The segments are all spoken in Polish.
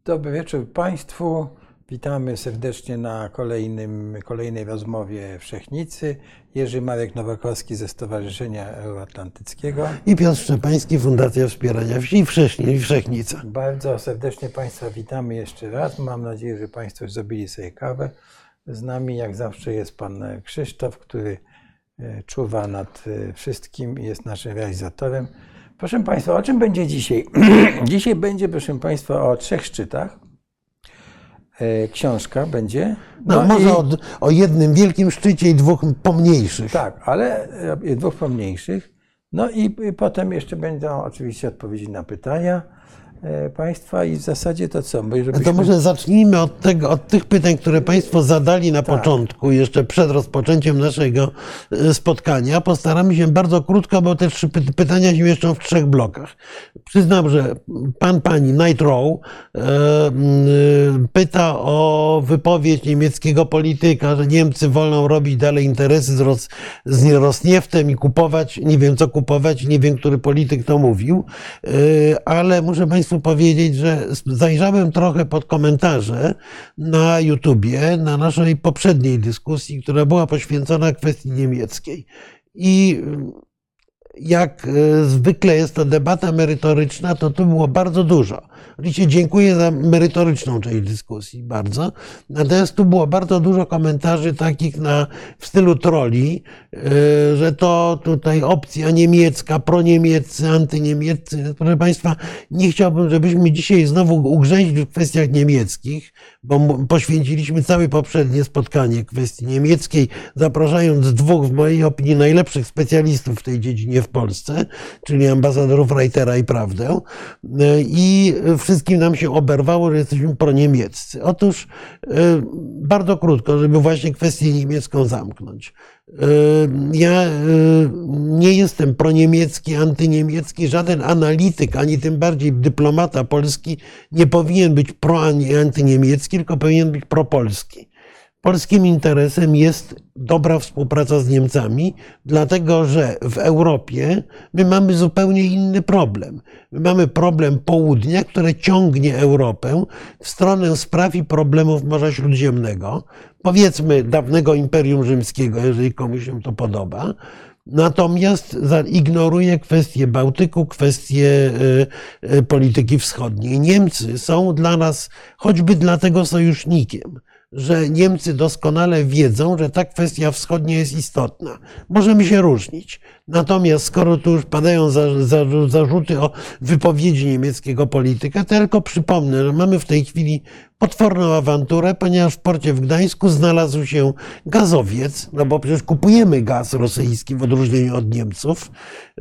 Dobry wieczór Państwu. Witamy serdecznie na kolejnej rozmowie Wszechnicy. Jerzy Marek Nowakowski ze Stowarzyszenia Euroatlantyckiego. I Piotr Szczepański, Fundacja Wspierania Wsi i Wszechnica. Bardzo serdecznie Państwa witamy jeszcze raz. Mam nadzieję, że Państwo już zrobili sobie kawę. Z nami jak zawsze jest Pan Krzysztof, który czuwa nad wszystkim i jest naszym realizatorem. Proszę Państwa, o czym będzie dzisiaj? Dzisiaj będzie, proszę Państwa, o 3 szczytach. Książka będzie. No może o jednym wielkim szczycie i 2 pomniejszych. Tak, ale 2 pomniejszych. No i potem jeszcze będą oczywiście odpowiedzi na pytania Państwa i w zasadzie to co? To może zacznijmy od tych pytań, które Państwo zadali na początku, jeszcze przed rozpoczęciem naszego spotkania. Postaramy się bardzo krótko, bo te 3 pytania się mieszczą w 3 blokach. Przyznam, że pani Night Row pyta o wypowiedź niemieckiego polityka, że Niemcy wolą robić dalej interesy z Rosnieftem i kupować, nie wiem co kupować, nie wiem, który polityk to mówił, ale muszę Państwu powiedzieć, że zajrzałem trochę pod komentarze na YouTubie, na naszej poprzedniej dyskusji, która była poświęcona kwestii niemieckiej. I jak zwykle jest to debata merytoryczna, to tu było bardzo dużo. Oczywiście dziękuję za merytoryczną część dyskusji, bardzo. Natomiast tu było bardzo dużo komentarzy takich w stylu trolli, że to tutaj opcja niemiecka, proniemieccy, antyniemieccy. Proszę Państwa, nie chciałbym, żebyśmy dzisiaj znowu ugrzęźli w kwestiach niemieckich, bo poświęciliśmy całe poprzednie spotkanie kwestii niemieckiej, zapraszając 2, w mojej opinii, najlepszych specjalistów w tej dziedzinie w Polsce, czyli ambasadorów Reutera i Prawdę. I wszystkim nam się oberwało, że jesteśmy proniemieccy. Otóż bardzo krótko, żeby właśnie kwestię niemiecką zamknąć. Ja nie jestem proniemiecki, antyniemiecki, żaden analityk, ani tym bardziej dyplomata polski nie powinien być pro ani antyniemiecki, tylko powinien być propolski. Polskim interesem jest dobra współpraca z Niemcami, dlatego że w Europie my mamy zupełnie inny problem. My mamy problem południa, które ciągnie Europę w stronę spraw i problemów Morza Śródziemnego, powiedzmy dawnego Imperium Rzymskiego, jeżeli komuś się to podoba. Natomiast ignoruje kwestię Bałtyku, kwestię polityki wschodniej. Niemcy są dla nas choćby dlatego sojusznikiem, że Niemcy doskonale wiedzą, że ta kwestia wschodnia jest istotna. Możemy się różnić. Natomiast skoro tu już padają zarzuty o wypowiedzi niemieckiego polityka, to tylko przypomnę, że mamy w tej chwili potworną awanturę, ponieważ w porcie w Gdańsku znalazł się gazowiec, no bo przecież kupujemy gaz rosyjski w odróżnieniu od Niemców,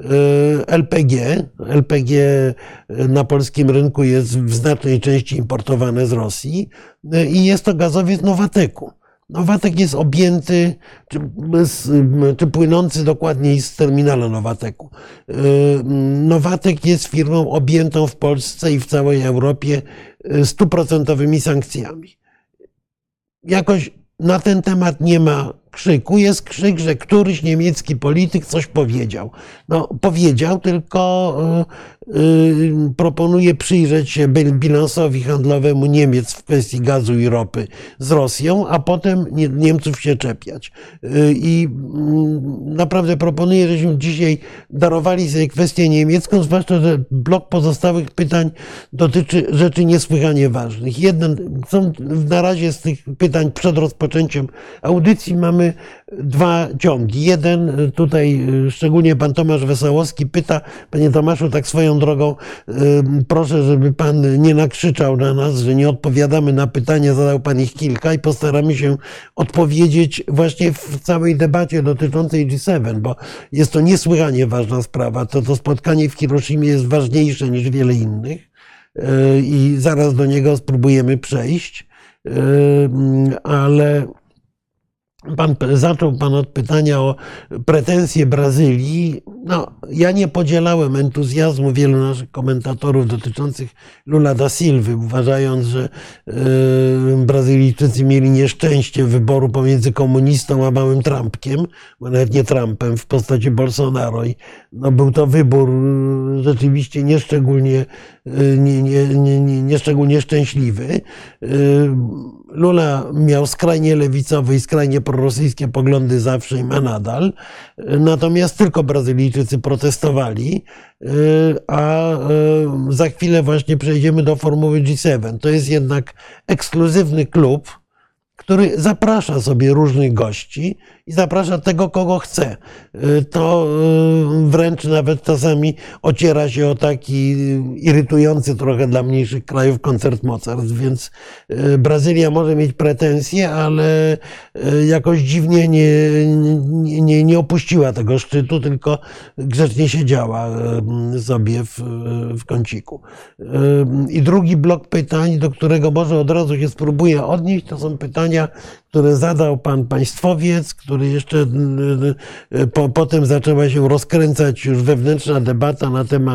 LPG na polskim rynku jest w znacznej części importowane z Rosji i jest to gazowiec Nowateku. Nowatek jest objęty, czy płynący dokładniej z terminala Nowateku. Nowatek jest firmą objętą w Polsce i w całej Europie 100% sankcjami. Jakoś na ten temat nie ma krzyku. Jest krzyk, że któryś niemiecki polityk coś powiedział. No, powiedział, tylko proponuje przyjrzeć się bilansowi handlowemu Niemiec w kwestii gazu i ropy z Rosją, a potem Niemców się czepiać. I naprawdę proponuję, żebyśmy dzisiaj darowali sobie kwestię niemiecką, zwłaszcza, że blok pozostałych pytań dotyczy rzeczy niesłychanie ważnych. Na razie z tych pytań przed rozpoczęciem audycji mamy 2 ciągi. Jeden, tutaj szczególnie pan Tomasz Wesołowski pyta, panie Tomaszu, tak swoją drogą, proszę, żeby pan nie nakrzyczał na nas, że nie odpowiadamy na pytania, zadał pan ich kilka i postaramy się odpowiedzieć właśnie w całej debacie dotyczącej G7, bo jest to niesłychanie ważna sprawa. To spotkanie w Hiroshimie jest ważniejsze niż wiele innych i zaraz do niego spróbujemy przejść, ale zaczął pan od pytania o pretensje Brazylii. No, ja nie podzielałem entuzjazmu wielu naszych komentatorów dotyczących Lula da Silvy, uważając, że Brazylijczycy mieli nieszczęście wyboru pomiędzy komunistą a małym Trumpkiem, bo nawet nie Trumpem, w postaci Bolsonaro. I no, był to wybór rzeczywiście nieszczególnie nieszczególnie szczęśliwy. Lula miał skrajnie lewicowe i skrajnie prorosyjskie poglądy zawsze i ma nadal. Natomiast tylko Brazylijczycy protestowali, a za chwilę właśnie przejdziemy do formuły G7. To jest jednak ekskluzywny klub, który zaprasza sobie różnych gości i zaprasza tego, kogo chce. To wręcz nawet czasami ociera się o taki irytujący trochę dla mniejszych krajów koncert mocarstw, więc Brazylia może mieć pretensje, ale jakoś dziwnie nie opuściła tego szczytu, tylko grzecznie siedziała sobie w kąciku. I drugi blok pytań, do którego może od razu się spróbuję odnieść, to są pytania, które zadał pan państwowiec, który jeszcze potem zaczęła się rozkręcać już wewnętrzna debata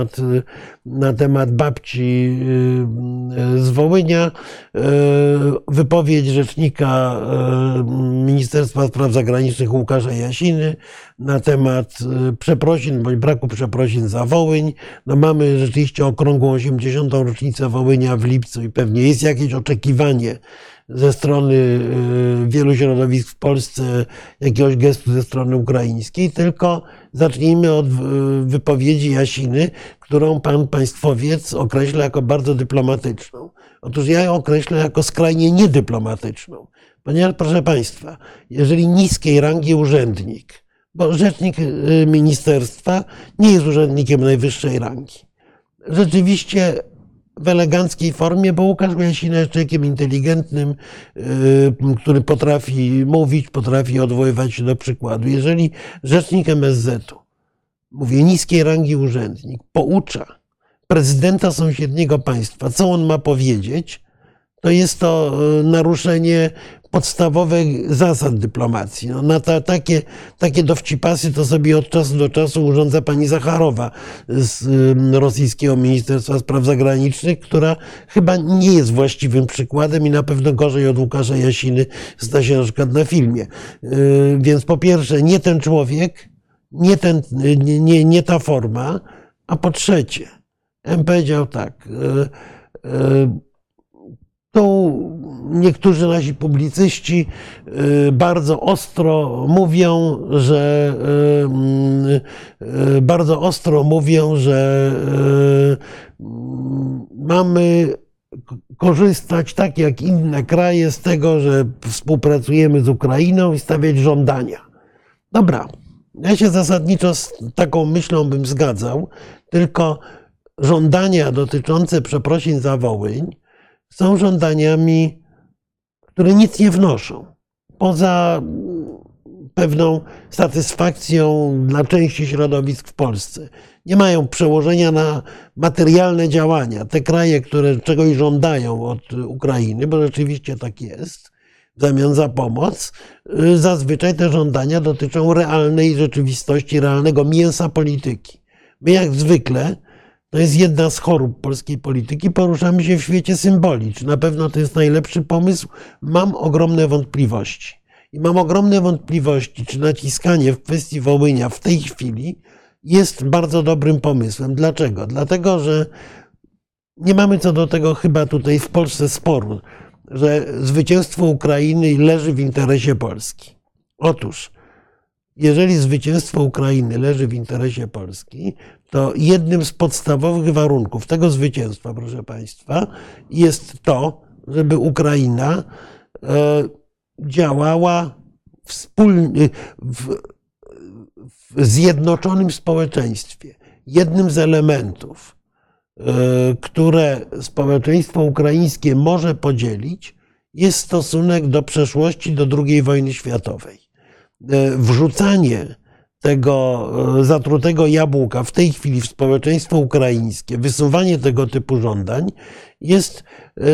na temat babci z Wołynia. Wypowiedź rzecznika Ministerstwa Spraw Zagranicznych Łukasza Jasiny na temat przeprosin bądź braku przeprosin za Wołyń. No mamy rzeczywiście okrągłą 80. rocznicę Wołynia w lipcu i pewnie jest jakieś oczekiwanie ze strony wielu środowisk w Polsce jakiegoś gestu ze strony ukraińskiej, tylko zacznijmy od wypowiedzi Jasiny, którą pan państwowiec określa jako bardzo dyplomatyczną. Otóż ja ją określę jako skrajnie niedyplomatyczną, ponieważ, proszę państwa, jeżeli niskiej rangi urzędnik, bo rzecznik ministerstwa nie jest urzędnikiem najwyższej rangi, rzeczywiście w eleganckiej formie, bo Łukasz Jasina jest człowiekiem inteligentnym, który potrafi mówić, potrafi odwoływać się do przykładu. Jeżeli rzecznik MSZ-u, mówię niskiej rangi urzędnik, poucza prezydenta sąsiedniego państwa, co on ma powiedzieć, to jest to naruszenie podstawowych zasad dyplomacji. No, na takie dowcipasy to sobie od czasu do czasu urządza pani Zacharowa z rosyjskiego Ministerstwa Spraw Zagranicznych, która chyba nie jest właściwym przykładem i na pewno gorzej od Łukasza Jasiny zna się na przykład na filmie. Więc po pierwsze, nie ten człowiek, nie ta forma, a po trzecie, powiedział tak, tu niektórzy nasi publicyści bardzo ostro mówią, że mamy korzystać tak jak inne kraje z tego, że współpracujemy z Ukrainą i stawiać żądania. Dobra, ja się zasadniczo z taką myślą bym zgadzał, tylko żądania dotyczące przeprosin za Wołyń są żądaniami, które nic nie wnoszą. Poza pewną satysfakcją dla części środowisk w Polsce. Nie mają przełożenia na materialne działania. Te kraje, które czegoś żądają od Ukrainy, bo rzeczywiście tak jest, w zamian za pomoc, zazwyczaj te żądania dotyczą realnej rzeczywistości, realnego mięsa polityki. My jak zwykle, to jest jedna z chorób polskiej polityki, poruszamy się w świecie symboli. Czy na pewno to jest najlepszy pomysł? Mam ogromne wątpliwości. I mam ogromne wątpliwości, czy naciskanie w kwestii Wołynia w tej chwili jest bardzo dobrym pomysłem. Dlaczego? Dlatego, że nie mamy co do tego chyba tutaj w Polsce sporu, że zwycięstwo Ukrainy leży w interesie Polski. Otóż, jeżeli zwycięstwo Ukrainy leży w interesie Polski, to jednym z podstawowych warunków tego zwycięstwa, proszę państwa, jest to, żeby Ukraina działała wspólnie w zjednoczonym społeczeństwie. Jednym z elementów, które społeczeństwo ukraińskie może podzielić, jest stosunek do przeszłości, do II wojny światowej. Wrzucanie tego zatrutego jabłka w tej chwili w społeczeństwo ukraińskie, wysuwanie tego typu żądań jest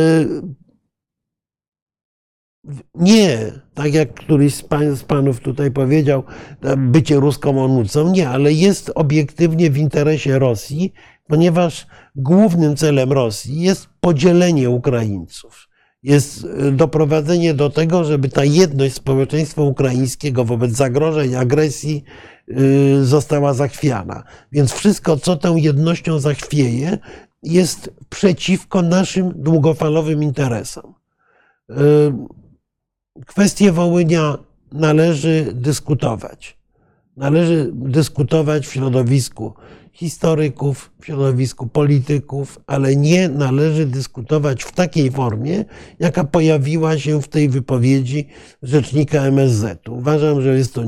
nie, tak jak któryś z panów tutaj powiedział, bycie ruską onucą, nie, ale jest obiektywnie w interesie Rosji, ponieważ głównym celem Rosji jest podzielenie Ukraińców. Jest doprowadzenie do tego, żeby ta jedność społeczeństwa ukraińskiego wobec zagrożeń, agresji została zachwiana. Więc wszystko, co tą jednością zachwieje, jest przeciwko naszym długofalowym interesom. Kwestię Wołynia należy dyskutować. Należy dyskutować w środowisku historyków, w środowisku polityków, ale nie należy dyskutować w takiej formie, jaka pojawiła się w tej wypowiedzi rzecznika MSZ. Uważam, że jest to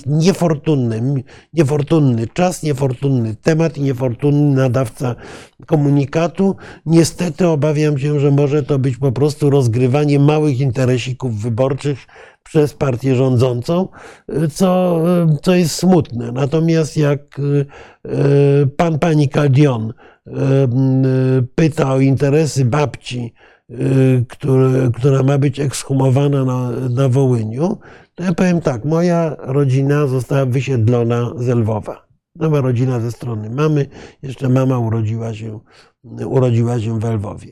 niefortunny czas, niefortunny temat i niefortunny nadawca komunikatu. Niestety obawiam się, że może to być po prostu rozgrywanie małych interesików wyborczych przez partię rządzącą, co jest smutne. Natomiast jak pani Caldion pyta o interesy babci, która ma być ekshumowana na Wołyniu, to ja powiem tak, moja rodzina została wysiedlona z Lwowa. Nowa rodzina ze strony mamy, jeszcze mama urodziła się w Lwowie.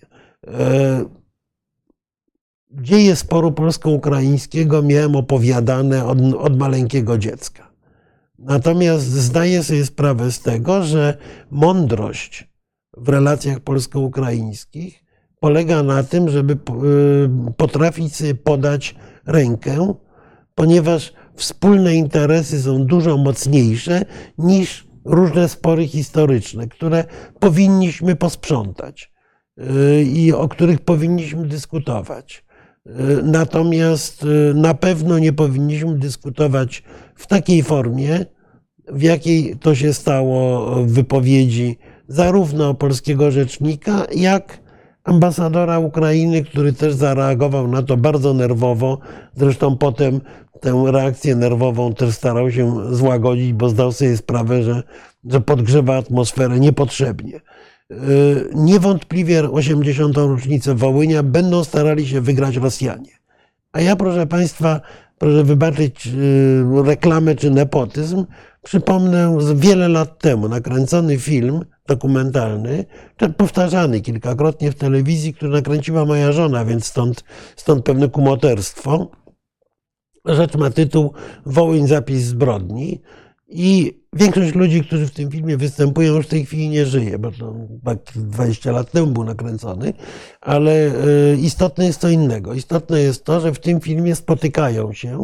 Dzieje sporu polsko-ukraińskiego miałem opowiadane od maleńkiego dziecka. Natomiast zdaję sobie sprawę z tego, że mądrość w relacjach polsko-ukraińskich polega na tym, żeby potrafić sobie podać rękę, ponieważ wspólne interesy są dużo mocniejsze niż różne spory historyczne, które powinniśmy posprzątać i o których powinniśmy dyskutować. Natomiast na pewno nie powinniśmy dyskutować w takiej formie, w jakiej to się stało w wypowiedzi zarówno polskiego rzecznika, jak ambasadora Ukrainy, który też zareagował na to bardzo nerwowo. Zresztą potem tę reakcję nerwową też starał się złagodzić, bo zdał sobie sprawę, że podgrzewa atmosferę niepotrzebnie. Niewątpliwie 80. rocznicę Wołynia będą starali się wygrać Rosjanie. A ja, proszę Państwa, proszę wybaczyć reklamę czy nepotyzm, przypomnę wiele lat temu nakręcony film dokumentalny, powtarzany kilkakrotnie w telewizji, który nakręciła moja żona, więc stąd pewne kumoterstwo. Rzecz ma tytuł Wołyń, zapis zbrodni. I większość ludzi, którzy w tym filmie występują, już w tej chwili nie żyje, bo to 20 lat temu był nakręcony, ale istotne jest co innego. Istotne jest to, że w tym filmie spotykają się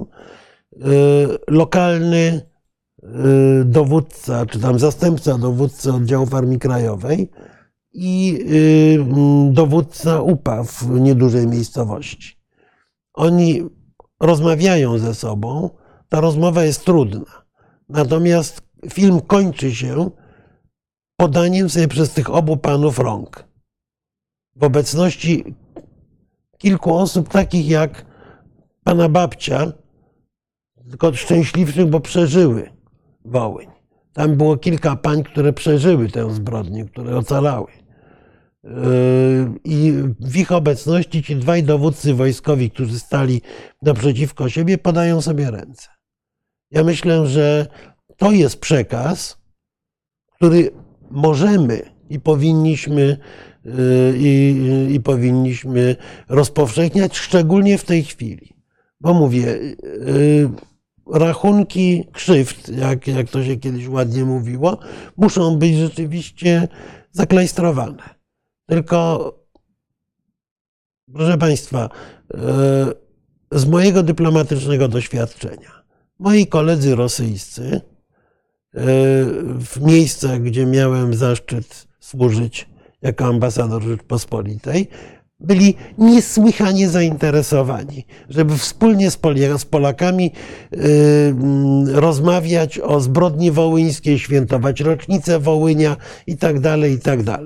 lokalny dowódca, czy tam zastępca dowódcy oddziałów Armii Krajowej i dowódca UPA w niedużej miejscowości. Oni rozmawiają ze sobą, ta rozmowa jest trudna. Natomiast film kończy się podaniem sobie przez tych obu panów rąk. W obecności kilku osób, takich jak pana babcia, tylko szczęśliwszych, bo przeżyły Wołyń. Tam było kilka pań, które przeżyły tę zbrodnię, które ocalały. I w ich obecności ci dwaj dowódcy wojskowi, którzy stali naprzeciwko siebie, podają sobie ręce. Ja myślę, że to jest przekaz, który możemy i powinniśmy rozpowszechniać, szczególnie w tej chwili. Bo mówię, rachunki krzywd, jak to się kiedyś ładnie mówiło, muszą być rzeczywiście zaklejstrowane. Tylko, proszę Państwa, z mojego dyplomatycznego doświadczenia, moi koledzy rosyjscy w miejscach, gdzie miałem zaszczyt służyć jako ambasador Rzeczypospolitej, byli niesłychanie zainteresowani, żeby wspólnie z Polakami rozmawiać o zbrodni wołyńskiej, świętować rocznicę Wołynia itd., itd.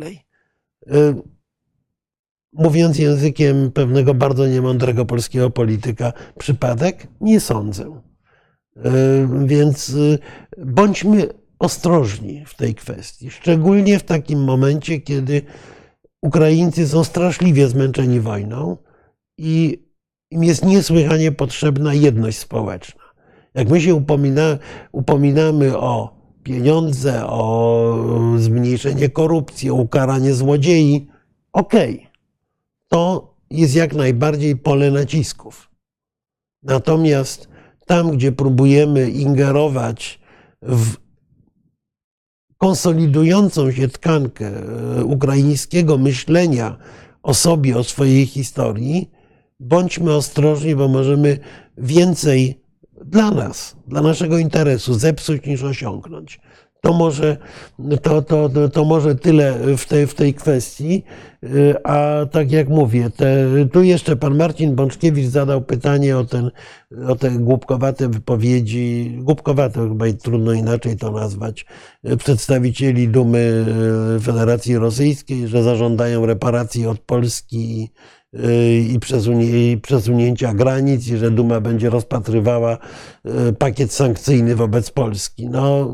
Mówiąc językiem pewnego bardzo niemądrego polskiego polityka, przypadek? Nie sądzę. Więc bądźmy ostrożni w tej kwestii, szczególnie w takim momencie, kiedy Ukraińcy są straszliwie zmęczeni wojną i im jest niesłychanie potrzebna jedność społeczna. Jak my się upominamy o pieniądze, o zmniejszenie korupcji, o ukaranie złodziei, okej, to jest jak najbardziej pole nacisków. Natomiast tam, gdzie próbujemy ingerować w konsolidującą się tkankę ukraińskiego myślenia o sobie, o swojej historii, bądźmy ostrożni, bo możemy więcej dla nas, dla naszego interesu zepsuć niż osiągnąć. To może tyle w tej kwestii, a tak jak mówię, tu jeszcze pan Marcin Bączkiewicz zadał pytanie o te głupkowate wypowiedzi, głupkowate chyba i trudno inaczej to nazwać, przedstawicieli Dumy Federacji Rosyjskiej, że zażądają reparacji od Polski i przesunięcia granic i że Duma będzie rozpatrywała pakiet sankcyjny wobec Polski. No,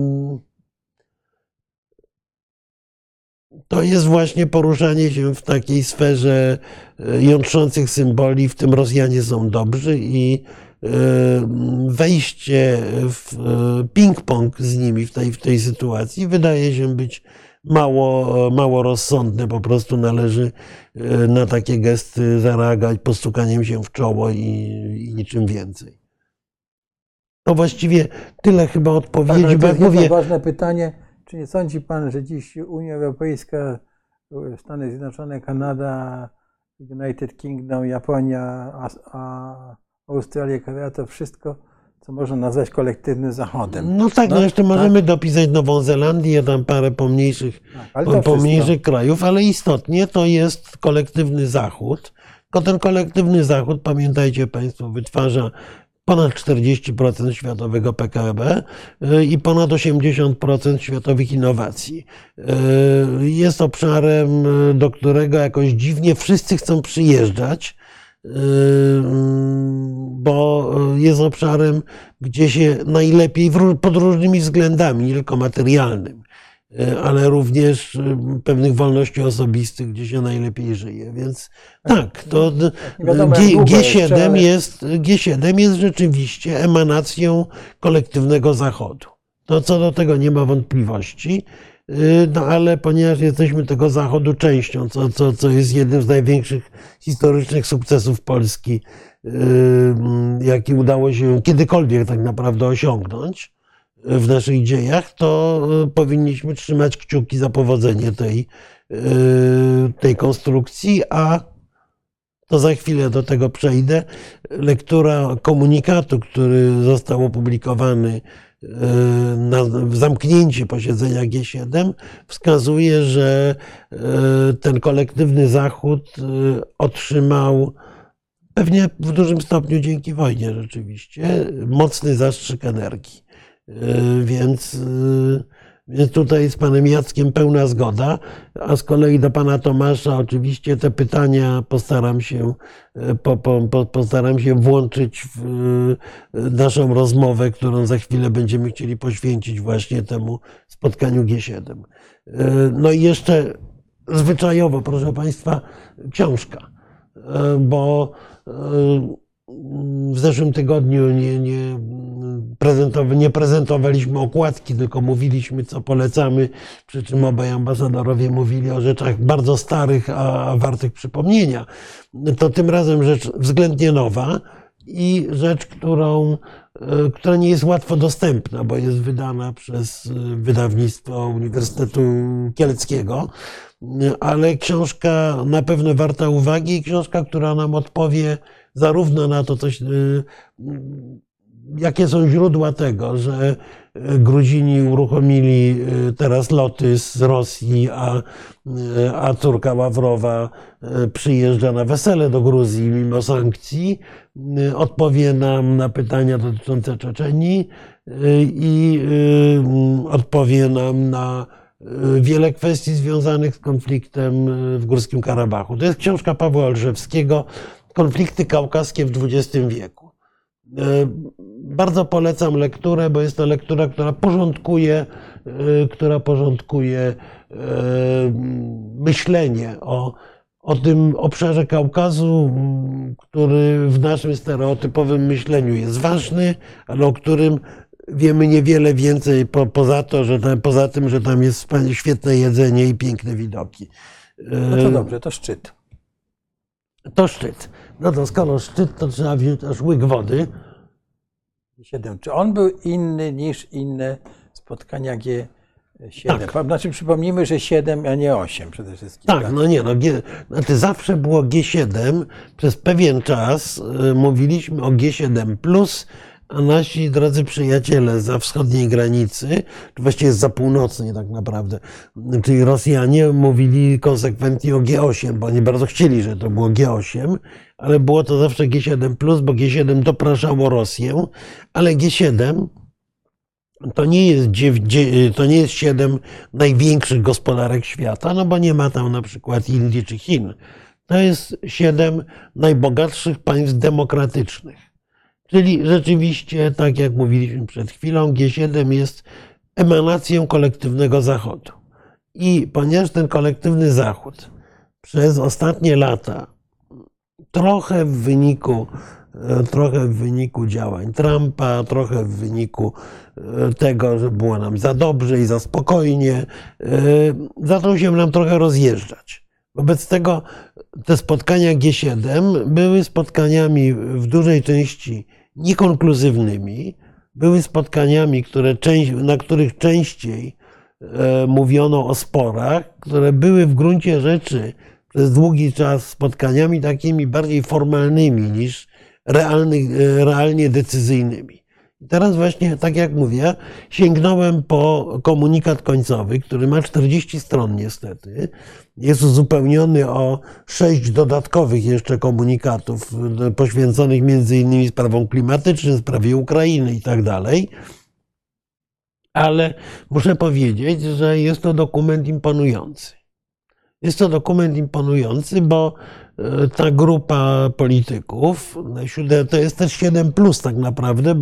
to jest właśnie poruszanie się w takiej sferze jątrzących symboli, w tym Rosjanie są dobrzy i wejście w ping-pong z nimi w tej sytuacji wydaje się być mało rozsądne. Po prostu należy na takie gesty zareagować postukaniem się w czoło i niczym więcej. To właściwie tyle chyba odpowiedzi, bo jak mówię... Ważne pytanie, czy nie sądzi pan, że dziś Unia Europejska, Stany Zjednoczone, Kanada, United Kingdom, Japonia, Australia, Korea, to wszystko, co można nazwać kolektywnym Zachodem? No tak, no jeszcze możemy dopisać Nową Zelandię, tam parę pomniejszych krajów, ale istotnie to jest kolektywny Zachód. Tylko ten kolektywny Zachód, pamiętajcie państwo, wytwarza ponad 40% światowego PKB i ponad 80% światowych innowacji. Jest obszarem, do którego jakoś dziwnie wszyscy chcą przyjeżdżać, bo jest obszarem, gdzie się najlepiej pod różnymi względami, nie tylko materialnym, ale również pewnych wolności osobistych, gdzie się najlepiej żyje. Więc tak, to G7 jest rzeczywiście emanacją kolektywnego Zachodu. To co do tego nie ma wątpliwości, no ale ponieważ jesteśmy tego Zachodu częścią, co jest jednym z największych historycznych sukcesów Polski, jaki udało się kiedykolwiek tak naprawdę osiągnąć w naszych dziejach, to powinniśmy trzymać kciuki za powodzenie tej konstrukcji, a to za chwilę do tego przejdę. Lektura komunikatu, który został opublikowany na zamknięcie posiedzenia G7, wskazuje, że ten kolektywny Zachód otrzymał, pewnie w dużym stopniu dzięki wojnie rzeczywiście, mocny zastrzyk energii. Więc tutaj z panem Jackiem pełna zgoda, a z kolei do pana Tomasza oczywiście te pytania postaram się włączyć w naszą rozmowę, którą za chwilę będziemy chcieli poświęcić właśnie temu spotkaniu G7. No i jeszcze zwyczajowo, proszę państwa, książka, bo w zeszłym tygodniu nie prezentowaliśmy okładki, tylko mówiliśmy, co polecamy, przy czym obaj ambasadorowie mówili o rzeczach bardzo starych, a wartych przypomnienia. To tym razem rzecz względnie nowa i rzecz, która nie jest łatwo dostępna, bo jest wydana przez wydawnictwo Uniwersytetu Kieleckiego, ale książka na pewno warta uwagi i książka, która nam odpowie zarówno na to, jakie są źródła tego, że Gruzini uruchomili teraz loty z Rosji, a córka Ławrowa przyjeżdża na wesele do Gruzji mimo sankcji, odpowie nam na pytania dotyczące Czeczenii i odpowie nam na wiele kwestii związanych z konfliktem w Górskim Karabachu. To jest książka Pawła Olszewskiego, Konflikty kaukaskie w XX wieku. Bardzo polecam lekturę, bo jest to lektura, która porządkuje myślenie o tym obszarze Kaukazu, który w naszym stereotypowym myśleniu jest ważny, ale o którym wiemy niewiele więcej poza tym, że tam jest świetne jedzenie i piękne widoki. No to dobrze, to szczyt. To szczyt. No to skoro szczyt, to trzeba wziąć aż łyk wody. Czy on był inny niż inne spotkania G7 7. Znaczy przypomnijmy, że 7, a nie 8 przede wszystkim. Tak, no nie, no, znaczy zawsze było G7. Przez pewien czas mówiliśmy o G7+, a nasi drodzy przyjaciele zza wschodniej granicy, czy właściwie zza północnej tak naprawdę, czyli Rosjanie, mówili konsekwentnie o G8, bo oni bardzo chcieli, żeby to było G8, ale było to zawsze G7+, bo G7 dopraszało Rosję, ale G7 to nie jest 7 największych gospodarek świata, no bo nie ma tam na przykład Indii czy Chin. To jest 7 najbogatszych państw demokratycznych. Czyli rzeczywiście, tak jak mówiliśmy przed chwilą, G7 jest emanacją kolektywnego Zachodu. I ponieważ ten kolektywny Zachód przez ostatnie lata, trochę w wyniku działań Trumpa, trochę w wyniku tego, że było nam za dobrze i za spokojnie, zaczął się nam trochę rozjeżdżać. Wobec tego te spotkania G7 były spotkaniami w dużej części niekonkluzywnymi, były spotkaniami, na których częściej mówiono o sporach, które były w gruncie rzeczy przez długi czas spotkaniami takimi bardziej formalnymi niż realnie decyzyjnymi. I teraz właśnie, tak jak mówię, sięgnąłem po komunikat końcowy, który ma 40 stron niestety. Jest uzupełniony o 6 dodatkowych jeszcze komunikatów poświęconych między innymi sprawom klimatycznym, sprawie Ukrainy i tak dalej. Ale muszę powiedzieć, że jest to dokument imponujący. Jest to dokument imponujący, bo ta grupa polityków, to jest też 7+ tak naprawdę,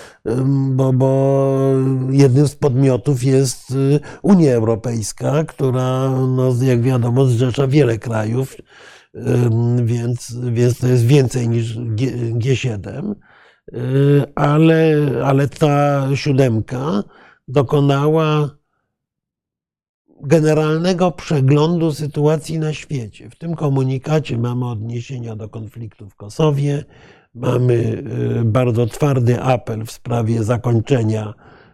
bo jednym z podmiotów jest Unia Europejska, która, no, jak wiadomo, zrzesza wiele krajów, więc to jest więcej niż G7, ale ta 7 dokonała generalnego przeglądu sytuacji na świecie. W tym komunikacie mamy odniesienia do konfliktu w Kosowie, mamy bardzo twardy apel w sprawie zakończenia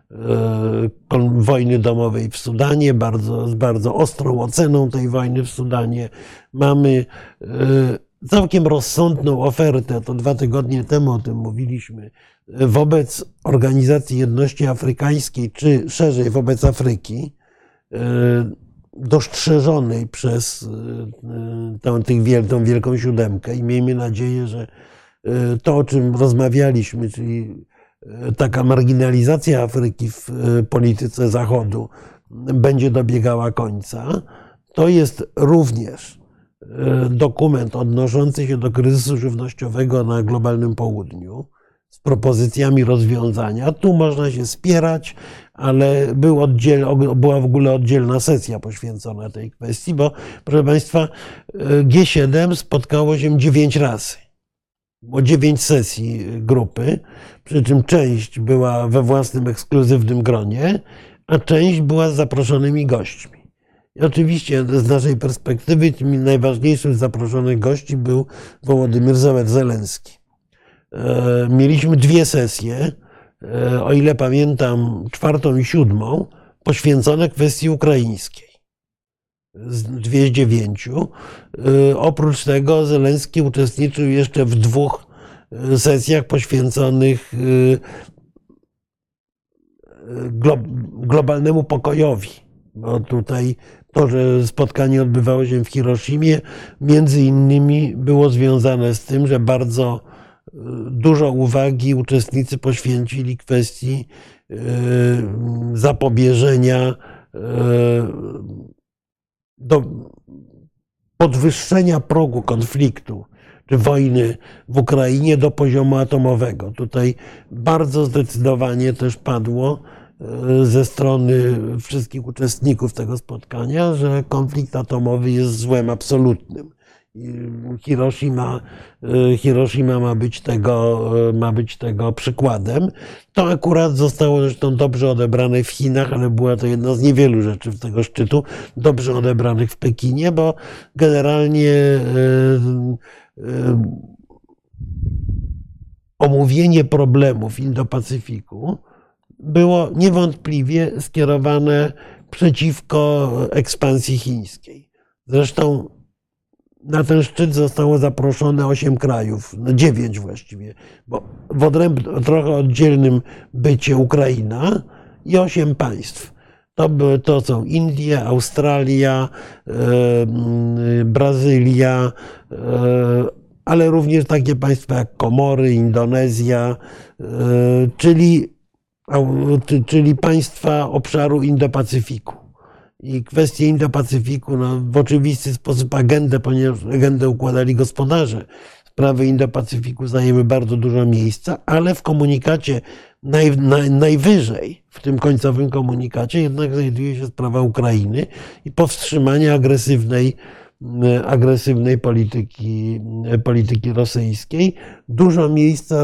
wojny domowej w Sudanie, z bardzo ostrą oceną tej wojny w Sudanie. Mamy całkiem rozsądną ofertę, to 2 tygodnie temu o tym mówiliśmy, wobec Organizacji Jedności Afrykańskiej, czy szerzej wobec Afryki, dostrzeżonej przez tą wielką 7. I miejmy nadzieję, że to, o czym rozmawialiśmy, czyli taka marginalizacja Afryki w polityce Zachodu będzie dobiegała końca. To jest również dokument odnoszący się do kryzysu żywnościowego na globalnym południu z propozycjami rozwiązania. Tu można się spierać, ale była w ogóle oddzielna sesja poświęcona tej kwestii, bo proszę Państwa, G7 spotkało się 9 razy. Było 9 sesji grupy, przy czym część była we własnym ekskluzywnym gronie, a część była z zaproszonymi gośćmi. I oczywiście z naszej perspektywy tym najważniejszym z zaproszonych gości był Wołodymyr Zełenski. Mieliśmy 2 sesje, o ile pamiętam 4. i 7, poświęcone kwestii ukraińskiej. 2 z 9. Oprócz tego Zełenski uczestniczył jeszcze w 2 sesjach poświęconych globalnemu pokojowi. Bo tutaj to, że spotkanie odbywało się w Hiroshimie, między innymi było związane z tym, że bardzo dużo uwagi uczestnicy poświęcili kwestii zapobieżenia do podwyższenia progu konfliktu czy wojny w Ukrainie do poziomu atomowego. Tutaj bardzo zdecydowanie też padło ze strony wszystkich uczestników tego spotkania, że konflikt atomowy jest złem absolutnym. Hiroshima ma być tego przykładem. To akurat zostało zresztą dobrze odebrane w Chinach, ale była to jedna z niewielu rzeczy tego szczytu dobrze odebranych w Pekinie, bo generalnie omówienie problemów Indo-Pacyfiku było niewątpliwie skierowane przeciwko ekspansji chińskiej. Zresztą na ten szczyt zostało zaproszone 8 krajów, 9 właściwie, bo w odrębnym, trochę oddzielnym bycie Ukraina i 8 państw. To są Indie, Australia, Brazylia, ale również takie państwa jak Komory, Indonezja, czyli państwa obszaru Indo-Pacyfiku. I kwestie Indo-Pacyfiku w oczywisty sposób ponieważ agendę układali gospodarze. Sprawy Indo-Pacyfiku zajęły bardzo dużo miejsca, ale w komunikacie najwyżej, w tym końcowym komunikacie, jednak znajduje się sprawa Ukrainy i powstrzymania agresywnej polityki rosyjskiej. Dużo miejsca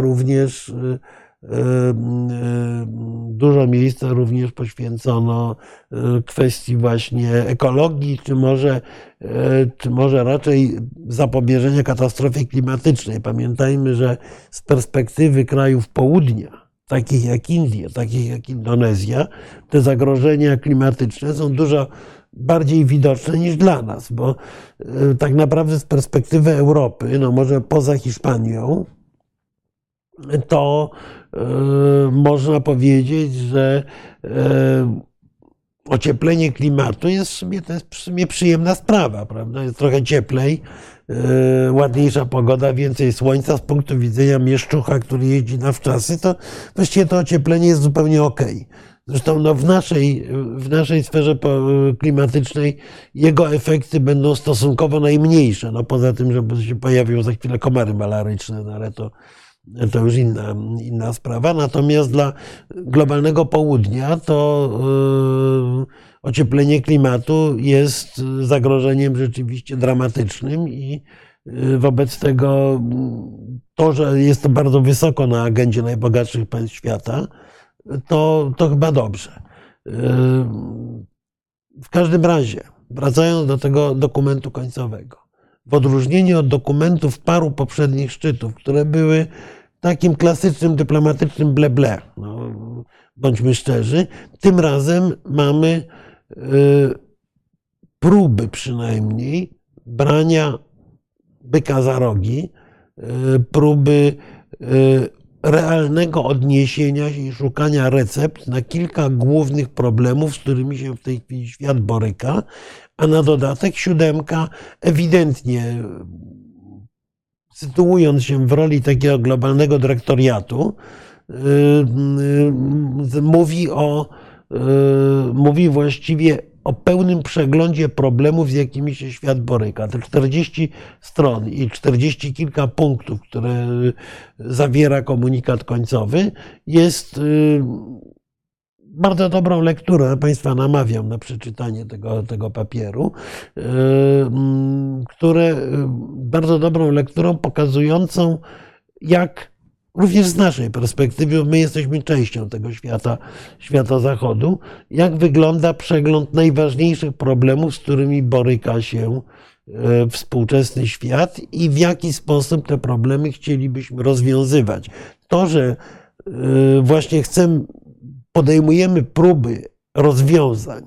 również poświęcono kwestii właśnie ekologii, czy może raczej zapobieżenia katastrofie klimatycznej. Pamiętajmy, że z perspektywy krajów południa, takich jak Indie, takich jak Indonezja, te zagrożenia klimatyczne są dużo bardziej widoczne niż dla nas, bo tak naprawdę z perspektywy Europy, no może poza Hiszpanią, to można powiedzieć, że ocieplenie klimatu to jest w sumie przyjemna sprawa, prawda? Jest trochę cieplej, ładniejsza pogoda, więcej słońca. Z punktu widzenia mieszczucha, który jeździ na wczasy, to właściwie to ocieplenie jest zupełnie okej. Zresztą no, w naszej sferze klimatycznej jego efekty będą stosunkowo najmniejsze. No, poza tym, że się pojawią za chwilę komary malaryczne, no, ale to już inna sprawa. Natomiast dla globalnego południa to ocieplenie klimatu jest zagrożeniem rzeczywiście dramatycznym i wobec tego to, że jest to bardzo wysoko na agendzie najbogatszych państw świata, to chyba dobrze. W każdym razie, wracając do tego dokumentu końcowego, w odróżnieniu od dokumentów paru poprzednich szczytów, które były takim klasycznym dyplomatycznym ble, no, bądźmy szczerzy, tym razem mamy próby przynajmniej brania byka za rogi, próby realnego odniesienia się i szukania recept na kilka głównych problemów, z którymi się w tej chwili świat boryka, a na dodatek 7 ewidentnie, sytuując się w roli takiego globalnego dyrektoriatu, mówi właściwie o pełnym przeglądzie problemów, z jakimi się świat boryka. Te 40 stron i 40 kilka punktów, które zawiera komunikat końcowy, jest bardzo dobrą lekturą. Państwa namawiam na przeczytanie tego papieru, bardzo dobrą lekturą pokazującą, jak również z naszej perspektywy, my jesteśmy częścią tego świata zachodu, jak wygląda przegląd najważniejszych problemów, z którymi boryka się współczesny świat i w jaki sposób te problemy chcielibyśmy rozwiązywać. To, że właśnie podejmujemy próby rozwiązań,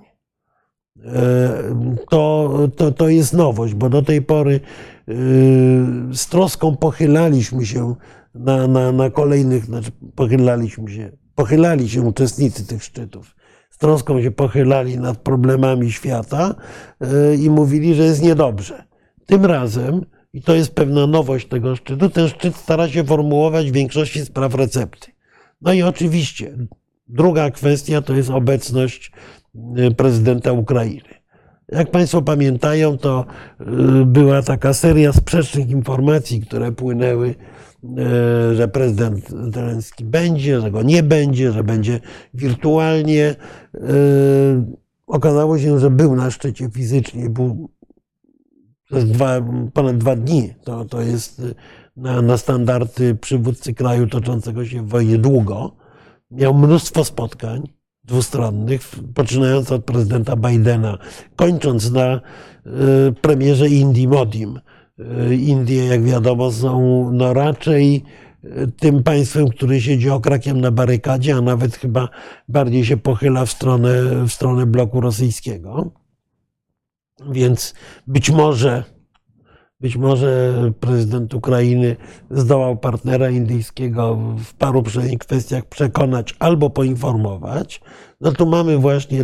to jest nowość, bo do tej pory z troską pochylaliśmy się na kolejnych, znaczy pochylali się uczestnicy tych szczytów, z troską się pochylali nad problemami świata i mówili, że jest niedobrze. Tym razem, i to jest pewna nowość tego szczytu, ten szczyt stara się formułować w większości spraw recepty. No i oczywiście druga kwestia to jest obecność prezydenta Ukrainy. Jak Państwo pamiętają, to była taka seria sprzecznych informacji, które płynęły, że prezydent Zełenski będzie, że go nie będzie, że będzie wirtualnie. Okazało się, że był na szczycie fizycznie, był przez ponad 2 dni. To jest na standardy przywódcy kraju toczącego się w wojnie długo. Miał mnóstwo spotkań dwustronnych, poczynając od prezydenta Bidena, kończąc na premierze Indii Modim. Indie, jak wiadomo, są raczej tym państwem, które siedzi okrakiem na barykadzie, a nawet chyba bardziej się pochyla w stronę bloku rosyjskiego. Więc być może prezydent Ukrainy zdołał partnera indyjskiego w paru przynajmniej kwestiach przekonać albo poinformować. No tu mamy właśnie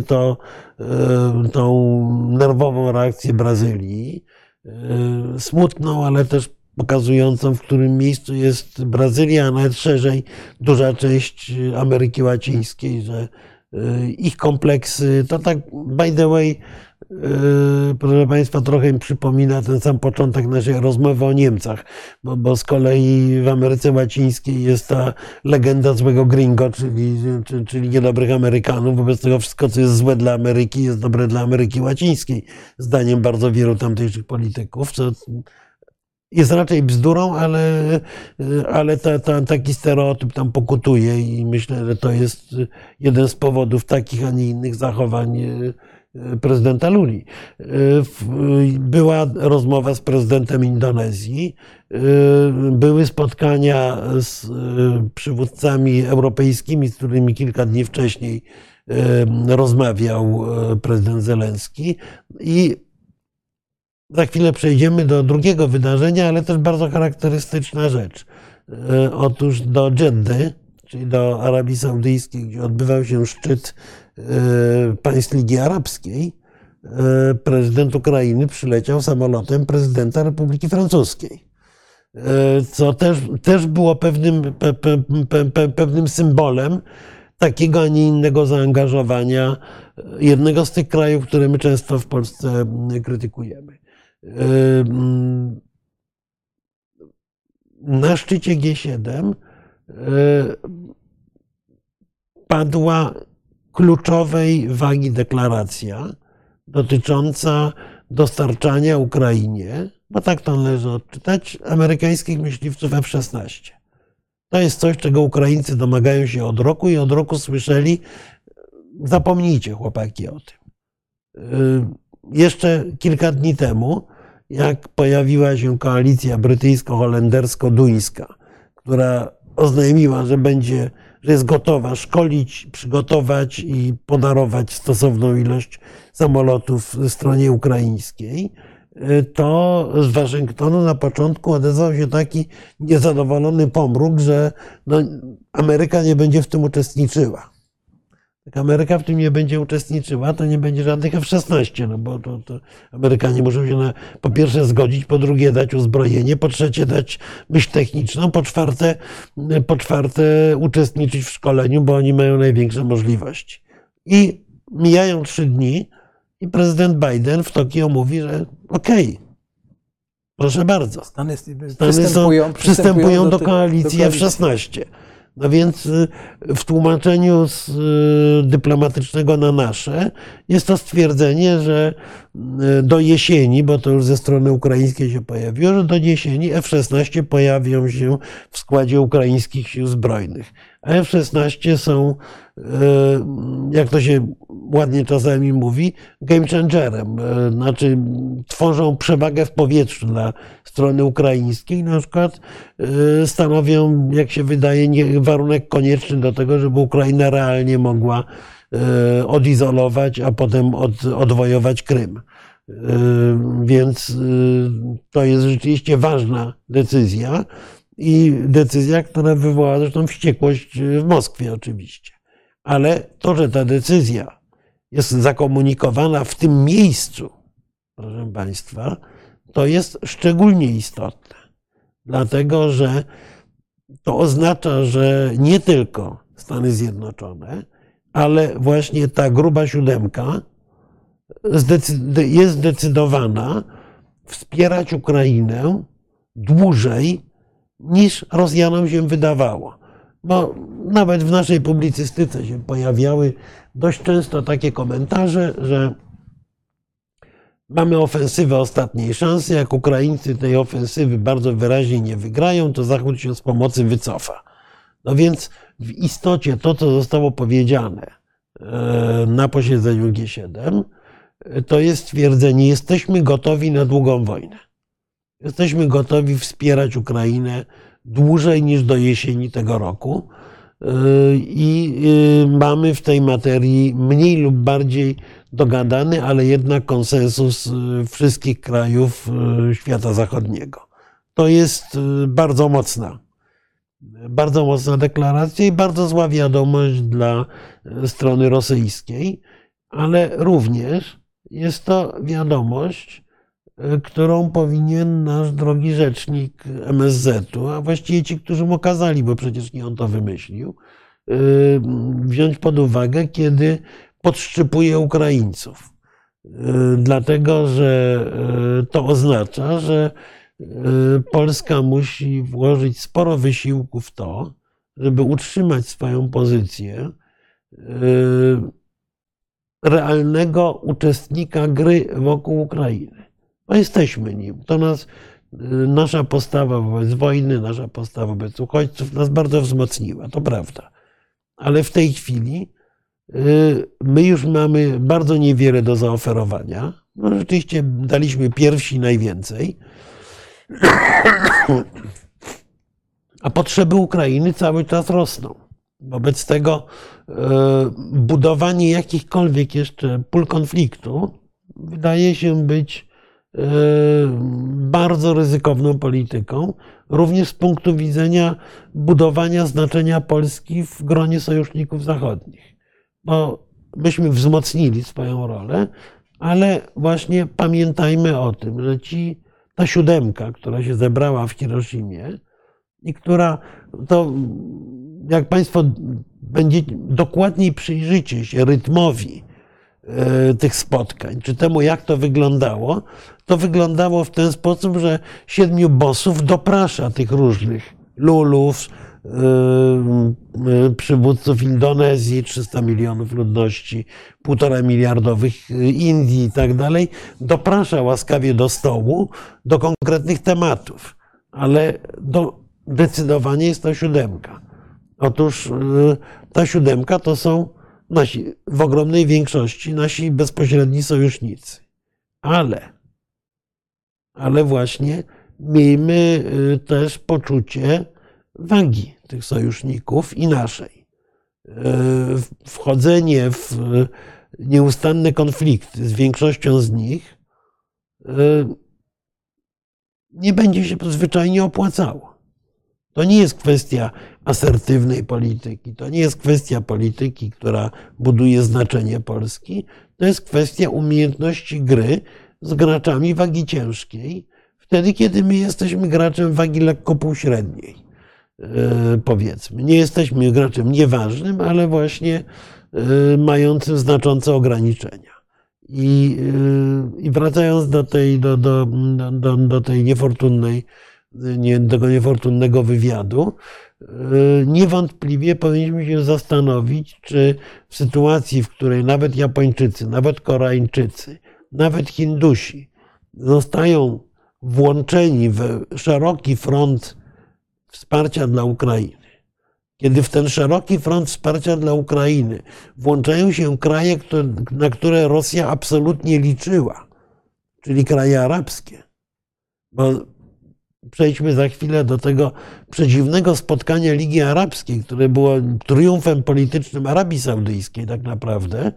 tą nerwową reakcję Brazylii, smutną, ale też pokazującą, w którym miejscu jest Brazylia, a nawet szerzej duża część Ameryki Łacińskiej, że ich kompleksy, to tak by the way, proszę Państwa, trochę mi przypomina ten sam początek naszej rozmowy o Niemcach, bo z kolei w Ameryce Łacińskiej jest ta legenda złego gringo, czyli niedobrych Amerykanów. Wobec tego wszystko, co jest złe dla Ameryki, jest dobre dla Ameryki Łacińskiej, zdaniem bardzo wielu tamtejszych polityków, co jest raczej bzdurą, ale taki stereotyp tam pokutuje i myślę, że to jest jeden z powodów takich, a nie innych zachowań prezydenta Luli. Była rozmowa z prezydentem Indonezji, były spotkania z przywódcami europejskimi, z którymi kilka dni wcześniej rozmawiał prezydent Zełenski i za chwilę przejdziemy do drugiego wydarzenia, ale też bardzo charakterystyczna rzecz. Otóż do Dżeddy, czyli do Arabii Saudyjskiej, gdzie odbywał się szczyt państw Ligi Arabskiej, prezydent Ukrainy przyleciał samolotem prezydenta Republiki Francuskiej. Co też było pewnym symbolem takiego, a nie innego zaangażowania jednego z tych krajów, które my często w Polsce krytykujemy. Na szczycie G7 padła kluczowej wagi deklaracja dotycząca dostarczania Ukrainie, bo tak to należy odczytać, amerykańskich myśliwców F-16. To jest coś, czego Ukraińcy domagają się od roku i od roku słyszeli: zapomnijcie, chłopaki, o tym. Jeszcze kilka dni temu, jak pojawiła się koalicja brytyjsko-holendersko-duńska, która oznajmiła, że jest gotowa szkolić, przygotować i podarować stosowną ilość samolotów stronie ukraińskiej, to z Waszyngtonu na początku odezwał się taki niezadowolony pomruk, że Ameryka nie będzie w tym uczestniczyła. Jak Ameryka w tym nie będzie uczestniczyła, to nie będzie żadnych F-16, no bo to Amerykanie muszą się po pierwsze zgodzić, po drugie dać uzbrojenie, po trzecie dać myśl techniczną, po czwarte uczestniczyć w szkoleniu, bo oni mają największe możliwości. I mijają 3 dni i prezydent Biden w Tokio mówi, że okej, proszę bardzo. Stany przystępują do koalicji F-16. No więc w tłumaczeniu z dyplomatycznego na nasze jest to stwierdzenie, że do jesieni, bo to już ze strony ukraińskiej się pojawiło, że do jesieni F-16 pojawią się w składzie ukraińskich sił zbrojnych. A F-16 są, jak to się ładnie czasami mówi, game changerem. Znaczy tworzą przewagę w powietrzu dla strony ukraińskiej. Na przykład stanowią, jak się wydaje, warunek konieczny do tego, żeby Ukraina realnie mogła odizolować, a potem odwojować Krym. Więc to jest rzeczywiście ważna decyzja i decyzja, która wywołała zresztą wściekłość w Moskwie oczywiście. Ale to, że ta decyzja jest zakomunikowana w tym miejscu, proszę Państwa, to jest szczególnie istotne. Dlatego, że to oznacza, że nie tylko Stany Zjednoczone, ale właśnie ta gruba siódemka jest zdecydowana wspierać Ukrainę dłużej, niż Rosjanom się wydawało. Bo nawet w naszej publicystyce się pojawiały dość często takie komentarze, że mamy ofensywę ostatniej szansy. Jak Ukraińcy tej ofensywy bardzo wyraźnie nie wygrają, to Zachód się z pomocy wycofa. No więc w istocie to, co zostało powiedziane na posiedzeniu G7, to jest stwierdzenie: jesteśmy gotowi na długą wojnę. Jesteśmy gotowi wspierać Ukrainę dłużej niż do jesieni tego roku. I mamy w tej materii mniej lub bardziej dogadany, ale jednak konsensus wszystkich krajów świata zachodniego. To jest bardzo mocna deklaracja i bardzo zła wiadomość dla strony rosyjskiej, ale również jest to wiadomość, którą powinien nasz drogi rzecznik MSZ-u, a właściwie ci, którzy mu kazali, bo przecież nie on to wymyślił, wziąć pod uwagę, kiedy podszczypuje Ukraińców. Dlatego, że to oznacza, że Polska musi włożyć sporo wysiłku w to, żeby utrzymać swoją pozycję realnego uczestnika gry wokół Ukrainy. No jesteśmy nim. Nasza postawa wobec wojny, nasza postawa wobec uchodźców nas bardzo wzmocniła, to prawda. Ale w tej chwili my już mamy bardzo niewiele do zaoferowania. No, rzeczywiście daliśmy pierwsi najwięcej. A potrzeby Ukrainy cały czas rosną. Wobec tego budowanie jakichkolwiek jeszcze pól konfliktu wydaje się być bardzo ryzykowną polityką, również z punktu widzenia budowania znaczenia Polski w gronie sojuszników zachodnich. Bo myśmy wzmocnili swoją rolę, ale właśnie pamiętajmy o tym, że ta siódemka, która się zebrała w Hiroshimie i która, to jak Państwo dokładniej przyjrzycie się rytmowi tych spotkań, czy temu, jak to wyglądało w ten sposób, że 7 bossów doprasza tych różnych lulów, przywódców Indonezji, 300 milionów ludności, 1,5 miliardowych Indii i tak dalej, doprasza łaskawie do stołu, do konkretnych tematów. Ale zdecydowanie jest to siódemka. Otóż ta siódemka to są w ogromnej większości nasi bezpośredni sojusznicy. Ale właśnie miejmy też poczucie wagi tych sojuszników i naszej. Wchodzenie w nieustanne konflikty z większością z nich nie będzie się zwyczajnie opłacało. To nie jest kwestia asertywnej polityki, to nie jest kwestia polityki, która buduje znaczenie Polski, to jest kwestia umiejętności gry z graczami wagi ciężkiej, wtedy, kiedy my jesteśmy graczem wagi lekko półśredniej, powiedzmy. Nie jesteśmy graczem nieważnym, ale właśnie mającym znaczące ograniczenia. I wracając do tej tego niefortunnego wywiadu, niewątpliwie powinniśmy się zastanowić, czy w sytuacji, w której nawet Japończycy, nawet Koreańczycy, nawet Hindusi zostają włączeni w szeroki front wsparcia dla Ukrainy, kiedy w ten szeroki front wsparcia dla Ukrainy włączają się kraje, na które Rosja absolutnie liczyła, czyli kraje arabskie, bo przejdźmy za chwilę do tego przedziwnego spotkania Ligi Arabskiej, które było triumfem politycznym Arabii Saudyjskiej tak naprawdę,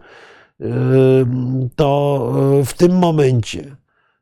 to w tym momencie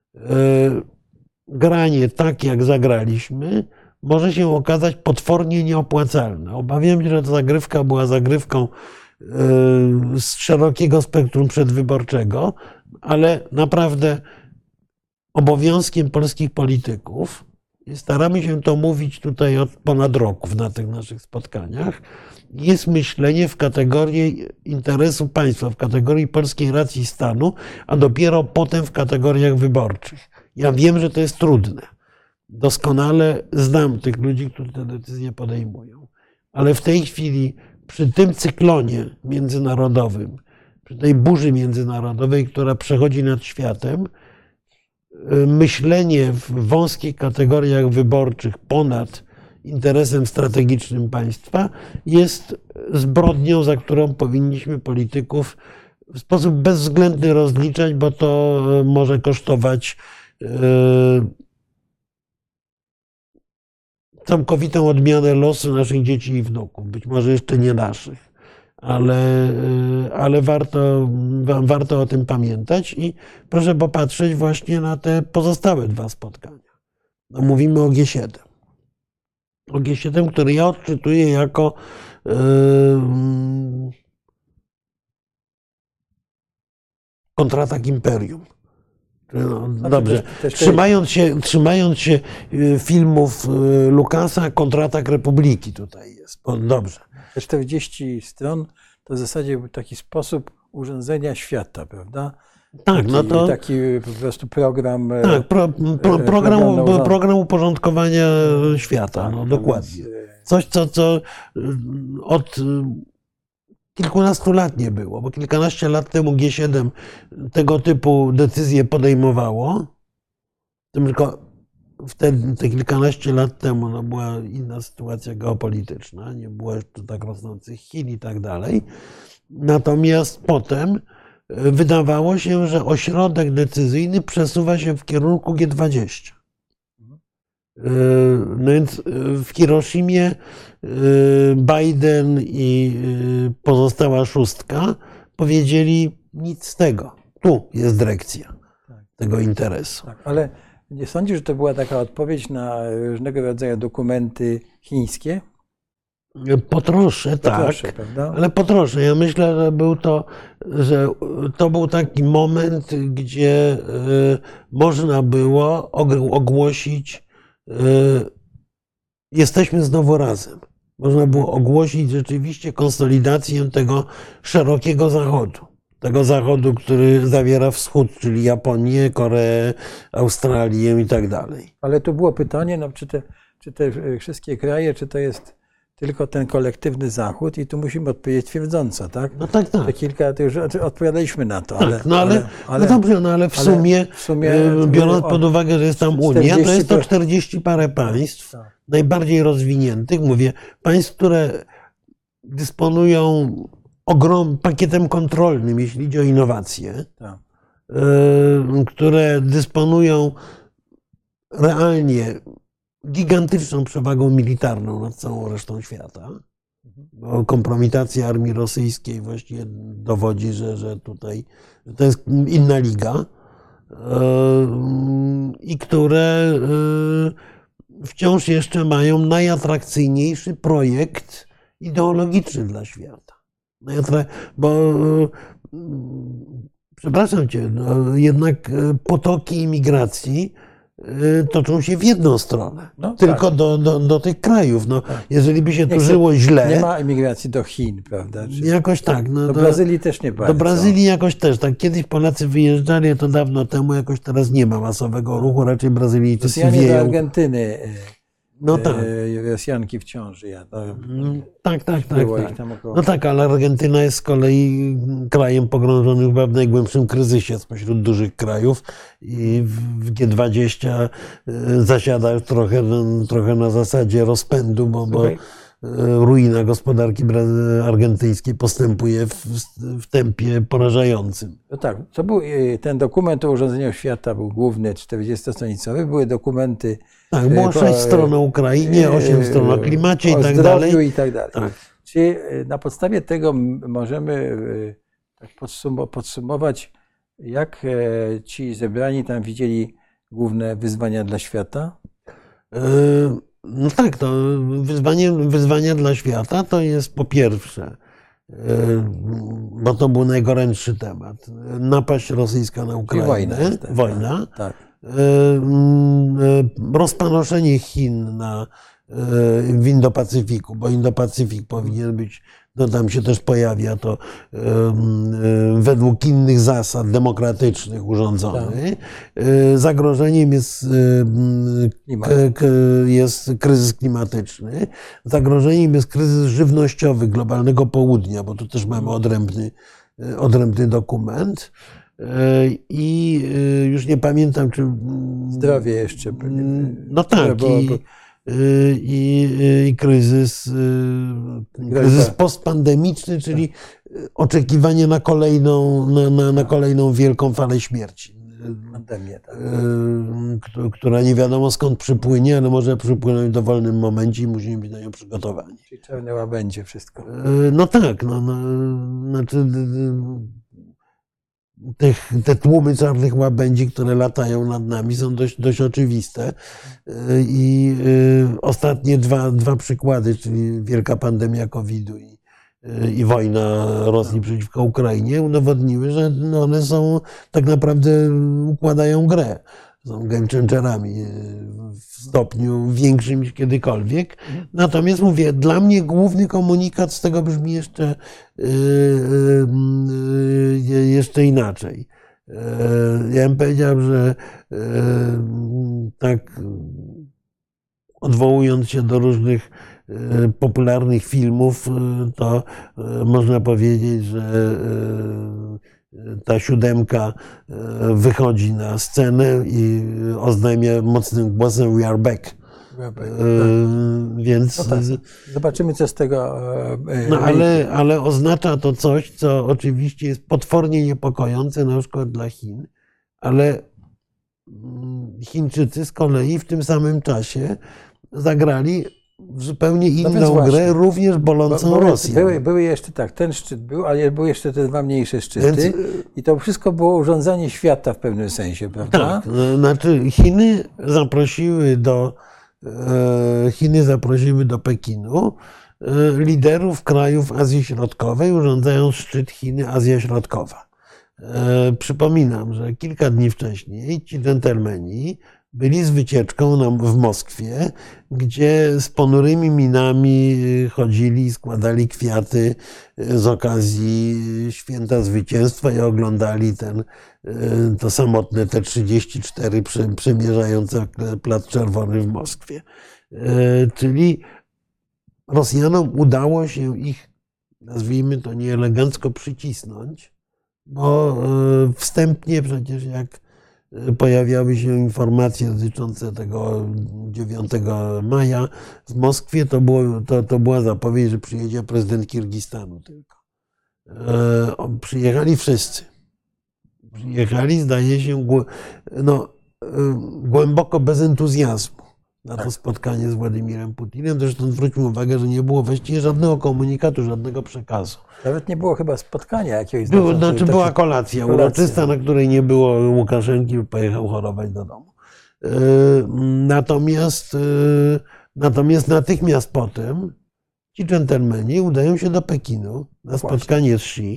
granie tak, jak zagraliśmy, może się okazać potwornie nieopłacalne. Obawiam się, że ta zagrywka była zagrywką z szerokiego spektrum przedwyborczego, ale naprawdę obowiązkiem polskich polityków, i staramy się to mówić tutaj od ponad roku na tych naszych spotkaniach, jest myślenie w kategorii interesu państwa, w kategorii polskiej racji stanu, a dopiero potem w kategoriach wyborczych. Ja wiem, że to jest trudne. Doskonale znam tych ludzi, którzy te decyzje podejmują. Ale w tej chwili, przy tym cyklonie międzynarodowym, przy tej burzy międzynarodowej, która przechodzi nad światem, myślenie w wąskich kategoriach wyborczych ponad interesem strategicznym państwa jest zbrodnią, za którą powinniśmy polityków w sposób bezwzględny rozliczać, bo to może kosztować całkowitą odmianę losu naszych dzieci i wnuków. Być może jeszcze nie naszych, ale warto o tym pamiętać i proszę popatrzeć właśnie na te pozostałe 2 spotkania. No, mówimy o G7. O G7, który ja odczytuję jako kontratak imperium. No, dobrze. Trzymając się filmów Lukasa, kontratak Republiki tutaj jest. Dobrze. Te 40 stron to w zasadzie był taki sposób urządzenia świata, prawda? Tak, no to taki po prostu program. Tak, program uporządkowania świata, no dokładnie. Coś, co od kilkunastu lat nie było, bo kilkanaście lat temu G7 tego typu decyzje podejmowało, tylko te kilkanaście lat temu no, była inna sytuacja geopolityczna, nie było jeszcze tak rosnących Chin i tak dalej. Natomiast potem wydawało się, że ośrodek decyzyjny przesuwa się w kierunku G20. No więc w Hiroshimie Biden i pozostała szóstka powiedzieli nic z tego. Tu jest dyrekcja tego interesu. Tak, ale nie sądzisz, że to była taka odpowiedź na różnego rodzaju dokumenty chińskie? Po trosze, tak, prawda? ale po trosze. Ja myślę, że to był taki moment, gdzie można było ogłosić, jesteśmy znowu razem. Można było ogłosić rzeczywiście konsolidację tego szerokiego Zachodu. Tego Zachodu, który zawiera Wschód, czyli Japonię, Koreę, Australię i tak dalej. Ale tu było pytanie, no, czy te wszystkie kraje, czy to jest tylko ten kolektywny Zachód i tu musimy odpowiedzieć twierdząco, tak? No tak, tak. To już odpowiadaliśmy na to. Tak, no dobrze, no ale w sumie biorąc pod uwagę, że jest tam Unia, to jest to 40 parę państw, najbardziej rozwiniętych, mówię, państw, które dysponują pakietem kontrolnym, jeśli idzie o innowacje, które dysponują realnie gigantyczną przewagą militarną nad całą resztą świata. Bo kompromitacja armii rosyjskiej właściwie dowodzi, że tutaj że to jest inna liga i które wciąż jeszcze mają najatrakcyjniejszy projekt ideologiczny dla świata. Bo przepraszam cię, no, jednak potoki imigracji toczą się w jedną stronę, no, tylko tak. do tych krajów. No, tak. Jeżeli by się tu żyło źle... Nie ma emigracji do Chin, prawda? Jakoś tak. No, do Brazylii też nie bardzo. Do Brazylii jakoś też. Tak. Kiedyś Polacy wyjeżdżali, to dawno temu, jakoś teraz nie ma masowego ruchu, raczej Brazylijczycy Rosjanie wieją. do Argentyny. No tak. Rosjanki w ciąży. Tak. No tak, ale Argentyna jest z kolei krajem pogrążonym w najgłębszym kryzysie spośród dużych krajów i w G20 zasiada trochę na zasadzie rozpędu, bo ruina gospodarki argentyńskiej postępuje w tempie porażającym. No tak, to był ten dokument o urządzeniu świata, był główny, 40-stronicowy, były dokumenty. Tak, było 6 stron o Ukrainie, 8 stron o klimacie i tak dalej. I tak dalej. Tak. Czy na podstawie tego możemy tak podsumować, jak ci zebrani tam widzieli główne wyzwania dla świata? No tak, to wyzwania dla świata to jest po pierwsze, bo to był najgorętszy temat, napaść rosyjska na Ukrainę, wojna. Tak. Rozpanoszenie Chin w Indo-Pacyfiku, bo Indo-Pacyfik powinien być, no tam się też pojawia to według innych zasad demokratycznych urządzony. Tak. Zagrożeniem jest kryzys klimatyczny, zagrożeniem jest kryzys żywnościowy globalnego południa, bo tu też mamy odrębny dokument. I już nie pamiętam, czy... Zdrowie jeszcze. No tak, i kryzys postpandemiczny, czyli oczekiwanie na kolejną wielką falę śmierci Pandemię, tak. która nie wiadomo skąd przypłynie, ale może przypłynąć w dowolnym momencie i musimy być na nią przygotowani. Czyli czarne łabędzie wszystko. No tak, znaczy te tłumy czarnych łabędzi, które latają nad nami, są dość oczywiste. I ostatnie dwa przykłady, czyli wielka pandemia COVID-u i wojna Rosji przeciwko Ukrainie, udowodniły, że one są tak naprawdę układają grę. Są game changerami w stopniu większym niż kiedykolwiek. Natomiast mówię, dla mnie główny komunikat z tego brzmi jeszcze inaczej. Ja bym powiedział, że tak odwołując się do różnych popularnych filmów, to można powiedzieć, że ta siódemka wychodzi na scenę i oznajmia mocnym głosem "We are back". Więc no tak. Zobaczymy, co z tego. Ale oznacza to coś, co oczywiście jest potwornie niepokojące, na przykład dla Chin, ale Chińczycy z kolei w tym samym czasie zagrali w zupełnie inną grę, również bolącą Rosję. Były jeszcze tak, ten szczyt był, ale były jeszcze te dwa mniejsze szczyty i to wszystko było urządzenie świata w pewnym sensie, prawda? Tak, znaczy Chiny zaprosiły do Pekinu liderów krajów Azji Środkowej, urządzając szczyt Chiny-Azja Środkowa. Przypominam, że kilka dni wcześniej ci dżentelmeni byli z wycieczką w Moskwie, gdzie z ponurymi minami chodzili i składali kwiaty z okazji Święta Zwycięstwa i oglądali to samotne T-34 przemierzające Plac Czerwony w Moskwie. Czyli Rosjanom udało się ich, nazwijmy to nieelegancko, przycisnąć, bo wstępnie przecież jak pojawiały się informacje dotyczące tego 9 maja w Moskwie, to była zapowiedź, że przyjedzie prezydent Kirgistanu tylko. Przyjechali wszyscy. Przyjechali, zdaje się, głęboko bez entuzjazmu na to spotkanie z Władimirem Putinem. Zresztą zwróćmy uwagę, że nie było właściwie żadnego komunikatu, żadnego przekazu. Nawet nie było chyba spotkania jakiegoś. Była kolacja uroczysta, na której nie było Łukaszenki, pojechał chorować do domu. Natomiast natychmiast potem ci dżentelmeni udają się do Pekinu na spotkanie z Xi.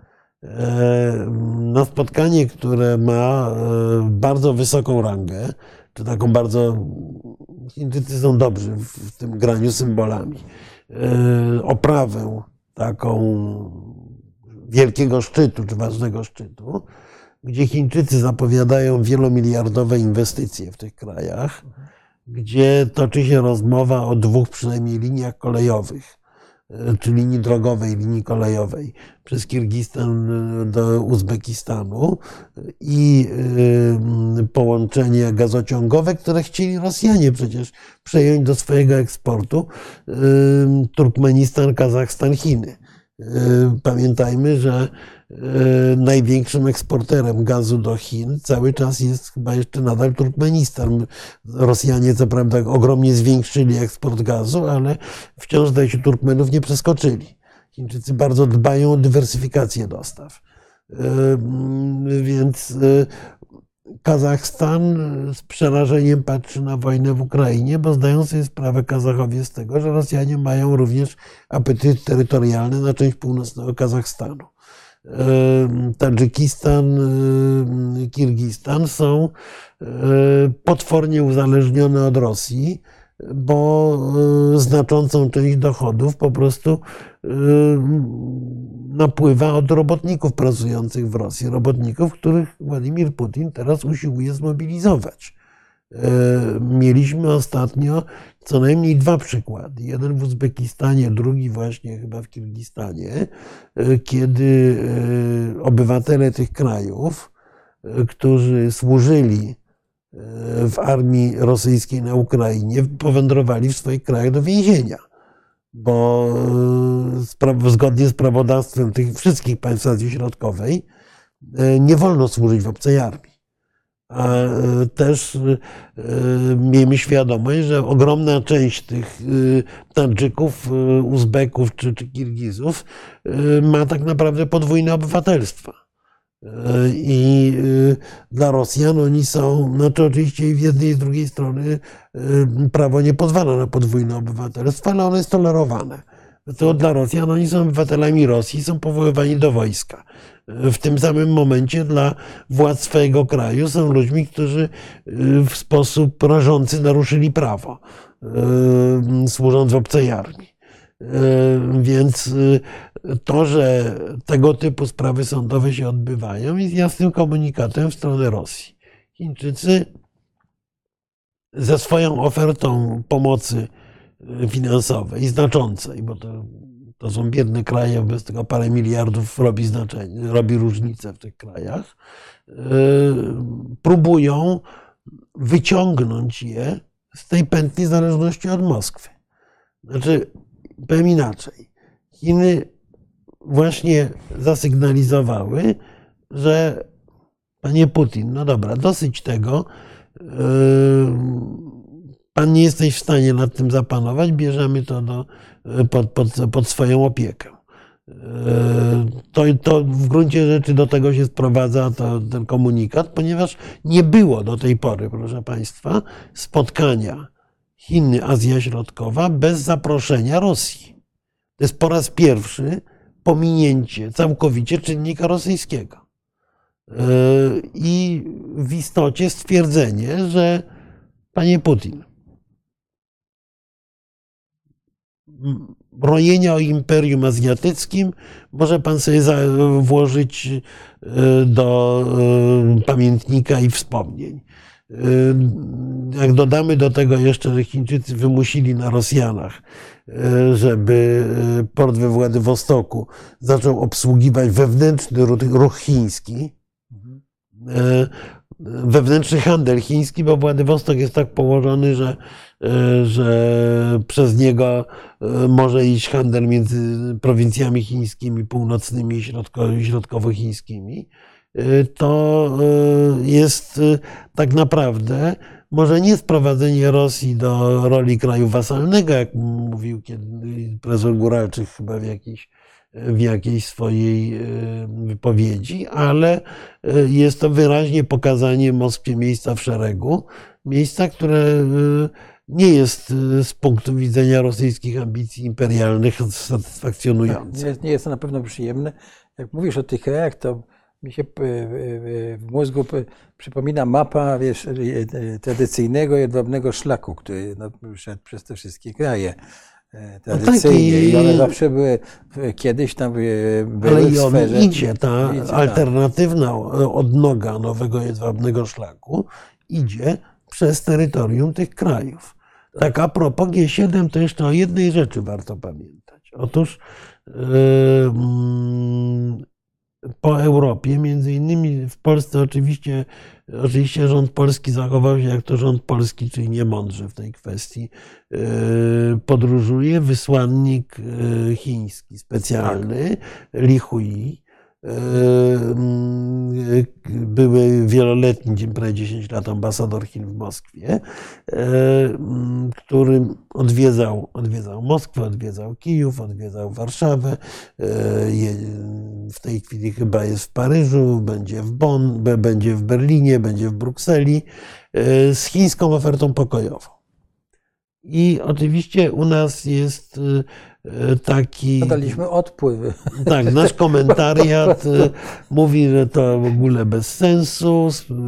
Na spotkanie, które ma bardzo wysoką rangę, czy taką bardzo... Chińczycy są dobrzy w tym graniu symbolami. Oprawę taką wielkiego szczytu, czy ważnego szczytu, gdzie Chińczycy zapowiadają wielomiliardowe inwestycje w tych krajach, gdzie toczy się rozmowa o dwóch przynajmniej liniach kolejowych, czy linii drogowej, linii kolejowej przez Kirgistan do Uzbekistanu i połączenie gazociągowe, które chcieli Rosjanie przecież przejąć do swojego eksportu, Turkmenistan, Kazachstan, Chiny. Pamiętajmy, że największym eksporterem gazu do Chin cały czas jest chyba jeszcze nadal Turkmenistan. Rosjanie co prawda ogromnie zwiększyli eksport gazu, ale wciąż zdaje się Turkmenów nie przeskoczyli. Chińczycy bardzo dbają o dywersyfikację dostaw. Więc Kazachstan z przerażeniem patrzy na wojnę w Ukrainie, bo zdają sobie sprawę Kazachowie z tego, że Rosjanie mają również apetyt terytorialny na część północnego Kazachstanu. Tadżykistan, Kirgistan są potwornie uzależnione od Rosji, bo znaczącą część dochodów po prostu napływa od robotników pracujących w Rosji. Robotników, których Władimir Putin teraz usiłuje zmobilizować. Mieliśmy ostatnio co najmniej dwa przykłady. Jeden w Uzbekistanie, drugi właśnie chyba w Kirgistanie, kiedy obywatele tych krajów, którzy służyli w armii rosyjskiej na Ukrainie, powędrowali w swoich krajach do więzienia. Bo zgodnie z prawodawstwem tych wszystkich państw Azji Środkowej nie wolno służyć w obcej armii. A też miejmy świadomość, że ogromna część tych Tadżyków, Uzbeków czy Kirgizów ma tak naprawdę podwójne obywatelstwa. I dla Rosjan oni są, znaczy oczywiście i z jednej i z drugiej strony prawo nie pozwala na podwójne obywatelstwo, ale ono jest tolerowane. To dla Rosjan oni są obywatelami Rosji, są powoływani do wojska. W tym samym momencie dla władz swojego kraju są ludźmi, którzy w sposób rażący naruszyli prawo, służąc w obcej armii. Więc to, że tego typu sprawy sądowe się odbywają, jest jasnym komunikatem w stronę Rosji. Chińczycy ze swoją ofertą pomocy finansowej, znaczącej, bo to są biedne kraje, bez tego parę miliardów robi różnicę w tych krajach, próbują wyciągnąć je z tej pętli zależności od Moskwy. Znaczy, powiem inaczej. Chiny właśnie zasygnalizowały, że panie Putin, no dobra, dosyć tego, pan nie jesteś w stanie nad tym zapanować, bierzemy to pod swoją opiekę. To w gruncie rzeczy do tego się sprowadza ten komunikat, ponieważ nie było do tej pory, proszę państwa, spotkania Chiny-Azja Środkowa bez zaproszenia Rosji. To jest po raz pierwszy pominięcie całkowicie czynnika rosyjskiego. I w istocie stwierdzenie, że panie Putin, rojenia o imperium azjatyckim może pan sobie włożyć do pamiętnika i wspomnień. Jak dodamy do tego jeszcze, że Chińczycy wymusili na Rosjanach, żeby port we Władywostoku zaczął obsługiwać wewnętrzny ruch chiński, wewnętrzny handel chiński, bo Władywostok jest tak położony, że przez niego może iść handel między prowincjami chińskimi, północnymi i środkowochińskimi. To jest tak naprawdę może nie sprowadzenie Rosji do roli kraju wasalnego, jak mówił kiedyś profesor Góralczyk chyba w jakiejś swojej wypowiedzi, ale jest to wyraźnie pokazanie Moskwie miejsca w szeregu, miejsca, które nie jest z punktu widzenia rosyjskich ambicji imperialnych satysfakcjonujące. Nie jest to na pewno przyjemne. Jak mówisz o tych krajach, to mi się w mózgu przypomina mapa, wiesz, tradycyjnego jedwabnego szlaku, który szedł przez te wszystkie kraje tradycyjnie. I one zawsze były, kiedyś tam były ale w i on sferze. idzie, ta alternatywna odnoga nowego jedwabnego szlaku idzie przez terytorium tych krajów. Tak a propos G7, to jeszcze o jednej rzeczy warto pamiętać. Otóż po Europie, między innymi w Polsce oczywiście rząd polski zachował się jak to rząd polski, czyli niemądrze w tej kwestii. Podróżuje wysłannik chiński specjalny, Li Hui, były wieloletni, prawie 10 lat ambasador Chin w Moskwie, który odwiedzał Moskwę, odwiedzał Kijów, odwiedzał Warszawę. W tej chwili chyba jest w Paryżu, będzie w Bonn, będzie w Berlinie, będzie w Brukseli z chińską ofertą pokojową. I oczywiście u nas jest taki... Daliśmy odpływy. Tak, nasz komentariat mówi, że to w ogóle bez sensu.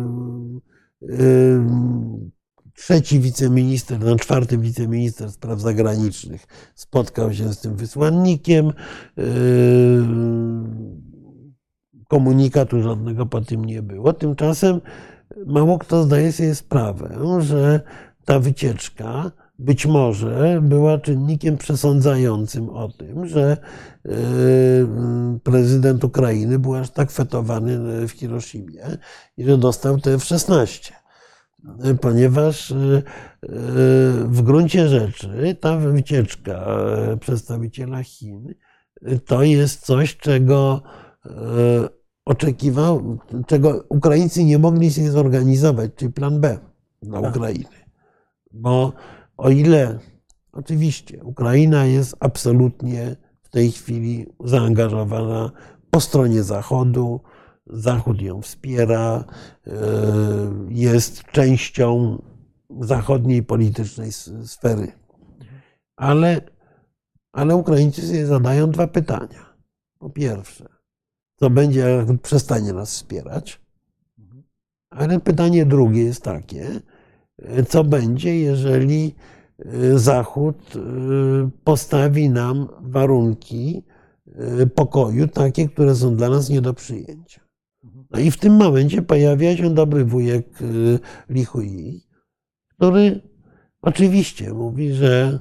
Czwarty wiceminister spraw zagranicznych spotkał się z tym wysłannikiem. Komunikatu żadnego po tym nie było. Tymczasem mało kto zdaje sobie sprawę, że ta wycieczka być może była czynnikiem przesądzającym o tym, że prezydent Ukrainy był aż tak fetowany w Hiroshimie i że dostał te F-16. Ponieważ w gruncie rzeczy ta wycieczka przedstawiciela Chin to jest coś, czego oczekiwał, czego Ukraińcy nie mogli sobie zorganizować, czyli plan B dla Ukrainy. Bo o ile oczywiście Ukraina jest absolutnie w tej chwili zaangażowana po stronie Zachodu, Zachód ją wspiera, jest częścią zachodniej politycznej sfery. Ale Ukraińcy sobie zadają dwa pytania. Po pierwsze, co będzie, jak przestanie nas wspierać? Ale pytanie drugie jest takie, co będzie, jeżeli Zachód postawi nam warunki pokoju, takie, które są dla nas nie do przyjęcia. No i w tym momencie pojawia się dobry wujek Lichui, który oczywiście mówi, że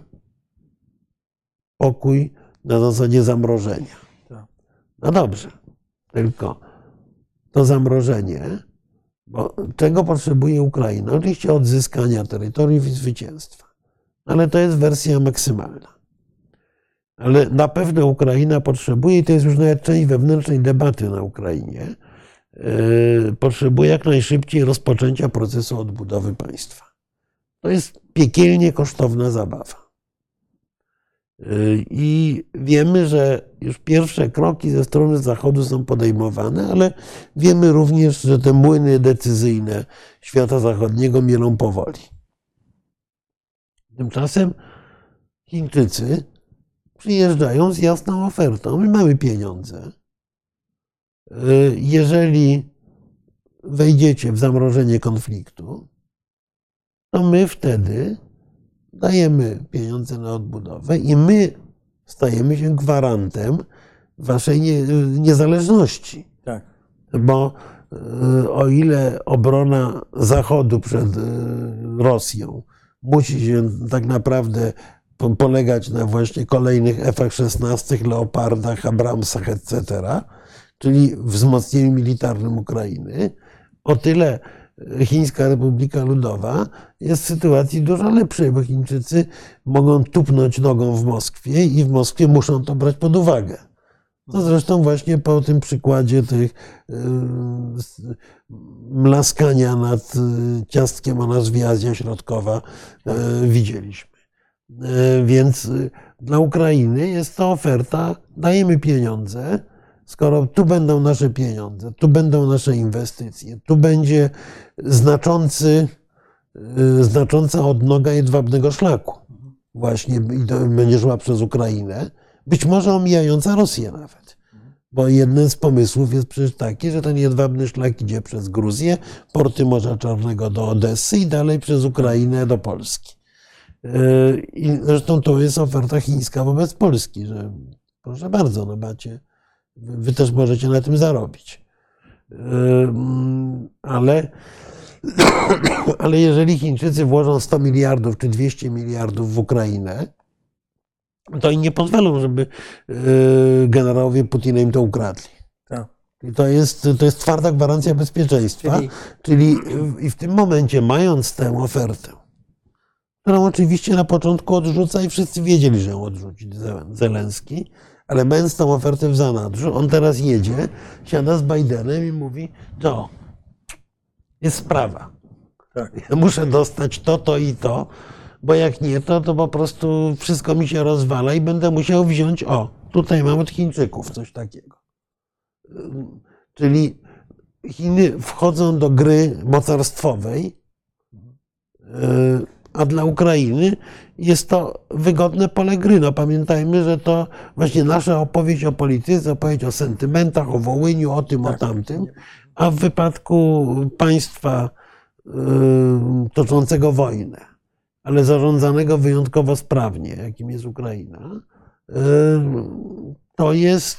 pokój na zasadzie zamrożenia. No dobrze, tylko to zamrożenie, bo czego potrzebuje Ukraina? Oczywiście odzyskania terytoriów i zwycięstwa, ale to jest wersja maksymalna. Ale na pewno Ukraina potrzebuje, i to jest już nawet część wewnętrznej debaty na Ukrainie, potrzebuje jak najszybciej rozpoczęcia procesu odbudowy państwa. To jest piekielnie kosztowna zabawa. I wiemy, że już pierwsze kroki ze strony Zachodu są podejmowane, ale wiemy również, że te młyny decyzyjne świata zachodniego mielą powoli. Tymczasem Chińczycy przyjeżdżają z jasną ofertą. My mamy pieniądze. Jeżeli wejdziecie w zamrożenie konfliktu, to my wtedy dajemy pieniądze na odbudowę i my stajemy się gwarantem waszej niezależności. Tak. Bo o ile obrona Zachodu przed Rosją musi się tak naprawdę polegać na właśnie kolejnych F-16, Leopardach, Abramsach, etc., czyli wzmocnieniu militarnym Ukrainy, o tyle Chińska Republika Ludowa jest w sytuacji dużo lepszej, bo Chińczycy mogą tupnąć nogą w Moskwie i w Moskwie muszą to brać pod uwagę. To zresztą właśnie po tym przykładzie tych mlaskania nad ciastkiem o nazwie Azja Środkowa widzieliśmy. Więc dla Ukrainy jest to oferta, dajemy pieniądze, skoro tu będą nasze pieniądze, tu będą nasze inwestycje, tu będzie znacząca odnoga jedwabnego szlaku właśnie będzie szła przez Ukrainę, być może omijająca Rosję nawet. Bo jeden z pomysłów jest przecież taki, że ten jedwabny szlak idzie przez Gruzję, porty Morza Czarnego do Odessy i dalej przez Ukrainę do Polski. I zresztą to jest oferta chińska wobec Polski, że proszę bardzo, no macie, wy też możecie na tym zarobić. Ale jeżeli Chińczycy włożą 100 miliardów czy 200 miliardów w Ukrainę, to im nie pozwolą, żeby generałowie Putina im to ukradli. Tak. I to jest twarda gwarancja bezpieczeństwa. Czyli i w tym momencie, mając tę ofertę, którą oczywiście na początku odrzuca i wszyscy wiedzieli, że ją odrzuci Zełenski, ale mając tę ofertę w zanadrzu, on teraz jedzie, siada z Bidenem i mówi, no, jest sprawa. Tak. Ja muszę dostać to i to, bo jak nie, to po prostu wszystko mi się rozwala i będę musiał wziąć, tutaj mam od Chińczyków coś takiego. Czyli Chiny wchodzą do gry mocarstwowej, a dla Ukrainy jest to wygodne pole gry. No pamiętajmy, że to właśnie nasza opowieść o polityce, opowieść o sentymentach, o Wołyniu, o tym, tak, o tamtym, a w wypadku państwa toczącego wojnę, ale zarządzanego wyjątkowo sprawnie, jakim jest Ukraina, to jest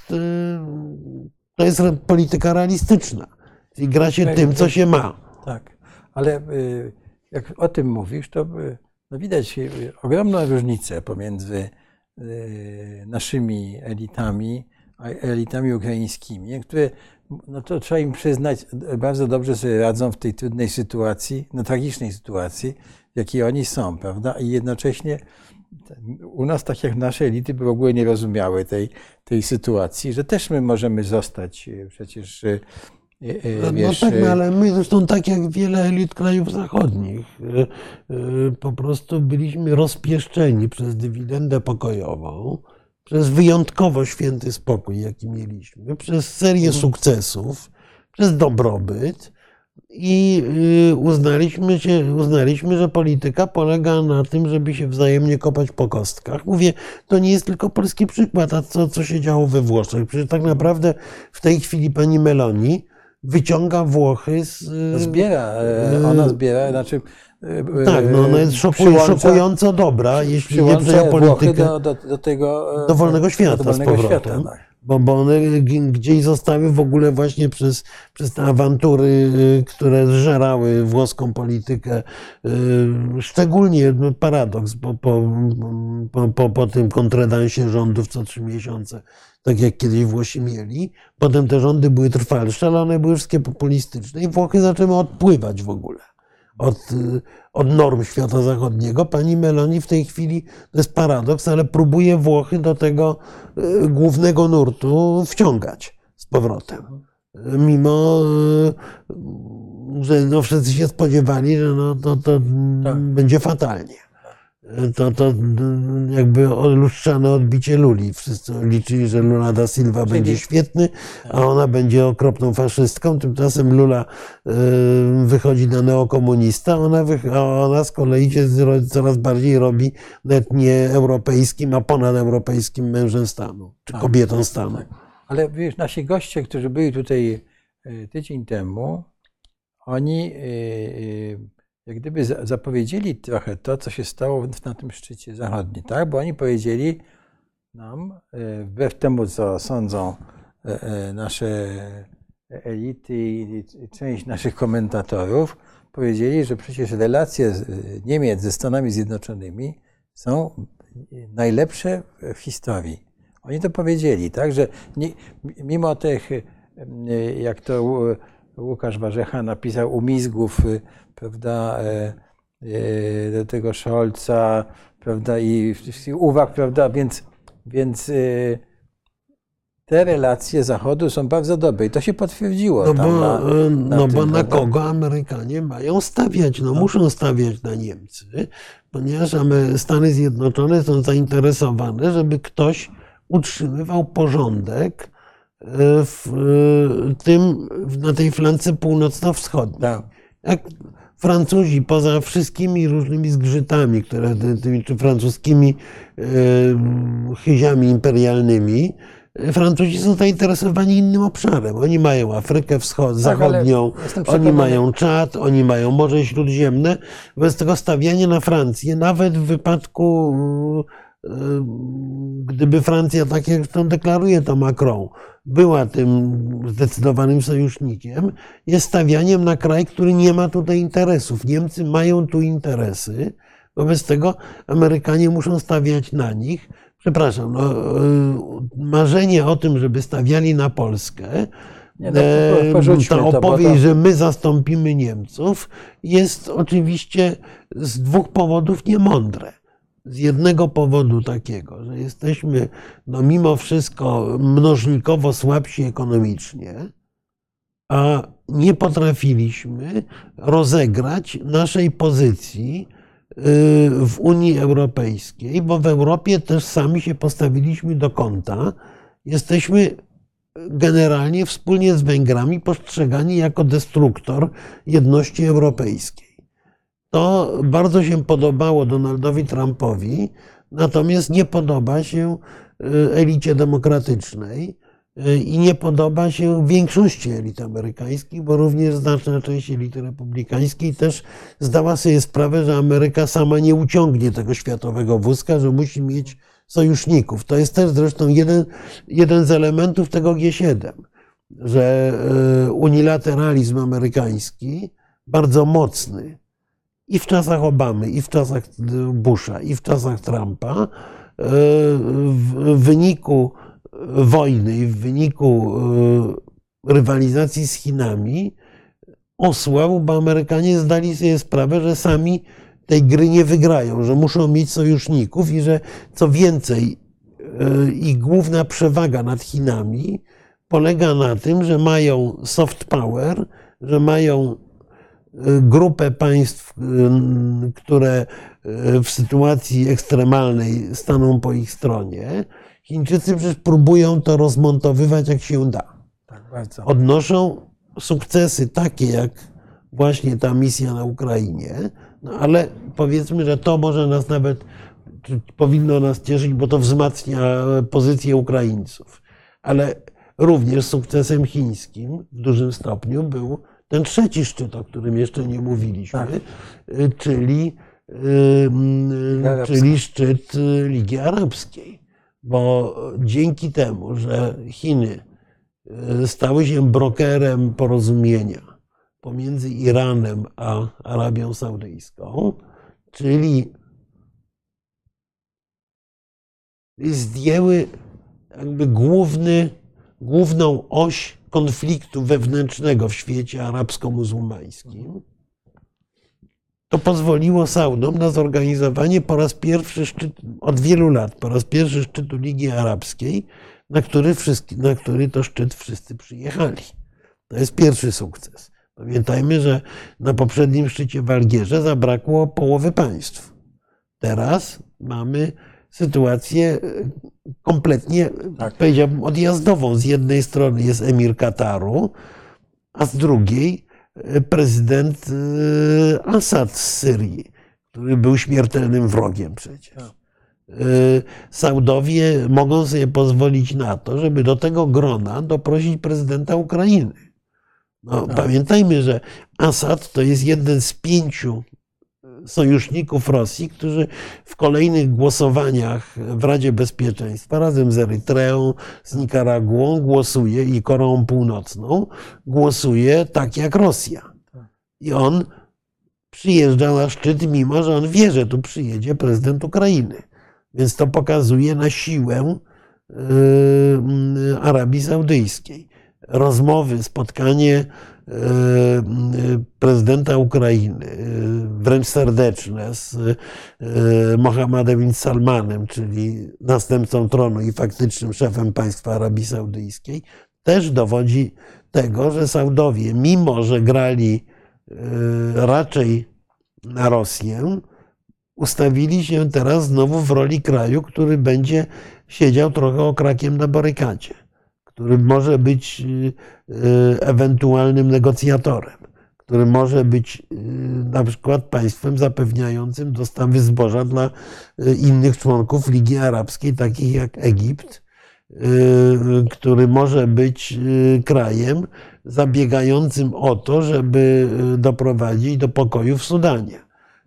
polityka realistyczna. Czyli gra się tym, co się ma. Tak, ale jak o tym mówisz, to no widać ogromną różnicę pomiędzy naszymi elitami a elitami ukraińskimi, które, no to trzeba im przyznać, bardzo dobrze sobie radzą w tej trudnej sytuacji, no tragicznej sytuacji, w jakiej oni są, prawda? I jednocześnie u nas, tak jak nasze elity, by w ogóle nie rozumiały tej sytuacji, że też my możemy zostać przecież, wiesz... No tak, no ale my zresztą tak jak wiele elit krajów zachodnich, po prostu byliśmy rozpieszczeni przez dywidendę pokojową, przez wyjątkowo święty spokój, jaki mieliśmy, przez serię sukcesów, przez dobrobyt i uznaliśmy, że polityka polega na tym, żeby się wzajemnie kopać po kostkach. Mówię, to nie jest tylko polski przykład, a co się działo we Włoszech. Przecież tak naprawdę w tej chwili pani Meloni wyciąga Włochy z... Ona zbiera, znaczy... Tak, no ona jest szokująco dobra, jeśli nie chodzi o politykę do tego... do wolnego świata do wolnego z powrotem. Świata, tak. Bo one gdzieś zostały w ogóle właśnie przez te awantury, które zżerały włoską politykę. Szczególnie paradoks po tym kontredansie rządów co 3 miesiące, tak jak kiedyś Włosi mieli. Potem te rządy były trwalsze, ale one były wszystkie populistyczne i Włochy zaczęły odpływać w ogóle od norm świata zachodniego. Pani Meloni w tej chwili, to jest paradoks, ale próbuje Włochy do tego głównego nurtu wciągać z powrotem. Mimo, że no wszyscy się spodziewali, że no to będzie fatalnie. To jakby lustrzane odbicie Luli. Wszyscy liczyli, że Lula da Silva będzie świetny, a ona będzie okropną faszystką. Tymczasem Lula wychodzi na neokomunista, a ona z kolei się coraz bardziej robi nawet nie europejskim, a ponadeuropejskim mężem stanu, czy kobietą stanu. Ale wiesz, nasi goście, którzy byli tutaj tydzień temu, oni jak gdyby zapowiedzieli trochę to, co się stało na tym szczycie zachodnim, tak? Bo oni powiedzieli nam, wbrew temu, co sądzą nasze elity i część naszych komentatorów, powiedzieli, że przecież relacje Niemiec ze Stanami Zjednoczonymi są najlepsze w historii. Oni to powiedzieli, tak? Że mimo tych, jak to Łukasz Warzecha napisał, umizgów, prawda, do tego Scholza, prawda, i uwag, prawda, więc te relacje Zachodu są bardzo dobre i to się potwierdziło. Bo na kogo Amerykanie mają stawiać? No muszą stawiać na Niemcy, ponieważ Stany Zjednoczone są zainteresowane, żeby ktoś utrzymywał porządek na tej flance północno-wschodniej. Tak. Jak Francuzi, poza wszystkimi różnymi zgrzytami, czy francuskimi chyziami imperialnymi, Francuzi są zainteresowani innym obszarem. Oni mają Afrykę Zachodnią, oni mają Czad, oni mają Morze Śródziemne. Wobec tego stawianie na Francję, nawet w wypadku, gdyby Francja, tak jak to deklaruje to Macron, była tym zdecydowanym sojusznikiem, jest stawianiem na kraj, który nie ma tutaj interesów. Niemcy mają tu interesy, wobec tego Amerykanie muszą stawiać na nich. Przepraszam, marzenie o tym, żeby stawiali na Polskę, ta opowieść, że my zastąpimy Niemców, jest oczywiście z 2 powodów niemądre. Z jednego powodu takiego, że jesteśmy mimo wszystko mnożnikowo słabsi ekonomicznie, a nie potrafiliśmy rozegrać naszej pozycji w Unii Europejskiej, bo w Europie też sami się postawiliśmy do kąta. Jesteśmy generalnie wspólnie z Węgrami postrzegani jako destruktor jedności europejskiej. To bardzo się podobało Donaldowi Trumpowi, natomiast nie podoba się elicie demokratycznej i nie podoba się większości elit amerykańskich, bo również znaczna część elity republikańskiej też zdała sobie sprawę, że Ameryka sama nie uciągnie tego światowego wózka, że musi mieć sojuszników. To jest też zresztą jeden z elementów tego G7, że unilateralizm amerykański, bardzo mocny, i w czasach Obamy, i w czasach Busha, i w czasach Trumpa, w wyniku wojny i w wyniku rywalizacji z Chinami osłabł, bo Amerykanie zdali sobie sprawę, że sami tej gry nie wygrają, że muszą mieć sojuszników i że co więcej, ich główna przewaga nad Chinami polega na tym, że mają soft power, że mają grupę państw, które w sytuacji ekstremalnej staną po ich stronie. Chińczycy przecież próbują to rozmontowywać jak się da. Tak, bardzo. Odnoszą sukcesy takie jak właśnie ta misja na Ukrainie, no ale powiedzmy, że to może nas nawet, czy powinno nas cieszyć, bo to wzmacnia pozycję Ukraińców. Ale również sukcesem chińskim w dużym stopniu był ten trzeci szczyt, o którym jeszcze nie mówiliśmy, Tak. czyli szczyt Ligi Arabskiej. Bo dzięki temu, że Chiny stały się brokerem porozumienia pomiędzy Iranem a Arabią Saudyjską, czyli zdjęły jakby główną oś konfliktu wewnętrznego w świecie arabsko-muzułmańskim, to pozwoliło Saudom na zorganizowanie po raz pierwszy od wielu lat, po raz pierwszy szczytu Ligi Arabskiej, na który to szczyt wszyscy przyjechali. To jest pierwszy sukces. Pamiętajmy, że na poprzednim szczycie w Algierze zabrakło połowy państw. Teraz mamy sytuację kompletnie, powiedziałbym, odjazdową. Z jednej strony jest emir Kataru, a z drugiej prezydent Assad z Syrii, który był śmiertelnym wrogiem przecież. Saudowie mogą sobie pozwolić na to, żeby do tego grona doprosić prezydenta Ukrainy. No, pamiętajmy, że Assad to jest jeden z 5 sojuszników Rosji, którzy w kolejnych głosowaniach w Radzie Bezpieczeństwa razem z Erytreą, z Nikaraguą głosuje i Koreą Północną głosuje tak jak Rosja. I on przyjeżdża na szczyt, mimo że on wie, że tu przyjedzie prezydent Ukrainy. Więc to pokazuje na siłę Arabii Saudyjskiej. Rozmowy, spotkanie prezydenta Ukrainy, wręcz serdeczne, z Mohammedem bin Salmanem, czyli następcą tronu i faktycznym szefem państwa Arabii Saudyjskiej, też dowodzi tego, że Saudowie, mimo że grali raczej na Rosję, ustawili się teraz znowu w roli kraju, który będzie siedział trochę okrakiem na barykadzie, który może być ewentualnym negocjatorem, który może być na przykład państwem zapewniającym dostawy zboża dla innych członków Ligi Arabskiej, takich jak Egipt, który może być krajem zabiegającym o to, żeby doprowadzić do pokoju w Sudanie.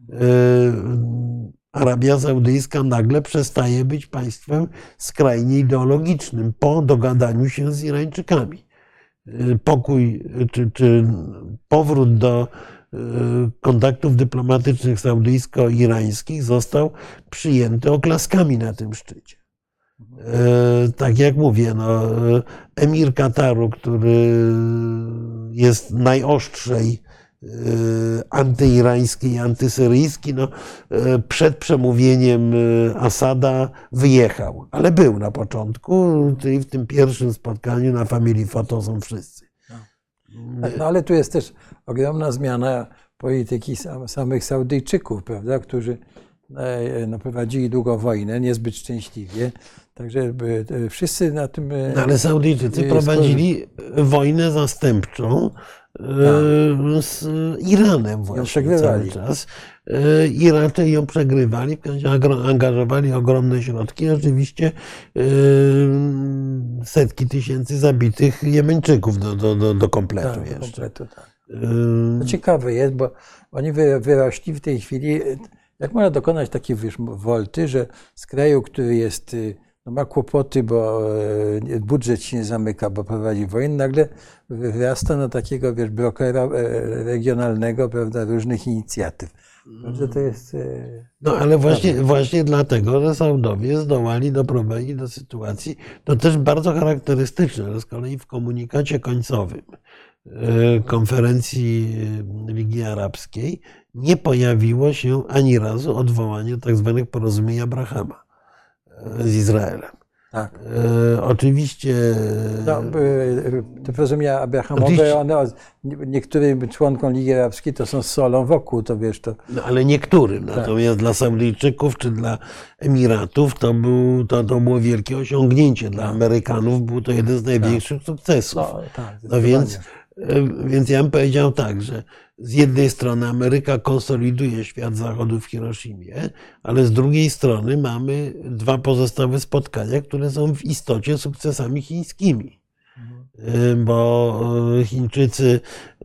Arabia Saudyjska nagle przestaje być państwem skrajnie ideologicznym po dogadaniu się z Irańczykami. Pokój czy powrót do kontaktów dyplomatycznych saudyjsko-irańskich został przyjęty oklaskami na tym szczycie. Tak jak mówię, no, emir Kataru, który jest najostrzej antyirański i antysyryjski, no, przed przemówieniem Asada wyjechał, ale był na początku, czyli w tym pierwszym spotkaniu na Family Photo są wszyscy. No, ale tu jest też ogromna zmiana polityki samych Saudyjczyków, prawda, którzy prowadzili długą wojnę, niezbyt szczęśliwie. Także wszyscy na tym... No, ale Saudyjczycy prowadzili wojnę zastępczą z Iranem właśnie cały czas i raczej ją przegrywali, angażowali ogromne środki, oczywiście setki tysięcy zabitych Jemeńczyków do kompletu jeszcze. Kompletu, tak. To ciekawe jest, bo oni wyrośli w tej chwili, jak można dokonać takiej wolty, że z kraju, który jest, no ma kłopoty, bo budżet się nie zamyka, bo prowadzi wojnę, nagle wyrasta na takiego, brokera regionalnego, prawda, różnych inicjatyw. Także to jest... No ale właśnie dlatego, że Saudowie zdołali doprowadzić do sytuacji, to też bardzo charakterystyczne, że z kolei w komunikacie końcowym konferencji Ligi Arabskiej nie pojawiło się ani razu odwołanie tak zwanych porozumień Abrahama z Izraelem. Tak. Oczywiście. No, te porozumienia abrahamowe, one niektórym członkom Ligi Arabskiej to są solą wokół, to wiesz to. No, ale niektórym. Natomiast dla Saudyjczyków czy dla Emiratów to było wielkie osiągnięcie. Dla Amerykanów był to jeden z największych sukcesów. No, tak, no więc ja bym powiedział tak, że z jednej strony Ameryka konsoliduje świat Zachodu w Hiroshimie, ale z drugiej strony mamy dwa pozostałe spotkania, które są w istocie sukcesami chińskimi. Bo Chińczycy,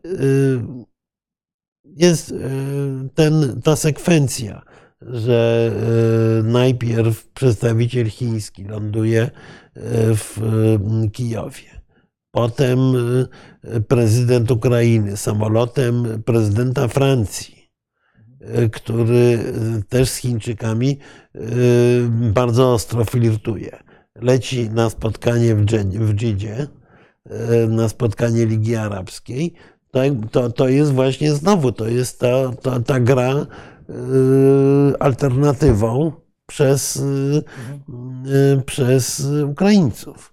jest ta sekwencja, że najpierw przedstawiciel chiński ląduje w Kijowie. Potem prezydent Ukrainy samolotem prezydenta Francji, który też z Chińczykami bardzo ostro flirtuje. Leci na spotkanie w Dżydzie, na spotkanie Ligi Arabskiej. To jest właśnie znowu, to jest ta gra alternatywą przez Ukraińców.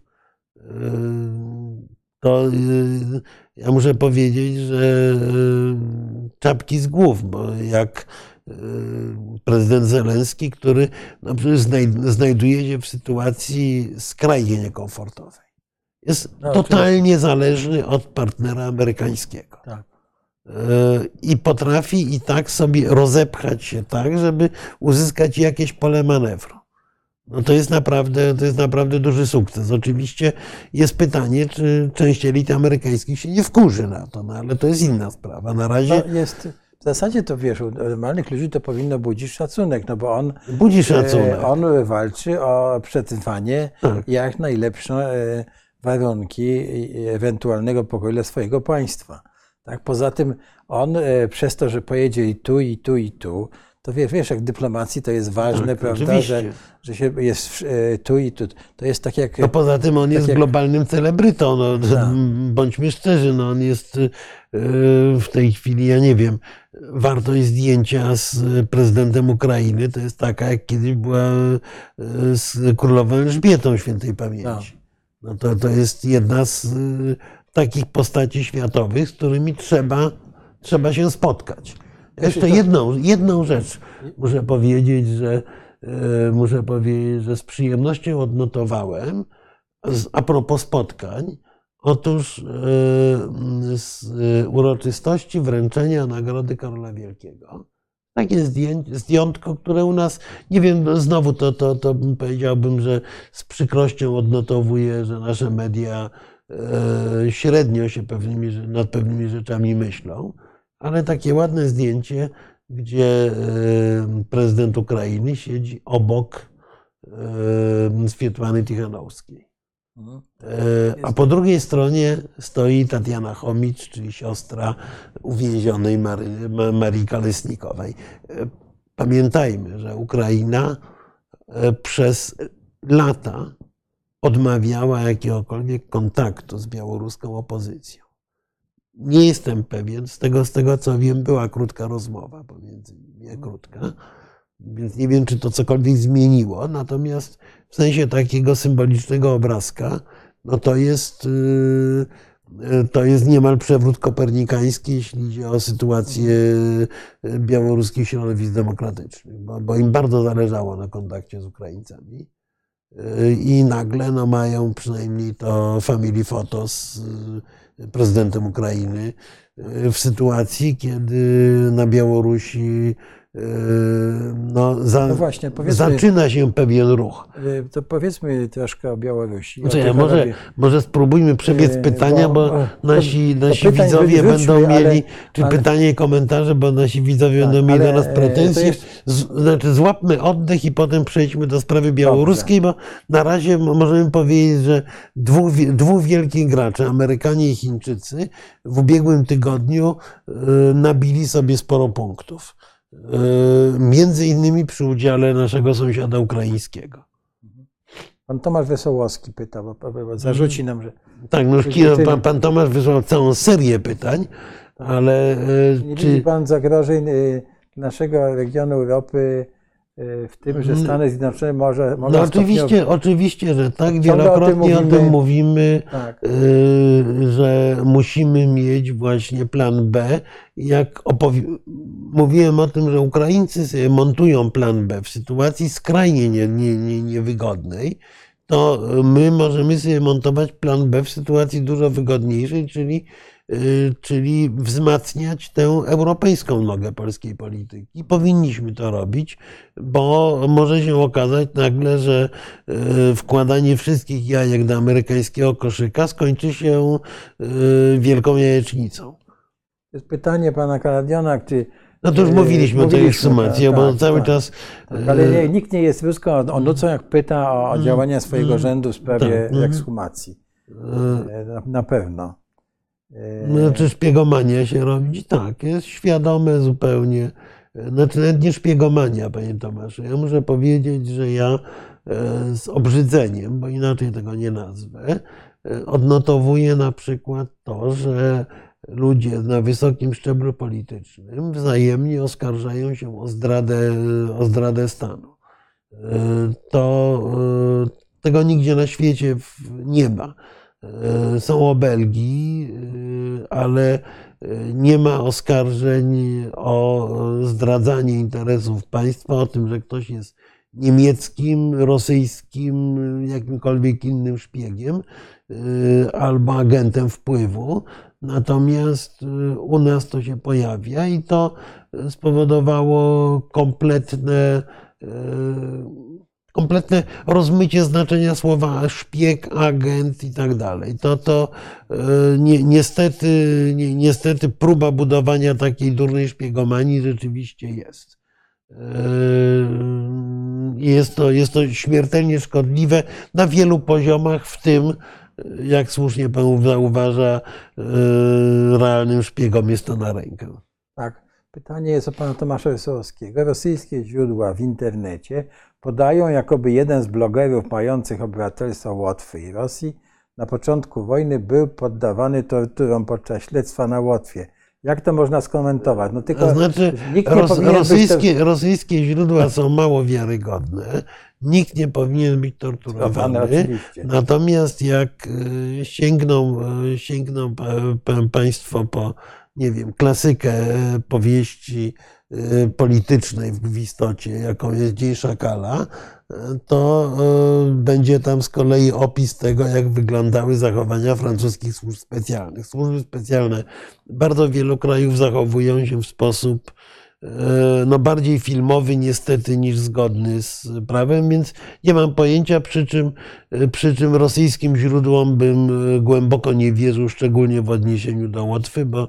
To ja muszę powiedzieć, że czapki z głów, bo jak prezydent Zełenski, który znajduje się w sytuacji skrajnie niekomfortowej. Jest totalnie zależny od partnera amerykańskiego. Tak. I potrafi i tak sobie rozepchać się tak, żeby uzyskać jakieś pole manewru. No to jest naprawdę duży sukces. Oczywiście jest pytanie, czy część elit amerykańskich się nie wkurzy na to, no ale to jest inna sprawa. Na razie w zasadzie to wiesz, u normalnych ludzi to powinno budzić szacunek, no bo on walczy o przetrwanie jak najlepsze warunki ewentualnego pokoju dla swojego państwa. Tak? Poza tym on przez to, że pojedzie i tu, i tu, i tu, to wiesz, jak w dyplomacji to jest ważne, prawda, że się jest tu i tu. To jest tak jak... No poza tym on jest globalnym celebrytą, no, bądźmy szczerzy, no on jest w tej chwili, ja nie wiem, wartość zdjęcia z prezydentem Ukrainy to jest taka, jak kiedyś była z królową Elżbietą świętej pamięci. No to jest jedna z takich postaci światowych, z którymi trzeba się spotkać. Jeszcze jedną rzecz muszę powiedzieć, że z przyjemnością odnotowałem a propos spotkań. Otóż z uroczystości wręczenia Nagrody Karola Wielkiego. Takie zdjętko, które u nas, nie wiem, znowu to powiedziałbym, że z przykrością odnotowuję, że nasze media średnio się nad pewnymi rzeczami myślą. Ale takie ładne zdjęcie, gdzie prezydent Ukrainy siedzi obok Swiatłany Tichanowskiej. A po drugiej stronie stoi Tatiana Chomicz, czyli siostra uwięzionej Marii Kolesnikowej. Pamiętajmy, że Ukraina przez lata odmawiała jakiegokolwiek kontaktu z białoruską opozycją. Nie jestem pewien, z tego co wiem, była krótka rozmowa pomiędzy nimi, krótka, więc nie wiem, czy to cokolwiek zmieniło, natomiast w sensie takiego symbolicznego obrazka, no to jest niemal przewrót kopernikański, jeśli idzie o sytuację białoruskich środowisk demokratycznych, bo im bardzo zależało na kontakcie z Ukraińcami. I nagle mają przynajmniej to family photo z prezydentem Ukrainy w sytuacji, kiedy na Białorusi zaczyna się pewien ruch. To powiedzmy troszkę o Białorusi. Może spróbujmy przebiec pytania, bo nasi widzowie będą mieli, czy pytania i komentarze, bo nasi widzowie będą mieli do nas pretensje. Znaczy złapmy oddech i potem przejdźmy do sprawy białoruskiej, bo na razie możemy powiedzieć, że dwóch wielkich graczy, Amerykanie i Chińczycy, w ubiegłym tygodniu nabili sobie sporo punktów. Między innymi przy udziale naszego sąsiada ukraińskiego. Pan Tomasz Wesołowski pytał, zarzuci nam, że Tak, no pan Tomasz wysłał całą serię pytań, ale Nie widzi pan zagrożeń naszego regionu Europy w tym, że Stany Zjednoczone mogą no oczywiście, że tak. Wielokrotnie o tym mówimy, tak. że musimy mieć właśnie plan B. Jak mówiłem o tym, że Ukraińcy sobie montują plan B w sytuacji skrajnie niewygodnej, to my możemy sobie montować plan B w sytuacji dużo wygodniejszej, czyli wzmacniać tę europejską nogę polskiej polityki. Powinniśmy to robić, bo może się okazać nagle, że wkładanie wszystkich jajek do amerykańskiego koszyka skończy się wielką jajecznicą. To jest pytanie pana Kaladiona, czy... No to już mówiliśmy o tej eksumacji, bo cały czas... Tak, ale nikt nie jest ruską onucą, jak pyta o działania swojego rzędu w sprawie ekshumacji. Na pewno. Znaczy szpiegomania się robić? Tak, jest świadome zupełnie. Znaczy nawet nie szpiegomania, panie Tomaszu. Ja muszę powiedzieć, że ja z obrzydzeniem, bo inaczej tego nie nazwę, odnotowuję na przykład to, że ludzie na wysokim szczeblu politycznym wzajemnie oskarżają się o zdradę stanu. Tego nigdzie na świecie nie ma. Są obelgi, ale nie ma oskarżeń o zdradzanie interesów państwa, o tym, że ktoś jest niemieckim, rosyjskim, jakimkolwiek innym szpiegiem albo agentem wpływu. Natomiast u nas to się pojawia i to spowodowało kompletne rozmycie znaczenia słowa szpieg, agent i tak dalej. Niestety próba budowania takiej durnej szpiegomanii rzeczywiście jest. Jest to śmiertelnie szkodliwe na wielu poziomach, w tym, jak słusznie pan zauważa, realnym szpiegom jest to na rękę. Tak. Pytanie jest o pana Tomasza Wesołowskiego. Rosyjskie źródła w internecie podają, jakoby jeden z blogerów mających obywatelstwo Łotwy i Rosji na początku wojny był poddawany torturom podczas śledztwa na Łotwie. Jak to można skomentować? No tylko znaczy, rosyjskie źródła są mało wiarygodne. Nikt nie powinien być torturowany. Natomiast jak sięgną państwo po, nie wiem, klasykę powieści politycznej w istocie, jaką jest Dzień Szakala, to będzie tam z kolei opis tego, jak wyglądały zachowania francuskich służb specjalnych. Służby specjalne bardzo wielu krajów zachowują się w sposób bardziej filmowy niestety niż zgodny z prawem, więc nie mam pojęcia, przy czym rosyjskim źródłom bym głęboko nie wierzył, szczególnie w odniesieniu do Łotwy, bo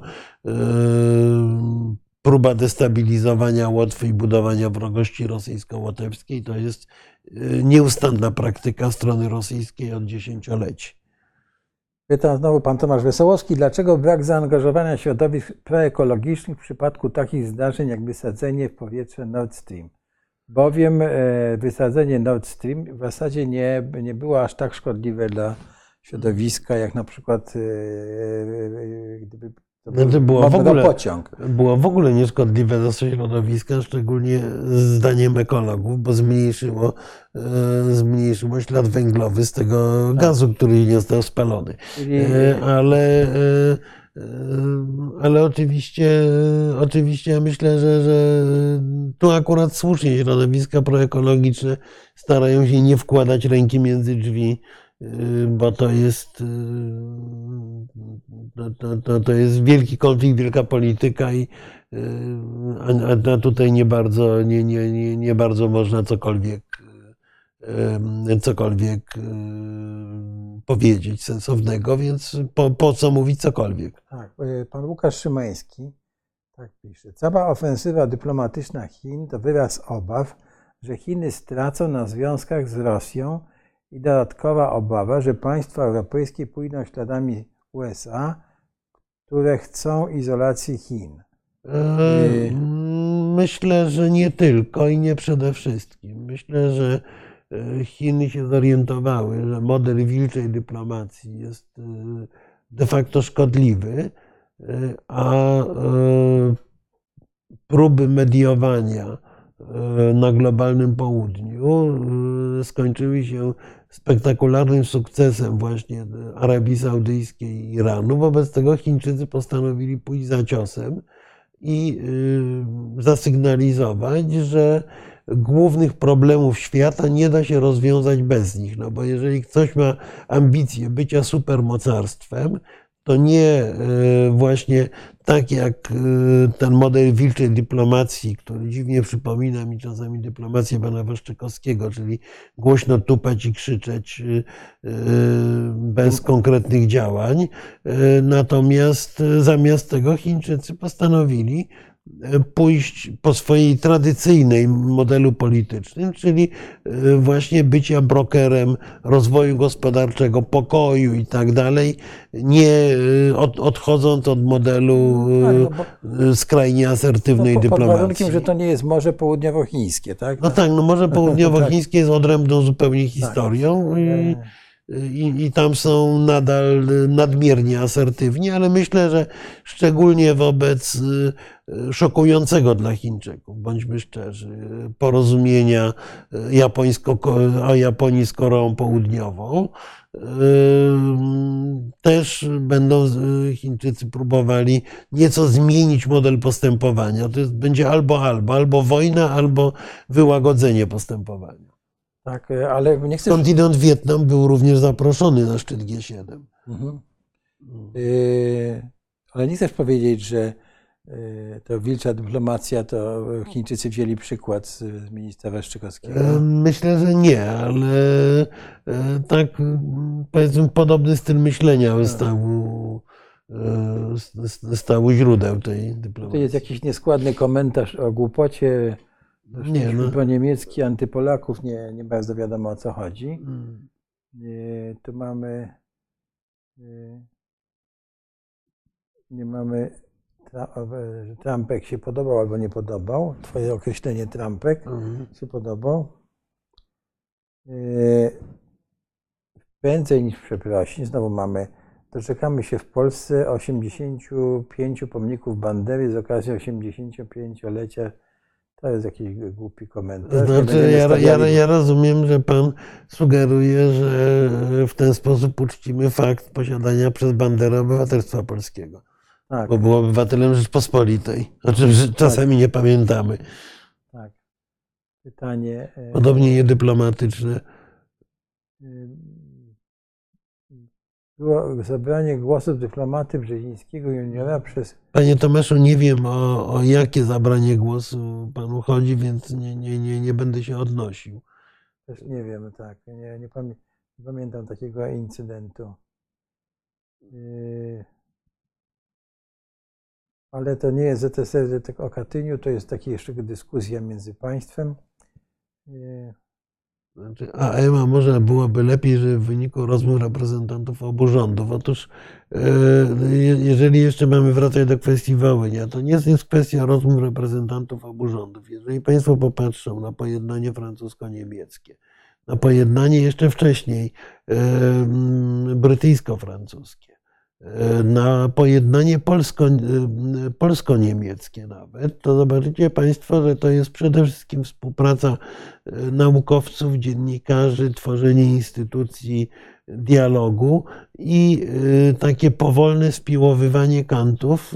próba destabilizowania Łotwy i budowania wrogości rosyjsko-łotewskiej to jest nieustanna praktyka strony rosyjskiej od dziesięcioleci. Pyta znowu pan Tomasz Wesołowski, dlaczego brak zaangażowania środowisk proekologicznych w przypadku takich zdarzeń jak wysadzenie w powietrze Nord Stream? Bowiem wysadzenie Nord Stream w zasadzie nie było aż tak szkodliwe dla środowiska, jak na przykład gdyby było w ogóle nieszkodliwe dla środowiska, szczególnie zdaniem ekologów, bo zmniejszyło ślad węglowy z tego gazu, który nie został spalony. Ale oczywiście ja myślę, że tu akurat słusznie środowiska proekologiczne starają się nie wkładać ręki między drzwi, bo to jest wielki konflikt, wielka polityka, a tutaj nie bardzo można cokolwiek powiedzieć sensownego, więc po co mówić cokolwiek? Tak, pan Łukasz Szymański tak pisze. Cała ofensywa dyplomatyczna Chin to wyraz obaw, że Chiny stracą na związkach z Rosją i dodatkowa obawa, że państwa europejskie pójdą śladami USA, które chcą izolacji Chin. Myślę, że nie tylko i nie przede wszystkim. Myślę, że Chiny się zorientowały, że model wilczej dyplomacji jest de facto szkodliwy, a próby mediowania na globalnym południu skończyły się spektakularnym sukcesem właśnie Arabii Saudyjskiej i Iranu. Wobec tego Chińczycy postanowili pójść za ciosem i zasygnalizować, że głównych problemów świata nie da się rozwiązać bez nich. No bo jeżeli ktoś ma ambicje bycia supermocarstwem, to nie właśnie tak jak ten model wilczej dyplomacji, który dziwnie przypomina mi czasami dyplomację pana Waszczykowskiego, czyli głośno tupać i krzyczeć bez konkretnych działań. Natomiast zamiast tego Chińczycy postanowili pójść po swojej tradycyjnej modelu politycznym, czyli właśnie bycia brokerem rozwoju gospodarczego, pokoju i tak dalej, nie odchodząc od modelu skrajnie asertywnej dyplomacji. Pod warunkiem, że to nie jest Morze Południowochińskie, tak? No tak, no Morze Południowochińskie jest odrębną zupełnie historią. I tam są nadal nadmiernie asertywni, ale myślę, że szczególnie wobec szokującego dla Chińczyków, bądźmy szczerzy, porozumienia o Japonii z Koreą Południową, też będą Chińczycy próbowali nieco zmienić model postępowania. To będzie albo wojna, albo wyłagodzenie postępowania. Tak, ale nie chcę. Skądinąd Wietnam był również zaproszony na szczyt G7. Ale nie chcesz powiedzieć, że to wilcza dyplomacja, to Chińczycy wzięli przykład z ministra Waszczykowskiego? Myślę, że nie, ale tak powiedzmy podobny styl myślenia stał źródeł tej dyplomacji. To jest jakiś nieskładny komentarz o głupocie. Nie, no. Pro-niemiecki, antypolaków, nie bardzo wiadomo, o co chodzi. Tu mamy że Trumpek się podobał albo nie podobał. Twoje określenie Trumpek się podobał. Prędzej niż przeprosin. Znowu doczekamy się w Polsce 85 pomników Bandery z okazji 85-lecia. To jest jakiś głupi komentarz. Znaczy, ja rozumiem, że pan sugeruje, że w ten sposób uczcimy fakt posiadania przez Banderę obywatelstwa polskiego. Tak. Bo był obywatelem Rzeczpospolitej, o czym czasami nie pamiętamy. Tak. Pytanie. Podobnie niedyplomatyczne. Było zabranie głosów dyplomaty Brzezińskiego juniora przez... Panie Tomaszu, nie wiem o jakie zabranie głosu panu chodzi, więc nie będę się odnosił. Też nie wiem, tak. Nie pamiętam takiego incydentu. Ale to nie jest ZSR o Katyniu, to jest taka jeszcze dyskusja między państwem. Znaczy, a może byłoby lepiej, że w wyniku rozmów reprezentantów obu rządów. Otóż, jeżeli jeszcze mamy wracać do kwestii Wołynia, to nie jest kwestia rozmów reprezentantów obu rządów. Jeżeli państwo popatrzą na pojednanie francusko-niemieckie, na pojednanie jeszcze wcześniej brytyjsko-francuskie, na pojednanie polsko-niemieckie nawet, to zobaczycie państwo, że to jest przede wszystkim współpraca naukowców, dziennikarzy, tworzenie instytucji dialogu i takie powolne spiłowywanie kantów,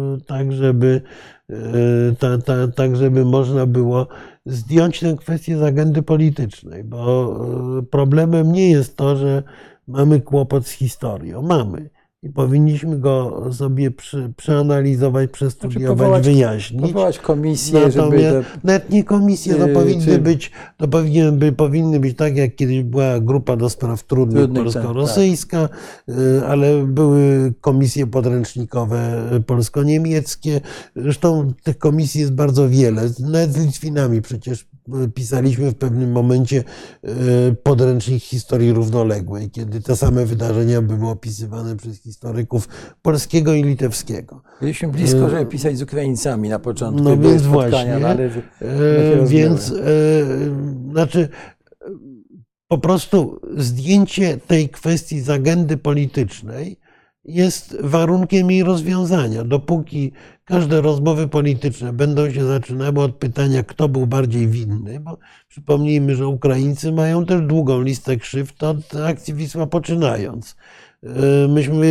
tak żeby można było zdjąć tę kwestię z agendy politycznej, bo problemem nie jest to, że mamy kłopot z historią. Mamy. I powinniśmy go sobie przeanalizować, przestudiować, wyjaśnić. Powołać komisję, nawet nie komisje, to powinny być tak, jak kiedyś była grupa do spraw trudnych polsko-rosyjska, ale były komisje podręcznikowe polsko-niemieckie. Zresztą tych komisji jest bardzo wiele. Nawet z Litwinami przecież pisaliśmy w pewnym momencie podręcznik historii równoległej, kiedy te same wydarzenia były opisywane przez historyków polskiego i litewskiego. Byliśmy blisko, żeby pisać z Ukraińcami na początku. No więc właśnie, znaczy po prostu zdjęcie tej kwestii z agendy politycznej jest warunkiem jej rozwiązania. Dopóki każde rozmowy polityczne będą się zaczynały od pytania, kto był bardziej winny, bo przypomnijmy, że Ukraińcy mają też długą listę krzywd od akcji Wisła poczynając. Myśmy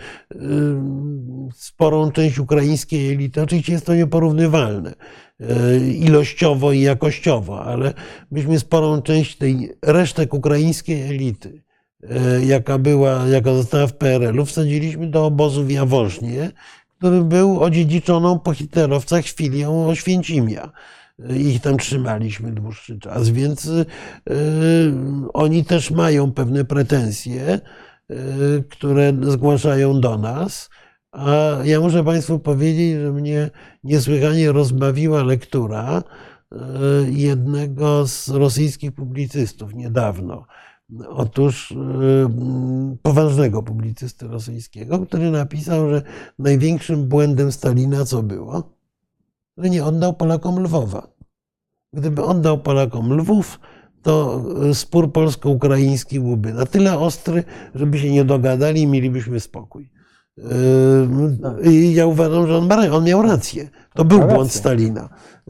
sporą część ukraińskiej elity, oczywiście jest to nieporównywalne ilościowo i jakościowo, ale myśmy sporą część tej resztek ukraińskiej elity, jaka została w PRL-u, wsadziliśmy do obozu w Jaworznie, który był odziedziczoną po hitlerowcach filią Oświęcimia. Ich tam trzymaliśmy dłuższy czas, więc oni też mają pewne pretensje, które zgłaszają do nas. A ja muszę Państwu powiedzieć, że mnie niesłychanie rozbawiła lektura jednego z rosyjskich publicystów niedawno. Otóż poważnego publicysty rosyjskiego, który napisał, że największym błędem Stalina co było? Że nie oddał Polakom Lwowa. Gdyby oddał Polakom Lwów, to spór polsko-ukraiński byłby na tyle ostry, żeby się nie dogadali i mielibyśmy spokój. I ja uważam, że on miał rację. To był błąd Stalina.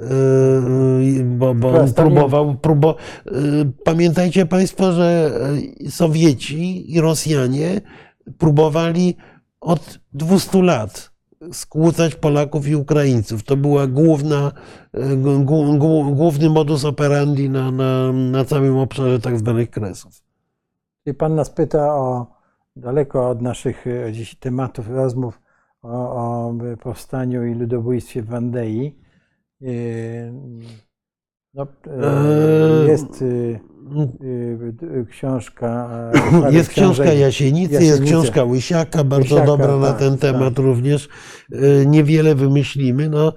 Bo on próbował. Pamiętajcie Państwo, że Sowieci i Rosjanie próbowali od 200 lat skłócać Polaków i Ukraińców. To była główny modus operandi na całym obszarze tak zwanych Kresów. I pan nas pyta daleko od naszych dziś tematów, rozmów o powstaniu i ludobójstwie w Wandei. No, jest książka. Jest książka Jasienicy, jest książka Łysiaka, bardzo dobra na ten temat również. Niewiele wymyślimy. No,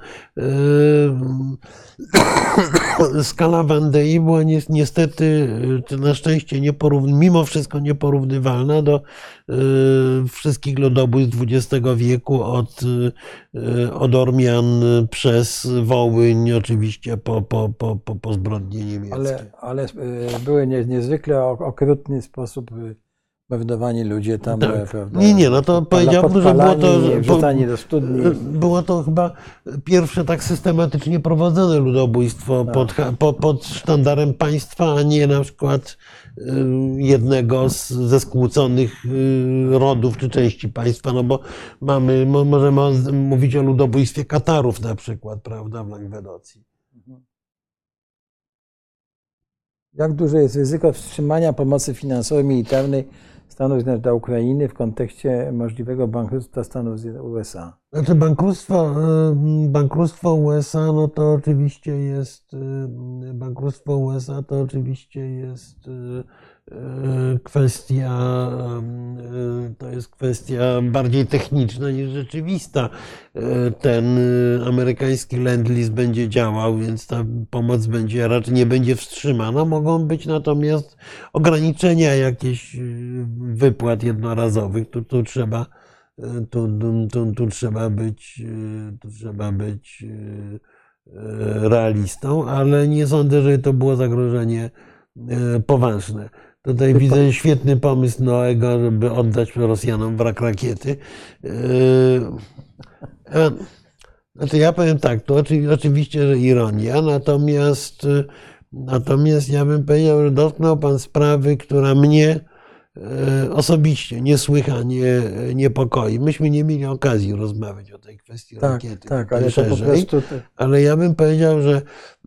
skala Wandei była niestety, czy na szczęście, mimo wszystko nieporównywalna do wszystkich ludobójstw XX wieku, od Ormian przez Wołyń, oczywiście po zbrodnie niemieckie. Ale były niezwykle okrutny sposób mordowani ludzie tam. Tak. Prawda? Nie, no to powiedziałbym, że było to. Wrzucanie do studni. Było to chyba pierwsze tak systematycznie prowadzone ludobójstwo pod sztandarem państwa, a nie na przykład jednego ze skłóconych rodów czy części państwa, no bo możemy mówić o ludobójstwie Katarów na przykład, prawda, w Langwedocji. Jak duże jest ryzyko wstrzymania pomocy finansowej, militarnej Stanów Zjednoczonych dla Ukrainy w kontekście możliwego bankructwa Stanów Zjednoczonych USA? Znaczy bankructwo USA, no to oczywiście jest kwestia bardziej techniczna niż rzeczywista. Ten amerykański Lend-Lease będzie działał, więc ta pomoc raczej nie będzie wstrzymana. Mogą być natomiast ograniczenia jakieś wypłat jednorazowych. Tu trzeba być realistą, ale nie sądzę, że to było zagrożenie poważne. Tutaj widzę świetny pomysł Noego, żeby oddać Rosjanom wrak rakiety. Znaczy ja powiem tak, to oczywiście, że ironia, natomiast ja bym powiedział, że dotknął Pan sprawy, która mnie osobiście niesłychanie niepokoi. Myśmy nie mieli okazji rozmawiać o tej kwestii rakiety. Tak, ale szerzej, to po prostu... Ale ja bym powiedział, że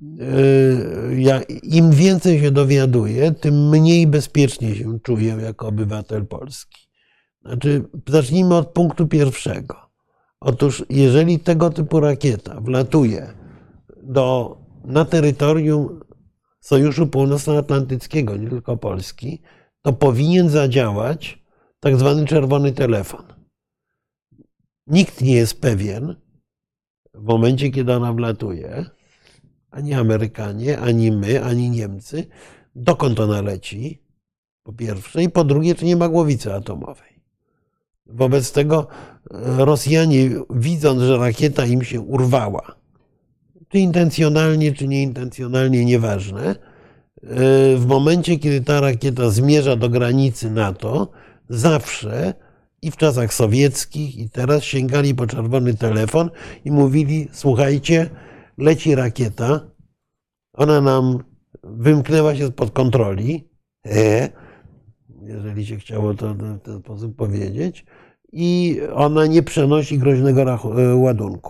im więcej się dowiaduję, tym mniej bezpiecznie się czuję jako obywatel Polski. Znaczy, zacznijmy od punktu pierwszego. Otóż, jeżeli tego typu rakieta wlatuje na terytorium Sojuszu Północnoatlantyckiego, nie tylko Polski, to powinien zadziałać tak zwany czerwony telefon. Nikt nie jest pewien w momencie, kiedy ona wlatuje, ani Amerykanie, ani my, ani Niemcy, dokąd ona leci, po pierwsze, i po drugie, czy nie ma głowicy atomowej. Wobec tego Rosjanie, widząc, że rakieta im się urwała, czy intencjonalnie, czy nieintencjonalnie, nieważne, w momencie, kiedy ta rakieta zmierza do granicy NATO, zawsze i w czasach sowieckich, i teraz sięgali po czerwony telefon i mówili: słuchajcie, leci rakieta, ona nam wymknęła się spod kontroli, jeżeli się chciało to w ten sposób powiedzieć, i ona nie przenosi groźnego ładunku.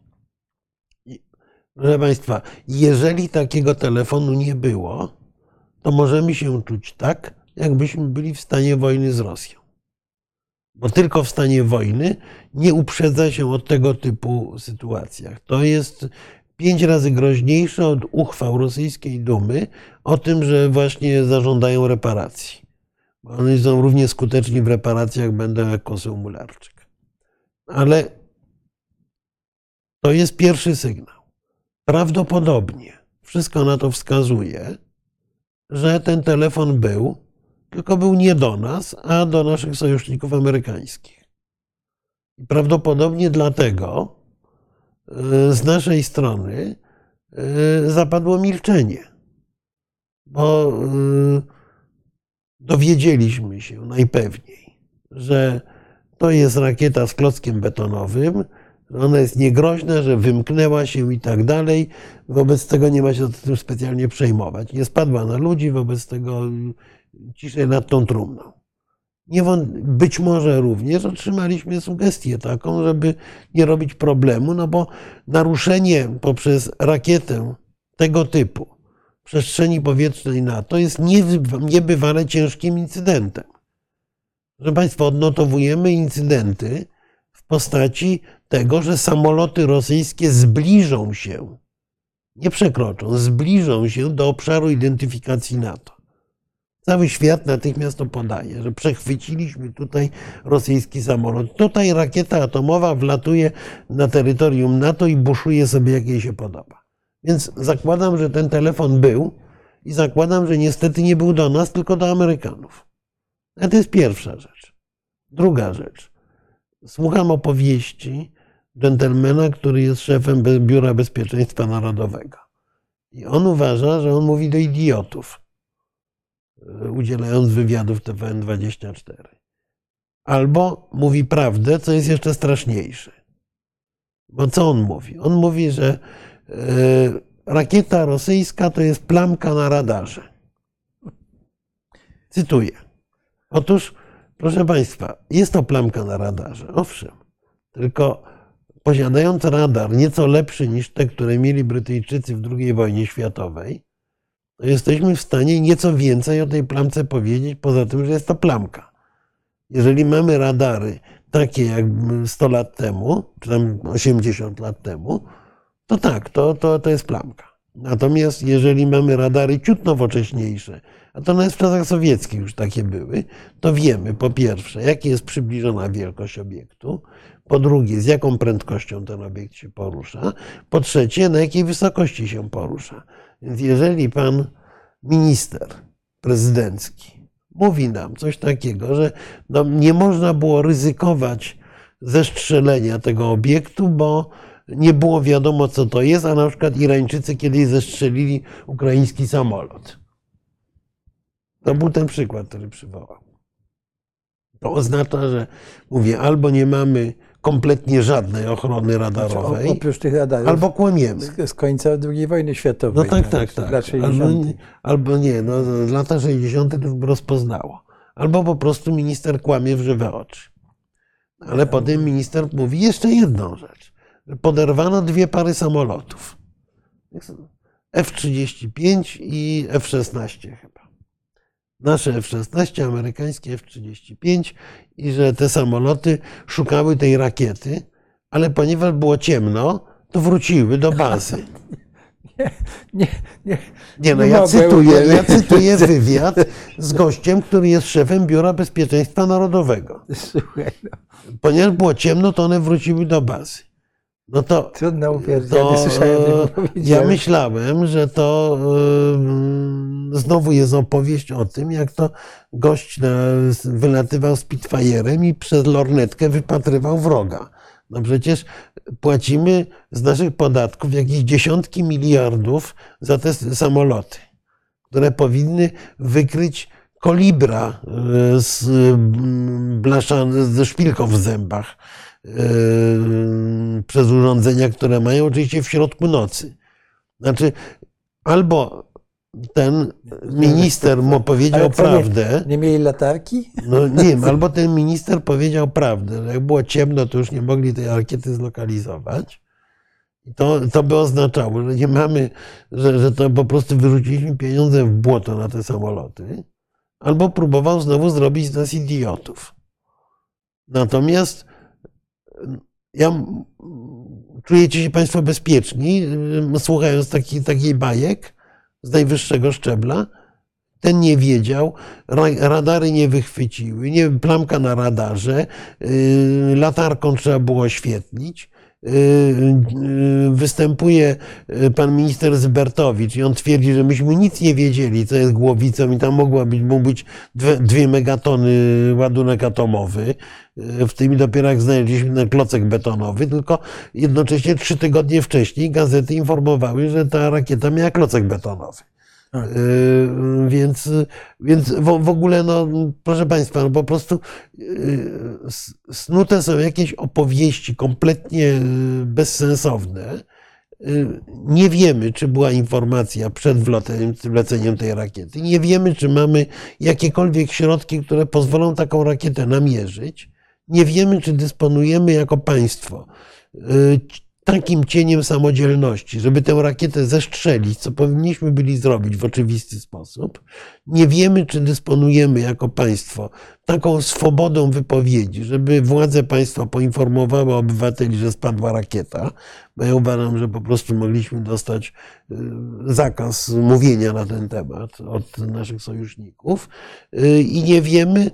Proszę Państwa, jeżeli takiego telefonu nie było, to możemy się czuć tak, jakbyśmy byli w stanie wojny z Rosją. Bo tylko w stanie wojny nie uprzedza się o tego typu sytuacjach. To jest 5 razy groźniejsze od uchwał rosyjskiej Dumy o tym, że właśnie zażądają reparacji. Bo one są równie skuteczni w reparacjach będą jak Koseł Mularczyk. Ale to jest pierwszy sygnał. Prawdopodobnie wszystko na to wskazuje, że ten telefon był, tylko był nie do nas, a do naszych sojuszników amerykańskich. I prawdopodobnie dlatego z naszej strony zapadło milczenie, bo dowiedzieliśmy się najpewniej, że to jest rakieta z klockiem betonowym, że ona jest niegroźna, że wymknęła się i tak dalej. Wobec tego nie ma się tym specjalnie przejmować. Nie spadła na ludzi, wobec tego ciszej nad tą trumną. Być może również otrzymaliśmy sugestię taką, żeby nie robić problemu, no bo naruszenie poprzez rakietę tego typu przestrzeni powietrznej NATO jest niebywale ciężkim incydentem. Proszę Państwa, odnotowujemy incydenty w postaci tego, że samoloty rosyjskie zbliżą się, nie przekroczą, zbliżą się do obszaru identyfikacji NATO. Cały świat natychmiast to podaje, że przechwyciliśmy tutaj rosyjski samolot. Tutaj rakieta atomowa wlatuje na terytorium NATO i buszuje sobie, jak jej się podoba. Więc zakładam, że ten telefon był i zakładam, że niestety nie był do nas, tylko do Amerykanów. A to jest pierwsza rzecz. Druga rzecz. Słucham opowieści dżentelmena, który jest szefem Biura Bezpieczeństwa Narodowego. I on uważa, że on mówi do idiotów, udzielając wywiadów TVN24. Albo mówi prawdę, co jest jeszcze straszniejsze. Bo co on mówi? On mówi, że rakieta rosyjska to jest plamka na radarze. Cytuję. Otóż, proszę Państwa, jest to plamka na radarze, owszem, tylko posiadając radar nieco lepszy niż te, które mieli Brytyjczycy w II wojnie światowej, to jesteśmy w stanie nieco więcej o tej plamce powiedzieć, poza tym, że jest to plamka. Jeżeli mamy radary takie jak 100 lat temu, czy tam 80 lat temu, to tak, to jest plamka. Natomiast jeżeli mamy radary ciut nowocześniejsze, a to nawet w czasach sowieckich już takie były, to wiemy po pierwsze, jaka jest przybliżona wielkość obiektu, po drugie, z jaką prędkością ten obiekt się porusza, po trzecie, na jakiej wysokości się porusza. Więc jeżeli pan minister prezydencki mówi nam coś takiego, że nie można było ryzykować zestrzelenia tego obiektu, bo nie było wiadomo, co to jest, a na przykład Irańczycy kiedyś zestrzelili ukraiński samolot. To był ten przykład, który przywołał. To oznacza, że mówię, albo nie mamy kompletnie żadnej ochrony radarowej, oprócz tych radarów, albo kłamiemy. Z końca II wojny światowej. No tak. Lat 60. Albo nie, no lata 60. to już by rozpoznało. Albo po prostu minister kłamie w żywe oczy. Ale potem minister mówi jeszcze jedną rzecz. Poderwano 2 pary samolotów. F-35 i F-16 chyba. Nasze F-16, amerykańskie F-35 i że te samoloty szukały tej rakiety, ale ponieważ było ciemno, to wróciły do bazy. Ja cytuję wywiad z gościem, który jest szefem Biura Bezpieczeństwa Narodowego. Słuchaj, no. Ponieważ było ciemno, to one wróciły do bazy. No to, trudno uwierzyć, ja nie słyszałem tego powiedzieć. Ja myślałem, że to znowu jest opowieść o tym, jak to gość wylatywał Spitfire'em i przez lornetkę wypatrywał wroga. No przecież płacimy z naszych podatków jakieś dziesiątki miliardów za te samoloty. które powinny wykryć kolibra ze szpilką w zębach przez urządzenia, które mają oczywiście w środku nocy. Znaczy, albo ten minister mu powiedział prawdę. Nie mieli latarki? No nie wiem, albo ten minister powiedział prawdę, że jak było ciemno, to już nie mogli tej rakiety zlokalizować. To by oznaczało, że nie mamy, że to po prostu wyrzuciliśmy pieniądze w błoto na te samoloty, albo próbował znowu zrobić z nas idiotów. Natomiast czujecie się Państwo bezpieczni, słuchając takiej bajek z najwyższego szczebla? Ten nie wiedział, radary nie wychwyciły, plamka na radarze, latarką trzeba było oświetlić. Występuje pan minister Zybertowicz i on twierdzi, że myśmy nic nie wiedzieli, co jest głowicą i tam mógł być 2 megatony ładunek atomowy. W tym dopiero jak znaleźliśmy ten klocek betonowy, tylko jednocześnie 3 tygodnie wcześniej gazety informowały, że ta rakieta miała klocek betonowy. Więc w ogóle, no, proszę Państwa, no po prostu snute są jakieś opowieści kompletnie bezsensowne. Nie wiemy, czy była informacja przed wleceniem tej rakiety. Nie wiemy, czy mamy jakiekolwiek środki, które pozwolą taką rakietę namierzyć. Nie wiemy, czy dysponujemy jako państwo takim cieniem samodzielności, żeby tę rakietę zestrzelić, co powinniśmy byli zrobić w oczywisty sposób. Nie wiemy, czy dysponujemy jako państwo taką swobodą wypowiedzi, żeby władze państwa poinformowały obywateli, że spadła rakieta, bo ja uważam, że po prostu mogliśmy dostać zakaz mówienia na ten temat od naszych sojuszników i nie wiemy,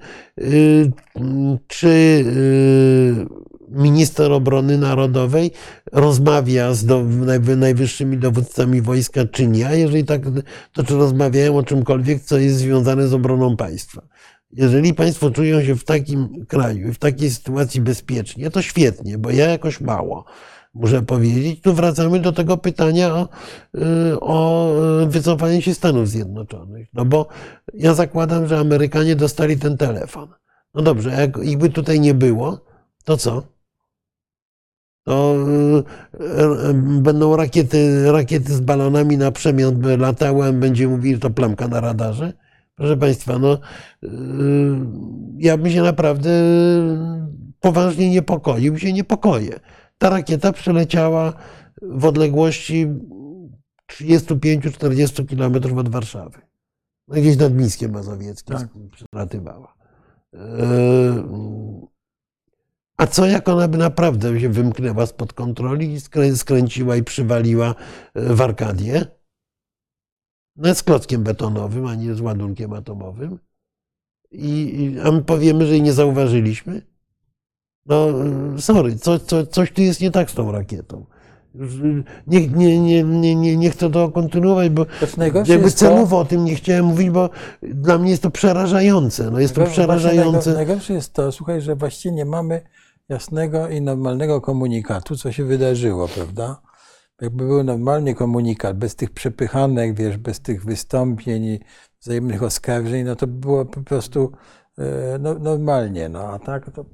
czy minister obrony narodowej rozmawia z najwyższymi dowódcami wojska, czy nie, a jeżeli tak, to czy rozmawiają o czymkolwiek, co jest związane z obroną państwa. Jeżeli państwo czują się w takim kraju i w takiej sytuacji bezpiecznie, to świetnie, bo ja jakoś mało, muszę powiedzieć. Tu wracamy do tego pytania o wycofanie się Stanów Zjednoczonych. No bo ja zakładam, że Amerykanie dostali ten telefon. No dobrze, jak ich by tutaj nie było, to co? To będą rakiety z balonami na przemian by latały, a będzie mówili, że to plamka na radarze? Proszę Państwa, no ja bym się naprawdę poważnie niepokoił i się niepokoję. Ta rakieta przeleciała w odległości 35-40 kilometrów od Warszawy. No gdzieś nad Mińskiem Mazowieckim przelatywała. A co jak ona by naprawdę się wymknęła spod kontroli i skręciła i przywaliła w Arkadię? No z klockiem betonowym, a nie z ładunkiem atomowym. A my powiemy, że jej nie zauważyliśmy? No sorry, coś tu jest nie tak z tą rakietą. Nie chcę to kontynuować, bo jakby celowo o tym nie chciałem mówić, bo dla mnie jest to przerażające. No jest to przerażające. Najgorsze jest to, słuchaj, że właściwie nie mamy jasnego i normalnego komunikatu, co się wydarzyło, prawda? Jakby był normalny komunikat, bez tych przepychanek, wiesz, bez tych wystąpień i wzajemnych oskarżeń, no to by było po prostu normalnie, no a tak to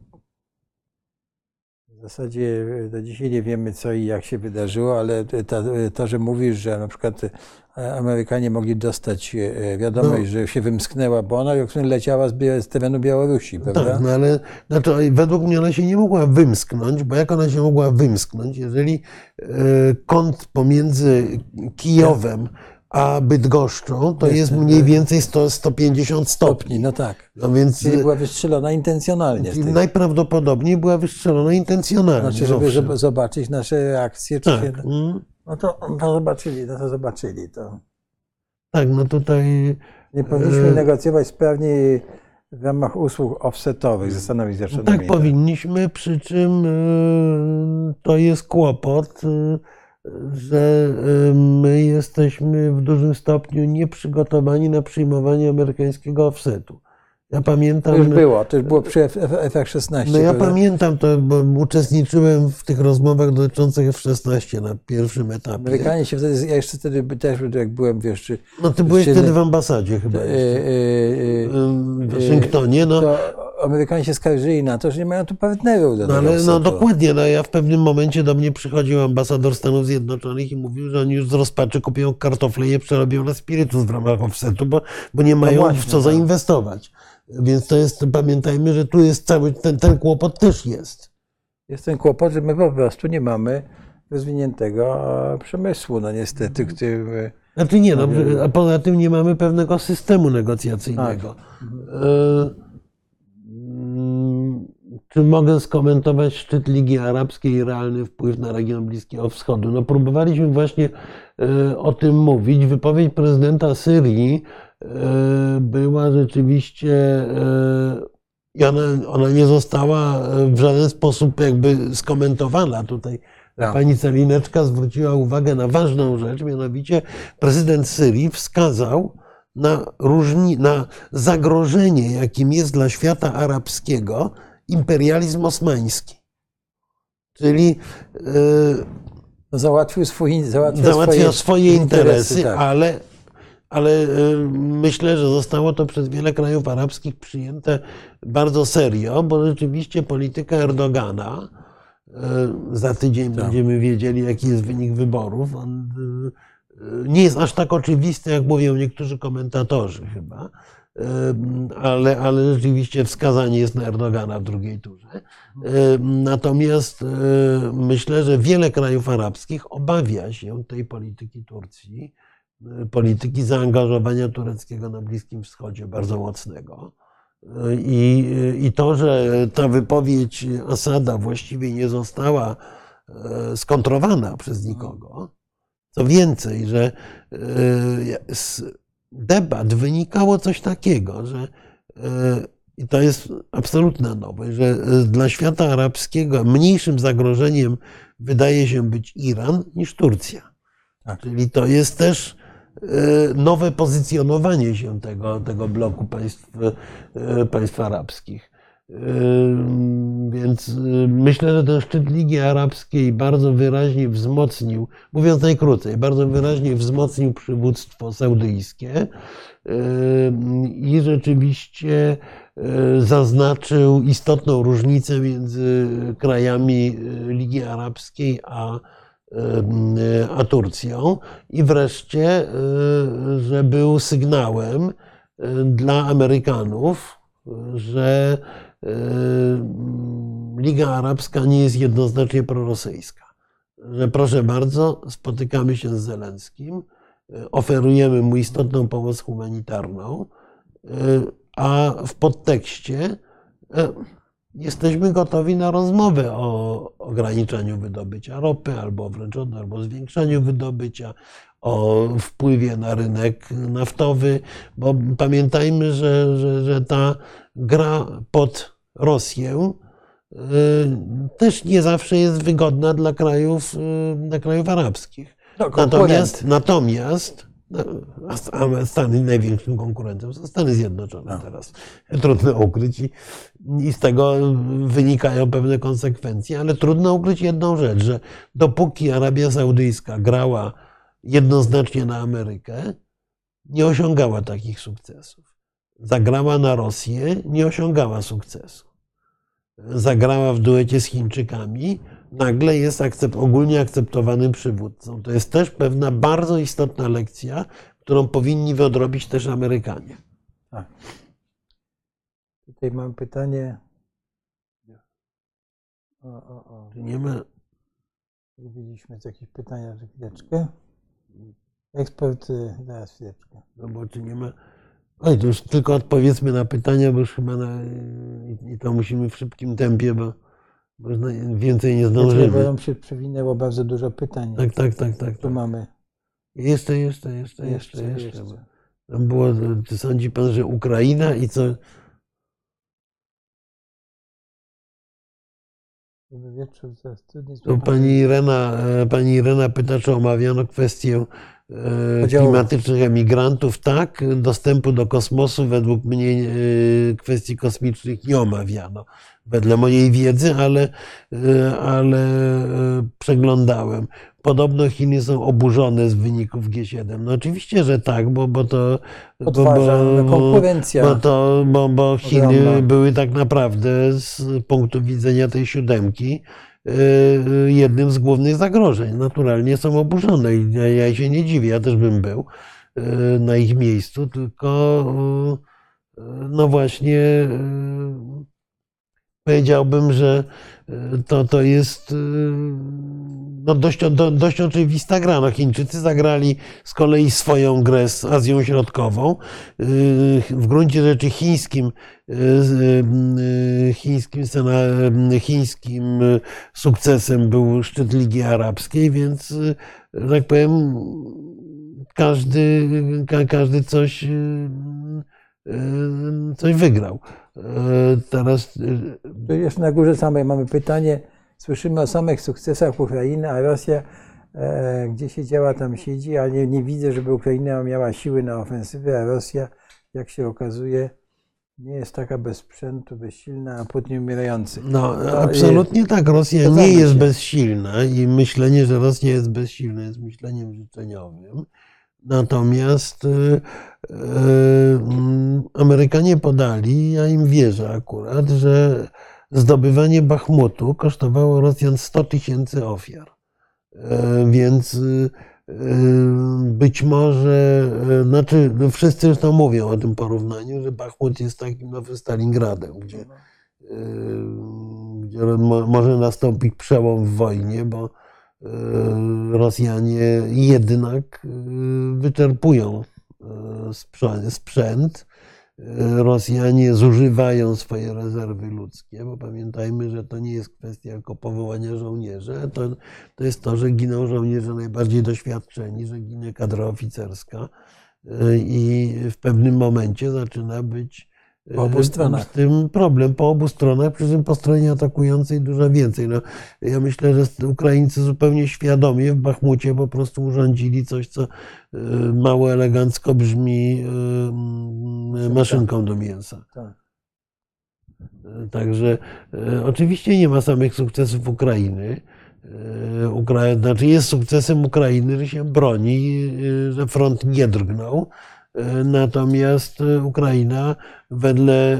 w zasadzie do dzisiaj nie wiemy, co i jak się wydarzyło, ale to, że mówisz, że na przykład Amerykanie mogli dostać wiadomość, że się wymsknęła, bo ona leciała z terenu Białorusi, prawda? Tak, no ale znaczy, według mnie ona się nie mogła wymsknąć, bo jak ona się mogła wymsknąć, jeżeli kąt pomiędzy Kijowem a Bydgoszczą to jest mniej więcej 150 stopni. No tak. No więc czyli była wystrzelona intencjonalnie. Najprawdopodobniej była wystrzelona intencjonalnie. Znaczy, żeby zobaczyć nasze reakcje. Czy tak. się, no to zobaczyli. To. Tak, no tutaj... Nie powinniśmy negocjować sprawniej w ramach usług offsetowych ze Stanami Zjednoczonymi. Tak powinniśmy, przy czym to jest kłopot, że my jesteśmy w dużym stopniu nieprzygotowani na przyjmowanie amerykańskiego offsetu. Ja pamiętam. To już było przy F-16. No ja prawda? pamiętam to, bo uczestniczyłem w tych rozmowach dotyczących F-16 na pierwszym etapie. Amerykanie się wtedy, ja jeszcze wtedy też, jak byłem, wiesz, czy... No ty byłeś wtedy w ambasadzie chyba jeszcze, w Waszyngtonie. No. To Amerykanie się skarżyli na to, że nie mają tu partnerów do tego. No dokładnie, ja w pewnym momencie do mnie przychodził ambasador Stanów Zjednoczonych i mówił, że oni już z rozpaczy kupują kartofle i je przerobią na spirytus w ramach offsetu, bo nie mają właśnie, w co zainwestować. Więc to jest, pamiętajmy, że tu jest cały, ten kłopot też jest. Jest ten kłopot, że my po prostu nie mamy rozwiniętego przemysłu, no niestety, który... Znaczy nie, a poza tym nie mamy pewnego systemu negocjacyjnego. Czy mogę skomentować szczyt Ligi Arabskiej i realny wpływ na region Bliskiego Wschodu? No próbowaliśmy właśnie o tym mówić. Wypowiedź prezydenta Syrii była rzeczywiście i ona nie została w żaden sposób jakby skomentowana tutaj. Pani Celineczka zwróciła uwagę na ważną rzecz, mianowicie prezydent Syrii wskazał na zagrożenie, jakim jest dla świata arabskiego imperializm osmański. Czyli załatwił swoje interesy, tak. ale myślę, że zostało to przez wiele krajów arabskich przyjęte bardzo serio, bo rzeczywiście polityka Erdogana, za tydzień będziemy wiedzieli, jaki jest wynik wyborów, on nie jest aż tak oczywisty, jak mówią niektórzy komentatorzy chyba, ale rzeczywiście wskazanie jest na Erdogana w drugiej turze. Natomiast myślę, że wiele krajów arabskich obawia się tej polityki Turcji, polityki zaangażowania tureckiego na Bliskim Wschodzie bardzo mocnego. I to, że ta wypowiedź Asada właściwie nie została skontrowana przez nikogo, co więcej, że z debat wynikało coś takiego, że i to jest absolutna nowość, że dla świata arabskiego mniejszym zagrożeniem wydaje się być Iran niż Turcja. Tak. Czyli to jest też nowe pozycjonowanie się tego bloku państw arabskich. Więc myślę, że ten szczyt Ligi Arabskiej bardzo wyraźnie wzmocnił, mówiąc najkrócej, bardzo wyraźnie wzmocnił przywództwo saudyjskie i rzeczywiście zaznaczył istotną różnicę między krajami Ligi Arabskiej a Turcją i wreszcie, że był sygnałem dla Amerykanów, że Liga Arabska nie jest jednoznacznie prorosyjska. Że proszę bardzo, spotykamy się z Zelenskim, oferujemy mu istotną pomoc humanitarną, a w podtekście jesteśmy gotowi na rozmowę o ograniczaniu wydobycia ropy, albo wręcz albo zwiększaniu wydobycia, o wpływie na rynek naftowy, bo pamiętajmy, że ta gra pod Rosję też nie zawsze jest wygodna dla krajów arabskich. Natomiast Stany największym konkurentem są Stany Zjednoczone teraz. Trudno ukryć i z tego wynikają pewne konsekwencje, ale trudno ukryć jedną rzecz, że dopóki Arabia Saudyjska grała jednoznacznie na Amerykę, nie osiągała takich sukcesów. Zagrała na Rosję, nie osiągała sukcesu. Zagrała w duecie z Chińczykami, nagle jest ogólnie akceptowanym przywódcą. To jest też pewna bardzo istotna lekcja, którą powinni odrobić też Amerykanie. Tak. Tutaj mam pytanie. Czy nie ma? Zrobiliśmy jakieś pytania, że chwileczkę. Eksport, zaraz chwileczkę. No bo czy nie ma? Oj, to już tylko odpowiedzmy na pytania, bo już chyba i to musimy w szybkim tempie, bo więcej nie zdążymy. Bo nam się przewinęło bardzo dużo pytań. Tak. Tu mamy. Jeszcze. Tam było, czy sądzi pan, że Ukraina i co? Wieczór za studni. Pani Irena pyta, czy omawiano kwestię Podziału. klimatycznych emigrantów, tak. Dostępu do kosmosu według mnie kwestii kosmicznych nie omawiano, wedle mojej wiedzy, ale przeglądałem. Podobno Chiny są oburzone z wyników G7. No oczywiście, że tak, bo to Podważa konkurencja. bo Chiny ogromna. były tak naprawdę z punktu widzenia tej siódemki jednym z głównych zagrożeń. Naturalnie są oburzone i ja się nie dziwię, ja też bym był na ich miejscu, tylko no właśnie powiedziałbym, że to jest no dość oczywista gra. No Chińczycy zagrali z kolei swoją grę z Azją Środkową. W gruncie rzeczy chińskim sukcesem był szczyt Ligi Arabskiej, więc, że tak powiem, każdy coś wygrał. Teraz Tu jeszcze na górze samej mamy pytanie. Słyszymy o samych sukcesach Ukrainy, a Rosja gdzie siedziała, tam siedzi, a nie widzę, żeby Ukraina miała siły na ofensywę, a Rosja, jak się okazuje, nie jest taka bez sprzętu, bezsilna, a Putin umierający. No, absolutnie tak. Rosja nie jest bezsilna i myślenie, że Rosja jest bezsilna, jest myśleniem życzeniowym. Natomiast Amerykanie podali, ja im wierzę akurat, że zdobywanie Bachmutu kosztowało Rosjan 100 000 ofiar. Więc być może, znaczy wszyscy zresztą mówią o tym porównaniu, że Bachmut jest takim nowym Stalingradem, gdzie może nastąpić przełom w wojnie, bo Rosjanie jednak wyczerpują sprzęt. Rosjanie zużywają swoje rezerwy ludzkie, bo pamiętajmy, że to nie jest kwestia tylko powołania żołnierzy, to jest to, że giną żołnierze najbardziej doświadczeni, że ginie kadra oficerska i w pewnym momencie zaczyna być po obu stronach z tym problem po obu stronach, przy czym po stronie atakującej dużo więcej. No, ja myślę, że Ukraińcy zupełnie świadomie w Bachmucie po prostu urządzili coś, co mało elegancko brzmi maszynką do mięsa. Tak. Także oczywiście nie ma samych sukcesów Ukrainy. Znaczy jest sukcesem Ukrainy, że się broni, że front nie drgnął. Natomiast Ukraina wedle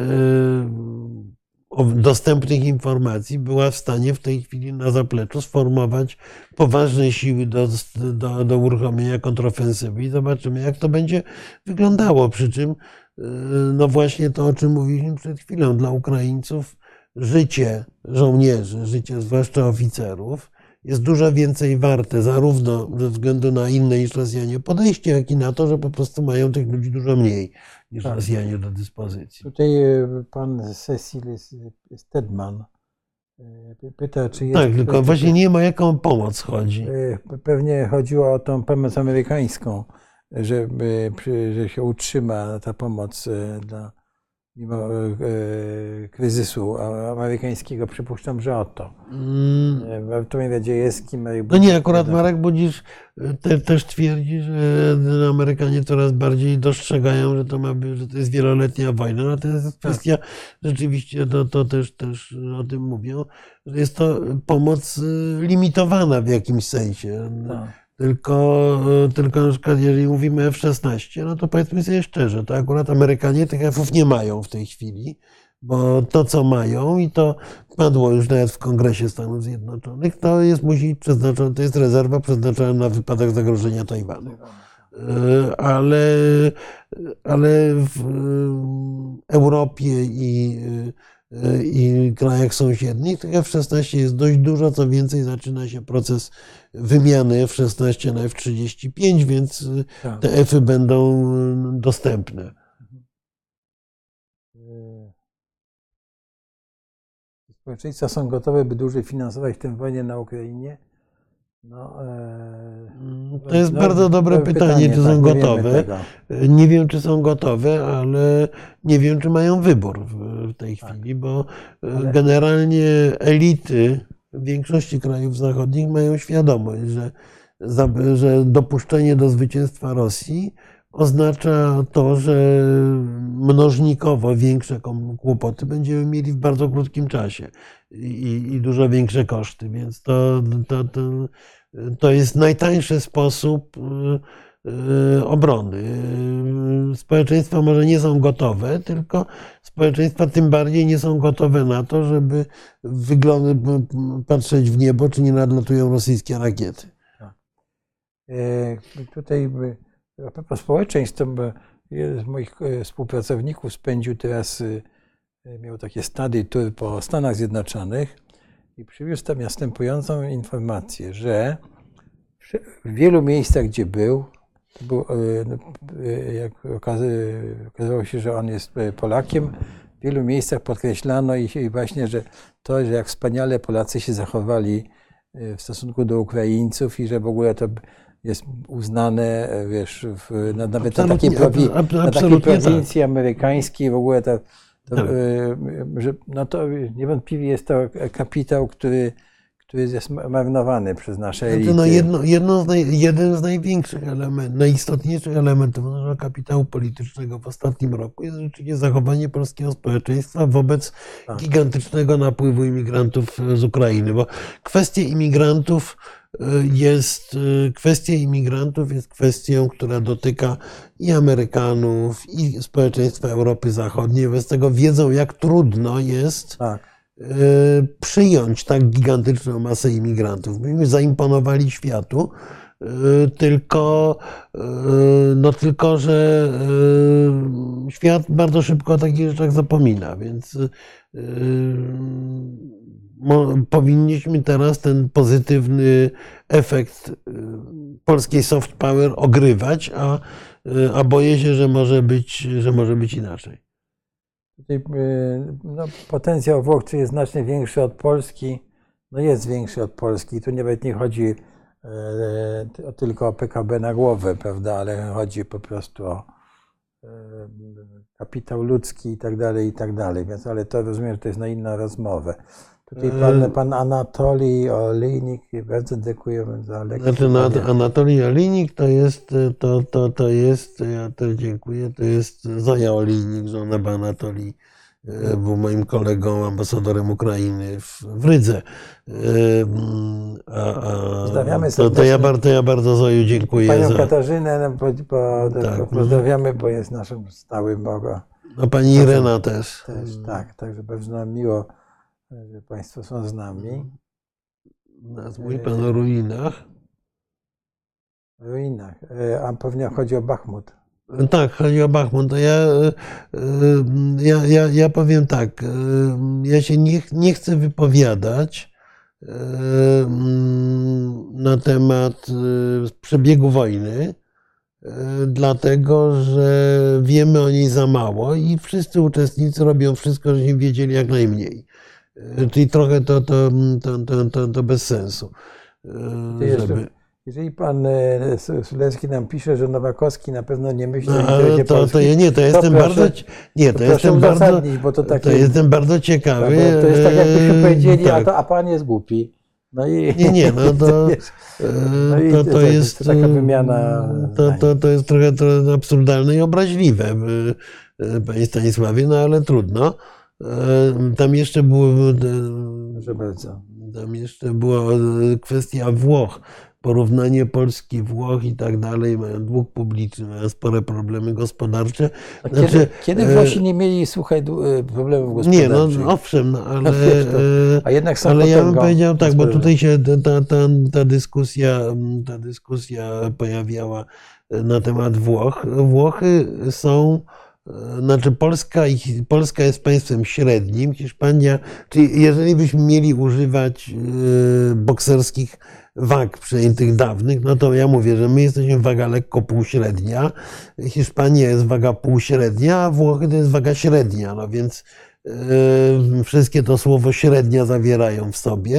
dostępnych informacji była w stanie w tej chwili na zapleczu sformować poważne siły do uruchomienia kontrofensywy i zobaczymy, jak to będzie wyglądało. Przy czym no właśnie to, o czym mówiliśmy przed chwilą, dla Ukraińców życie żołnierzy, życie zwłaszcza oficerów jest dużo więcej warte, zarówno ze względu na inne niż Rosjanie podejście, jak i na to, że po prostu mają tych ludzi dużo mniej niż Rosjanie do dyspozycji. Tutaj pan Cecil Stedman pyta, czy jest... Tak, tylko właśnie nie ma, o jaką pomoc chodzi. Pewnie chodziło o tą pomoc amerykańską, że się utrzyma ta pomoc mimo kryzysu amerykańskiego. Przypuszczam, że o to. W tym Radziejewskim. No nie, akurat Marek Budzisz też twierdzi, że Amerykanie coraz bardziej dostrzegają, że że to jest wieloletnia wojna. No to jest kwestia, rzeczywiście to też o tym mówią, że jest to pomoc limitowana w jakimś sensie. Tak. Tylko na przykład jeżeli mówimy F-16, no to powiedzmy sobie szczerze, to akurat Amerykanie tych F-ów nie mają w tej chwili, bo to co mają i to padło już nawet w Kongresie Stanów Zjednoczonych, to musi przeznaczone, to jest rezerwa przeznaczona na wypadek zagrożenia Tajwanu. Ale w Europie i krajach sąsiednich tych F-16 jest dość dużo, co więcej zaczyna się proces wymiany F-16 na F-35, więc te F-y będą dostępne. Społeczeństwa są gotowe, by dłużej finansować tę wojnę na Ukrainie? To jest bardzo dobre pytanie, czy są gotowe. Nie wiem, czy są gotowe, ale nie wiem, czy mają wybór w tej chwili, bo generalnie elity w większości krajów zachodnich mają świadomość, że że dopuszczenie do zwycięstwa Rosji oznacza to, że mnożnikowo większe kłopoty będziemy mieli w bardzo krótkim czasie i dużo większe koszty. Więc to jest najtańszy sposób obrony. Społeczeństwa może nie są gotowe, tylko społeczeństwa tym bardziej nie są gotowe na to, żeby patrzeć w niebo, czy nie nadlatują rosyjskie rakiety. Tutaj a propos społeczeństw, to jeden z moich współpracowników spędził teraz, miał takie study tour po Stanach Zjednoczonych i przywiózł tam następującą informację, że w wielu miejscach, gdzie był, jak okazało się, że on jest Polakiem, w wielu miejscach podkreślano i właśnie, że to, że jak wspaniale Polacy się zachowali w stosunku do Ukraińców i że w ogóle to jest uznane, wiesz, nawet na takiej prowincji amerykańskiej w ogóle że no to niewątpliwie jest to kapitał, który jest marnowany przez nasze elity. No jeden z największych elementów, najistotniejszych elementów naszego kapitału politycznego w ostatnim roku jest rzeczywiście zachowanie polskiego społeczeństwa wobec gigantycznego napływu imigrantów z Ukrainy, bo kwestia imigrantów jest kwestią, która dotyka i Amerykanów, i społeczeństwa Europy Zachodniej. Wobec tego wiedzą, jak trudno jest przyjąć tak gigantyczną masę imigrantów. Myśmy zaimponowali światu, tylko że świat bardzo szybko o takich rzeczach zapomina, więc powinniśmy teraz ten pozytywny efekt polskiej soft power ogrywać, a boję się, że może być inaczej. Tutaj, no, potencjał Włoch jest znacznie większy od Polski. No jest większy od Polski. Tu nawet nie chodzi tylko o PKB na głowę, prawda, ale chodzi po prostu o kapitał ludzki i tak dalej. Więc, ale to rozumiem, że to jest na inną rozmowę. Tutaj pan Anatolij Olejnik, bardzo dziękujemy za lekcję. Znaczy, Anatolij Olejnik to jest, ja też dziękuję, to jest Zoja Olejnik, żona Anatolii, był moim kolegą, ambasadorem Ukrainy w Rydze. Pozdrawiamy serdecznie. To ja bardzo Zoju dziękuję. Panią Katarzynę pozdrawiamy, bo jest naszym stałym A pani Irena też. Tak, także bardzo nam miło, że Państwo są z nami. Mówi Pan o ruinach. Ruinach. A pewnie chodzi o Bachmut. Tak, chodzi o Bachmut. To ja powiem tak. Ja się nie chcę wypowiadać na temat przebiegu wojny, dlatego że wiemy o niej za mało i wszyscy uczestnicy robią wszystko, żebyśmy wiedzieli jak najmniej. Czyli trochę to bez sensu. Jeżeli pan Sulecki nam pisze, że Nowakowski na pewno nie myśli o interesie Polski, to jestem bardzo ciekawy. To jest tak, jakbyśmy powiedzieli, tak. A pan jest głupi. No i to jest taka wymiana. To jest trochę absurdalne i obraźliwe, panie Stanisławie, no ale trudno. Tam jeszcze była kwestia Włoch, porównanie Polski, Włoch i tak dalej. Mają dług publiczny, mają spore problemy gospodarcze. Kiedy Włosi nie mieli, słuchaj, problemów gospodarczych? Nie, no owszem, ale, a jednak są ale ja bym powiedział tak, bo tutaj się ta dyskusja pojawiała na temat Włoch. Włochy są... Znaczy Polska jest państwem średnim, Hiszpania, czyli jeżeli byśmy mieli używać bokserskich wag, przynajmniej tych dawnych, no to ja mówię, że my jesteśmy waga lekko półśrednia, Hiszpania jest waga półśrednia, a Włochy to jest waga średnia, no więc wszystkie to słowo średnia zawierają w sobie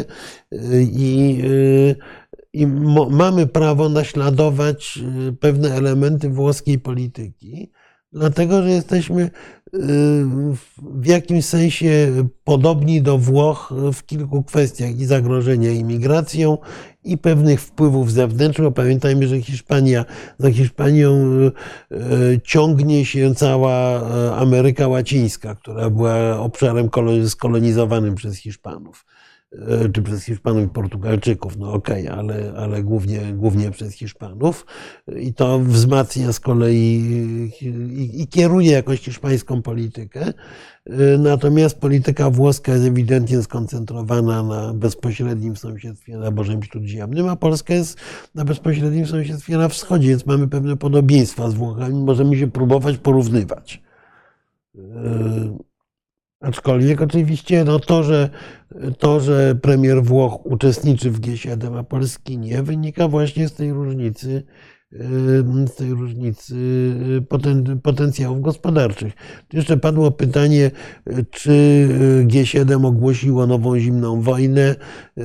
i mamy prawo naśladować pewne elementy włoskiej polityki, dlatego, że jesteśmy w jakimś sensie podobni do Włoch w kilku kwestiach i zagrożenia imigracją, i pewnych wpływów zewnętrznych. Pamiętajmy, że za Hiszpanią ciągnie się cała Ameryka Łacińska, która była obszarem skolonizowanym przez Hiszpanów, czy przez Hiszpanów i Portugalczyków, no okej, ale głównie przez Hiszpanów. I to wzmacnia z kolei i kieruje jakoś hiszpańską politykę. Natomiast polityka włoska jest ewidentnie skoncentrowana na bezpośrednim sąsiedztwie na Morzem Śródziemnym, a Polska jest na bezpośrednim sąsiedztwie na wschodzie, więc mamy pewne podobieństwa z Włochami, możemy się próbować porównywać. Aczkolwiek oczywiście no że premier Włoch uczestniczy w G7, a Polski nie, wynika właśnie z tej różnicy potencjałów gospodarczych. Jeszcze padło pytanie, czy G7 ogłosiło nową zimną wojnę,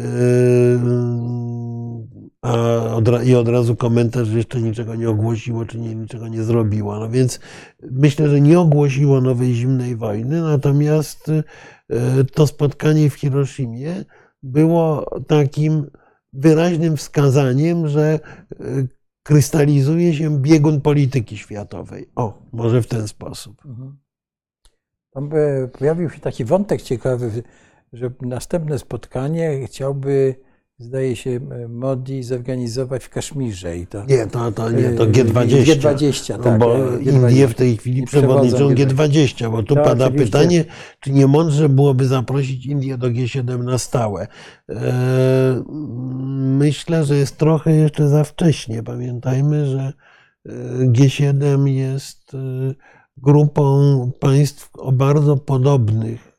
i od razu komentarz, że jeszcze niczego nie ogłosiło, czy niczego nie zrobiło. No więc myślę, że nie ogłosiło nowej zimnej wojny, natomiast to spotkanie w Hiroshimie było takim wyraźnym wskazaniem, że krystalizuje się biegun polityki światowej. O, może w ten sposób. Tam pojawił się taki wątek ciekawy, że następne spotkanie chciałby, zdaje się, Modi zorganizować w Kaszmirze. I to, nie, to G20. G20, tak. Bo Indie w tej chwili przewodniczą G20, bo tu pada oczywiście pytanie, czy nie mądrze byłoby zaprosić Indię do G7 na stałe. Myślę, że jest trochę jeszcze za wcześnie. Pamiętajmy, że G7 jest grupą państw o bardzo podobnych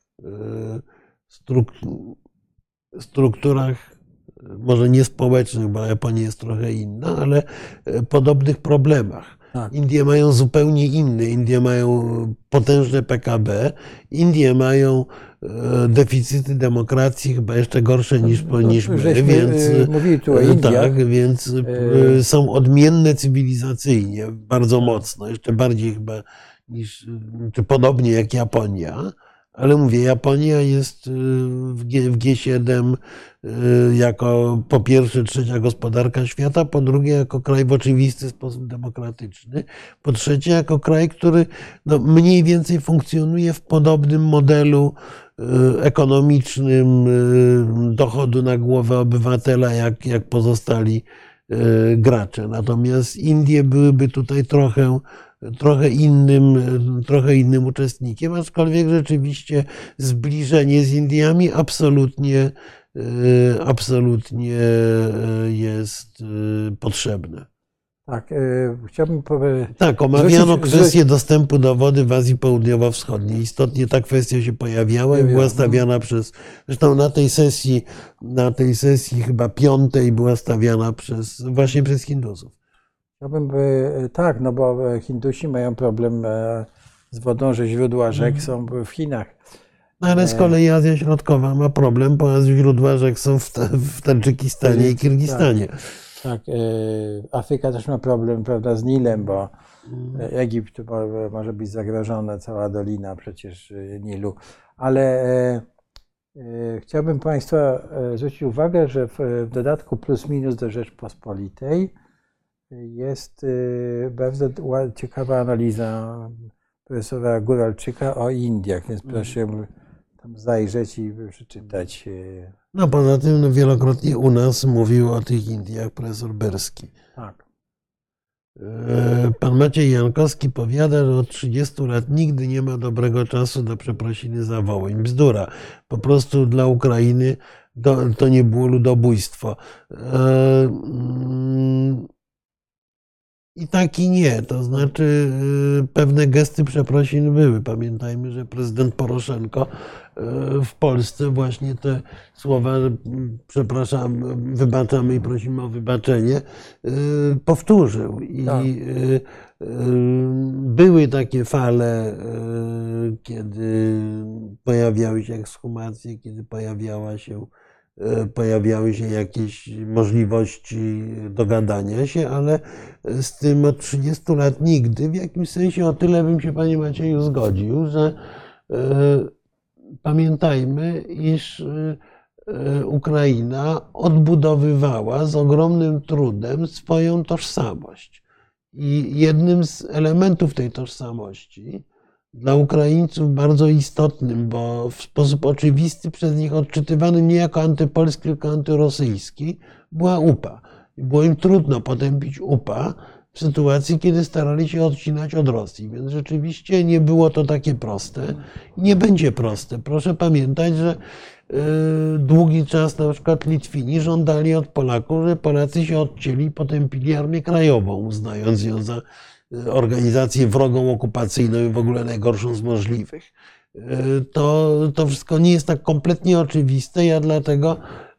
strukturach, może nie społecznych, bo Japonia jest trochę inna, ale podobnych problemach. Tak. Indie mają zupełnie inne. Indie mają potężne PKB. Indie mają deficyty demokracji chyba jeszcze gorsze niż my, więc mówili tu o Indiach. tak, więc są odmienne cywilizacyjnie, bardzo mocno, jeszcze bardziej chyba czy podobnie jak Japonia. Ale mówię, Japonia jest w G7 jako po pierwsze trzecia gospodarka świata, po drugie jako kraj w oczywisty sposób demokratyczny, po trzecie jako kraj, który no, mniej więcej funkcjonuje w podobnym modelu ekonomicznym dochodu na głowę obywatela jak pozostali gracze. Natomiast Indie byłyby tutaj trochę innym uczestnikiem, aczkolwiek rzeczywiście zbliżenie z Indiami absolutnie jest potrzebne. Tak, chciałbym powiedzieć. Tak, omawiano kwestię dostępu do wody w Azji Południowo-Wschodniej. Istotnie ta kwestia się pojawiała i była stawiana zresztą na tej sesji chyba 5. była stawiana właśnie przez Hindusów. Tak, no bo Hindusi mają problem z wodą, że źródła rzek są w Chinach. No ale z kolei Azja Środkowa ma problem, bo źródła rzek są w Tadżykistanie i Kirgistanie. Tak, Afryka też ma problem, prawda, z Nilem, bo Egipt może być zagrożona, cała dolina przecież Nilu. Ale chciałbym Państwa zwrócić uwagę, że w dodatku plus minus do Rzeczpospolitej jest bardzo ciekawa analiza profesora Góralczyka o Indiach, więc proszę tam zajrzeć i przeczytać. No poza tym no, wielokrotnie u nas mówił o tych Indiach profesor Berski. Tak. Pan Maciej Jankowski powiada, że od 30 lat nigdy nie ma dobrego czasu do przeprosiny za Wołyń. Bzdura. Po prostu dla Ukrainy to nie było ludobójstwo. I tak i nie, to znaczy pewne gesty przeprosin były. Pamiętajmy, że prezydent Poroszenko w Polsce właśnie te słowa przepraszam, wybaczamy i prosimy o wybaczenie powtórzył. I tak. Były takie fale, kiedy pojawiały się ekshumacje, kiedy pojawiała się pojawiały się jakieś możliwości dogadania się, ale z tym od 30 lat nigdy. W jakimś sensie o tyle bym się, panie Macieju, zgodził, że pamiętajmy, iż Ukraina odbudowywała z ogromnym trudem swoją tożsamość. I jednym z elementów tej tożsamości, dla Ukraińców bardzo istotnym, bo w sposób oczywisty przez nich odczytywany nie jako antypolski, tylko antyrosyjski, była UPA. I było im trudno potępić UPA w sytuacji, kiedy starali się odcinać od Rosji. Więc rzeczywiście nie było to takie proste i nie będzie proste. Proszę pamiętać, że długi czas na przykład Litwini żądali od Polaków, że Polacy się odcięli i potępili Armię Krajową, uznając ją za organizację wrogą, okupacyjną i w ogóle najgorszą z możliwych. To wszystko nie jest tak kompletnie oczywiste. Ja dlatego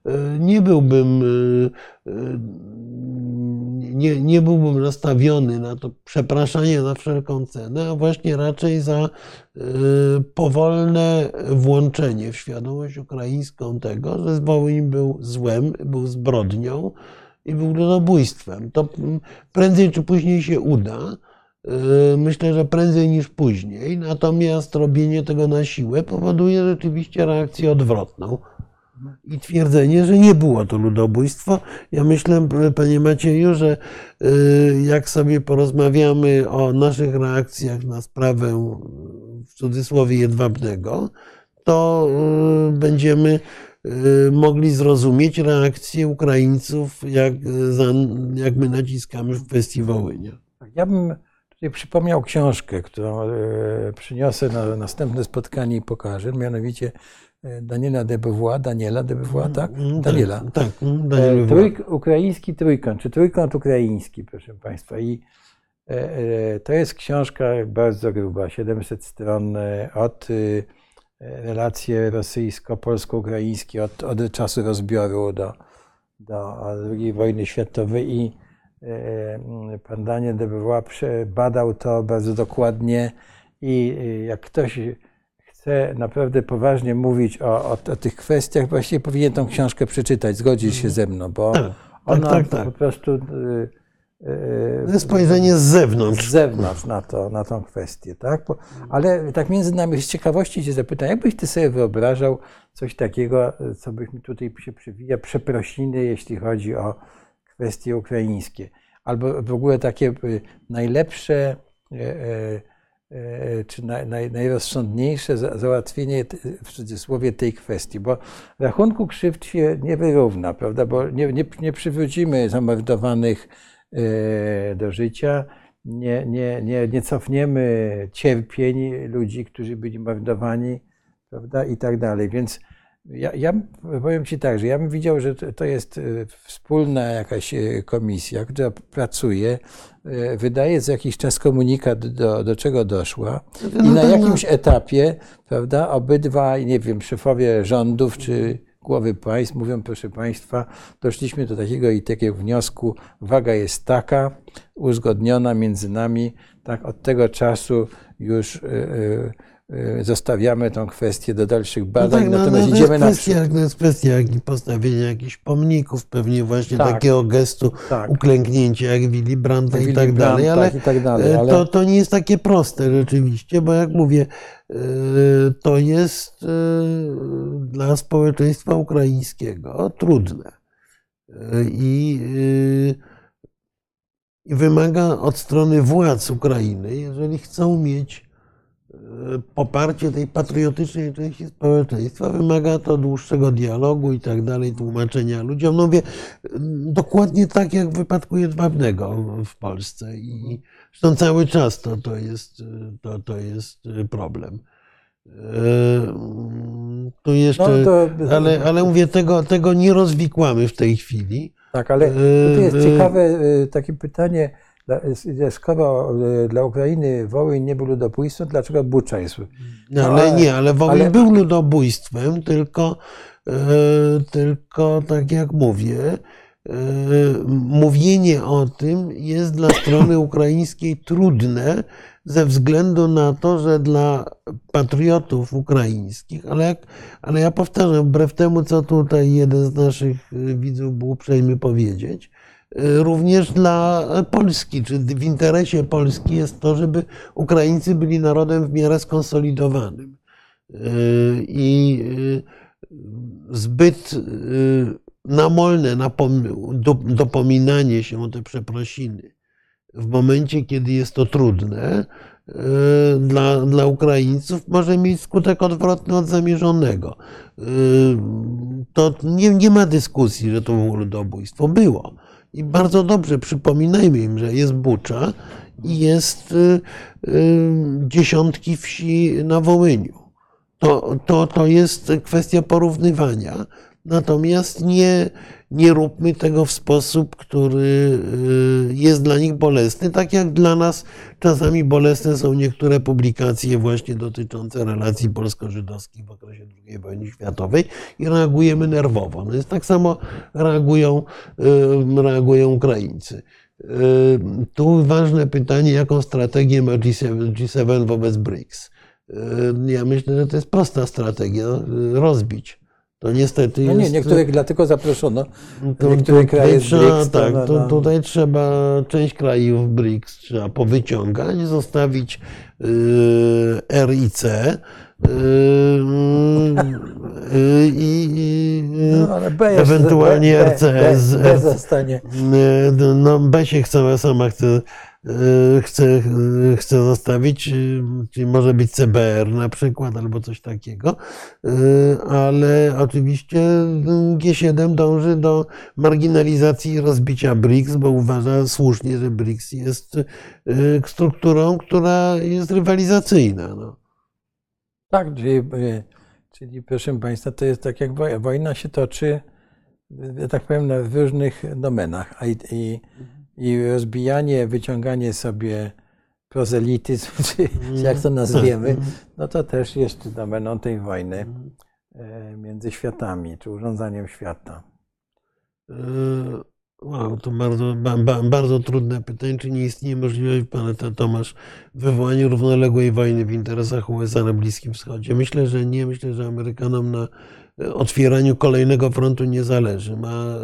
nie byłbym nastawiony na to przepraszanie za wszelką cenę, a właśnie raczej za powolne włączenie w świadomość ukraińską tego, że Wołyń był złem, był zbrodnią i był ludobójstwem. To prędzej czy później się uda. Myślę, że prędzej niż później. Natomiast robienie tego na siłę powoduje rzeczywiście reakcję odwrotną. I twierdzenie, że nie było to ludobójstwo. Ja myślę, panie Macieju, że jak sobie porozmawiamy o naszych reakcjach na sprawę w cudzysłowie Jedwabnego, to będziemy mogli zrozumieć reakcję Ukraińców, jak my naciskamy w kwestii Wołynia. Ja bym tutaj przypomniał książkę, którą przyniosę na następne spotkanie i pokażę, mianowicie Daniela Debevoise, tak? Daniela. Tak, Daniela. Ukraiński trójkąt, czy trójkąt ukraiński, proszę państwa. I to jest książka bardzo gruba, 700 stron, od relacje rosyjsko-polsko-ukraińskie, od czasu rozbioru do II wojny światowej. I pan Daniel Debevoise badał to bardzo dokładnie. I jak ktoś chce naprawdę poważnie mówić o tych kwestiach, właściwie powinien tą książkę przeczytać, zgodzić się ze mną, bo ona po prostu spojrzenie z zewnątrz. Z zewnątrz na tą kwestię, tak? Ale tak między nami z ciekawości cię zapytam, jakbyś ty sobie wyobrażał coś takiego, co byś mi tutaj się przewija, przeprosiny, jeśli chodzi o kwestie ukraińskie, albo w ogóle takie najlepsze czy najrozsądniejsze załatwienie w cudzysłowie tej kwestii, bo rachunku krzywd się nie wyrówna, prawda? Bo nie przywrócimy zamordowanych do życia, nie cofniemy cierpień ludzi, którzy byli mordowani, prawda? I tak dalej. Więc ja powiem ci tak, że ja bym widział, że to jest wspólna jakaś komisja, która pracuje, wydaje co jakiś czas komunikat, do czego doszła i na jakimś etapie, prawda, obydwaj, nie wiem, szefowie rządów czy głowy państw mówią, proszę państwa, doszliśmy do takiego i takiego wniosku, waga jest taka, uzgodniona między nami, tak, od tego czasu już zostawiamy tą kwestię do dalszych badań, natomiast idziemy naprzód. To jest kwestia postawienia jakichś pomników, pewnie właśnie takiego gestu uklęknięcia jak Willy Brandt i tak dalej, ale to nie jest takie proste rzeczywiście, bo jak mówię, to jest dla społeczeństwa ukraińskiego trudne i wymaga od strony władz Ukrainy, jeżeli chcą mieć poparcie tej patriotycznej części społeczeństwa, wymaga to dłuższego dialogu i tak dalej, tłumaczenia ludziom. No mówię, dokładnie tak jak w wypadku Jedwabnego w Polsce i zresztą cały czas to jest problem. Tu jeszcze, ale mówię, tego nie rozwikłamy w tej chwili. Tak, ale tutaj jest ciekawe takie pytanie, skoro dla Ukrainy Wołyń nie był ludobójstwem, dlaczego Bucza jest? Ale Wołyń był ludobójstwem, tylko tak jak mówię, mówienie o tym jest dla strony ukraińskiej trudne ze względu na to, że dla patriotów ukraińskich, ale ja powtarzam, wbrew temu, co tutaj jeden z naszych widzów był uprzejmy powiedzieć, również dla Polski, czy w interesie Polski jest to, żeby Ukraińcy byli narodem w miarę skonsolidowanym. I zbyt namolne dopominanie się o te przeprosiny w momencie, kiedy jest to trudne dla Ukraińców, może mieć skutek odwrotny od zamierzonego. To nie ma dyskusji, że to było ludobójstwo. Było. I bardzo dobrze przypominajmy im, że jest Bucza i jest dziesiątki wsi na Wołyniu. To jest kwestia porównywania. Natomiast nie róbmy tego w sposób, który jest dla nich bolesny, tak jak dla nas czasami bolesne są niektóre publikacje właśnie dotyczące relacji polsko-żydowskich w okresie II wojny światowej i reagujemy nerwowo. No jest tak samo reagują Ukraińcy. Tu ważne pytanie, jaką strategię ma G7 wobec BRICS. Ja myślę, że to jest prosta strategia, rozbić. To niestety jest... No nie, niektórych dlatego zaproszono. Niektóre kraje z BRICS. Tutaj trzeba część krajów BRICS trzeba powyciągać, zostawić R i C ewentualnie RCS. B zostanie. No, B się sama chce zostawić, czyli może być CBR na przykład, albo coś takiego, ale oczywiście G7 dąży do marginalizacji i rozbicia BRICS, bo uważa słusznie, że BRICS jest strukturą, która jest rywalizacyjna. No. Tak, czyli proszę Państwa, to jest tak jak wojna się toczy, ja tak powiem, w różnych domenach, i rozbijanie, wyciąganie sobie prozelityzm, czy jak to nazwiemy, no to też jest domeną tej wojny między światami, czy urządzaniem świata. Wow, to bardzo trudne pytanie. Czy nie istnieje możliwość, Pan Tomasz, wywołania równoległej wojny w interesach USA na Bliskim Wschodzie? Myślę, że nie. Myślę, że Amerykanom na otwieraniu kolejnego frontu nie zależy.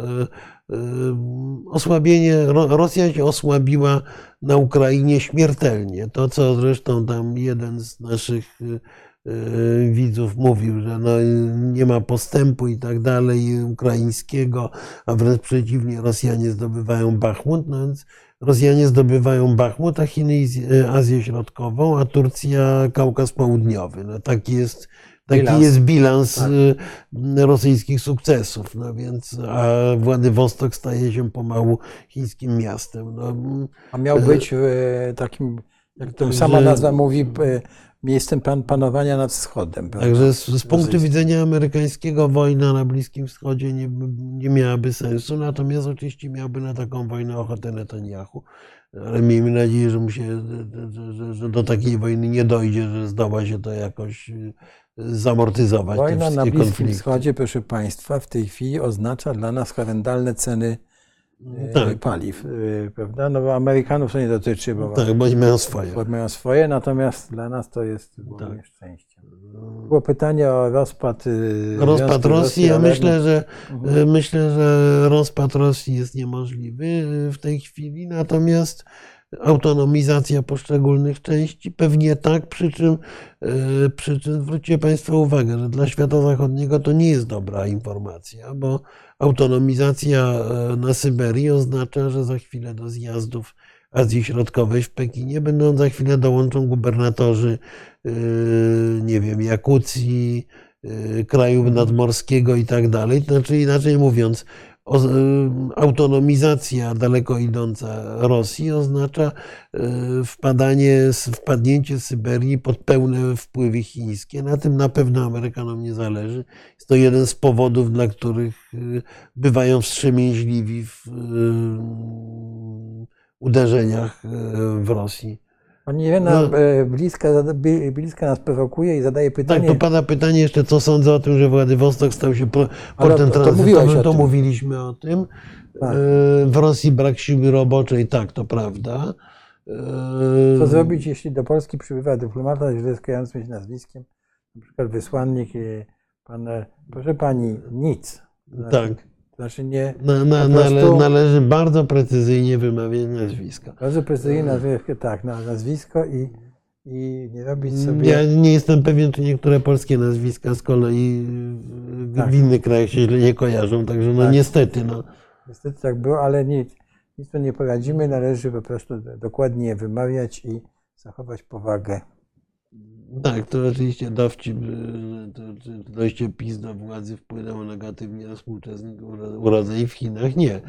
Rosja się osłabiła na Ukrainie śmiertelnie. To, co zresztą tam jeden z naszych widzów mówił, że no nie ma postępu i tak dalej ukraińskiego, a wręcz przeciwnie, Rosjanie zdobywają Bachmut, no więc Rosjanie zdobywają Bachmut, a Chiny Azję Środkową, a Turcja Kaukaz Południowy. No taki jest bilans rosyjskich sukcesów. No więc, a Władywostok staje się pomału chińskim miastem. No, a miał być takim, jak to sama nazwa mówi, miejscem panowania nad wschodem. Także z punktu widzenia amerykańskiego wojna na Bliskim Wschodzie nie miałaby sensu, natomiast oczywiście miałby na taką wojnę ochotę Netanyahu. Ale miejmy nadzieję, że do takiej wojny nie dojdzie, że zdoła się to jakoś zamortyzować. Wojna na Bliskim Wschodzie, proszę Państwa, w tej chwili oznacza dla nas horrendalne ceny paliw, prawda? No bo Amerykanów to nie dotyczy, bo oni mają swoje. Mają swoje, natomiast dla nas to jest nieszczęście. Było pytanie o rozpad Rosji. Ja myślę, że rozpad Rosji jest niemożliwy w tej chwili, natomiast autonomizacja poszczególnych części pewnie tak, przy czym zwróćcie Państwo uwagę, że dla świata zachodniego to nie jest dobra informacja, bo autonomizacja na Syberii oznacza, że za chwilę do zjazdów Azji Środkowej w Pekinie za chwilę dołączą gubernatorzy, nie wiem, Jakucji, kraju nadmorskiego i tak dalej. Znaczy, inaczej mówiąc, autonomizacja daleko idąca Rosji oznacza wpadnięcie Syberii pod pełne wpływy chińskie. Na tym na pewno Amerykanom nie zależy. Jest to jeden z powodów, dla których bywają wstrzemięźliwi w uderzeniach w Rosji. Pani Irena bliska nas prowokuje i zadaje pytanie. Tak, to pada pytanie jeszcze, co sądzę o tym, że Władywostok stał się portem tranzytowym. To mówiliśmy o tym. Tak. W Rosji brak siły roboczej, tak, to prawda. Co zrobić, jeśli do Polski przybywa dyplomata źle skojarzący się nazwiskiem, na przykład wysłannik, pan, proszę pani, nic. Tak. Znaczy nie. Należy bardzo precyzyjnie wymawiać nazwiska. Bardzo precyzyjnie tak, nazwisko i nie robić sobie. Ja nie jestem pewien, czy niektóre polskie nazwiska z kolei Tak. w innych krajach się źle nie kojarzą, także no Tak. niestety. No. Niestety tak było, ale nic tu nie poradzimy. Należy po prostu dokładnie je wymawiać i zachować powagę. Tak, to oczywiście dowcip, że dojście PiS do władzy wpłynęło negatywnie na współczesnych urodzeń w Chinach. Nie.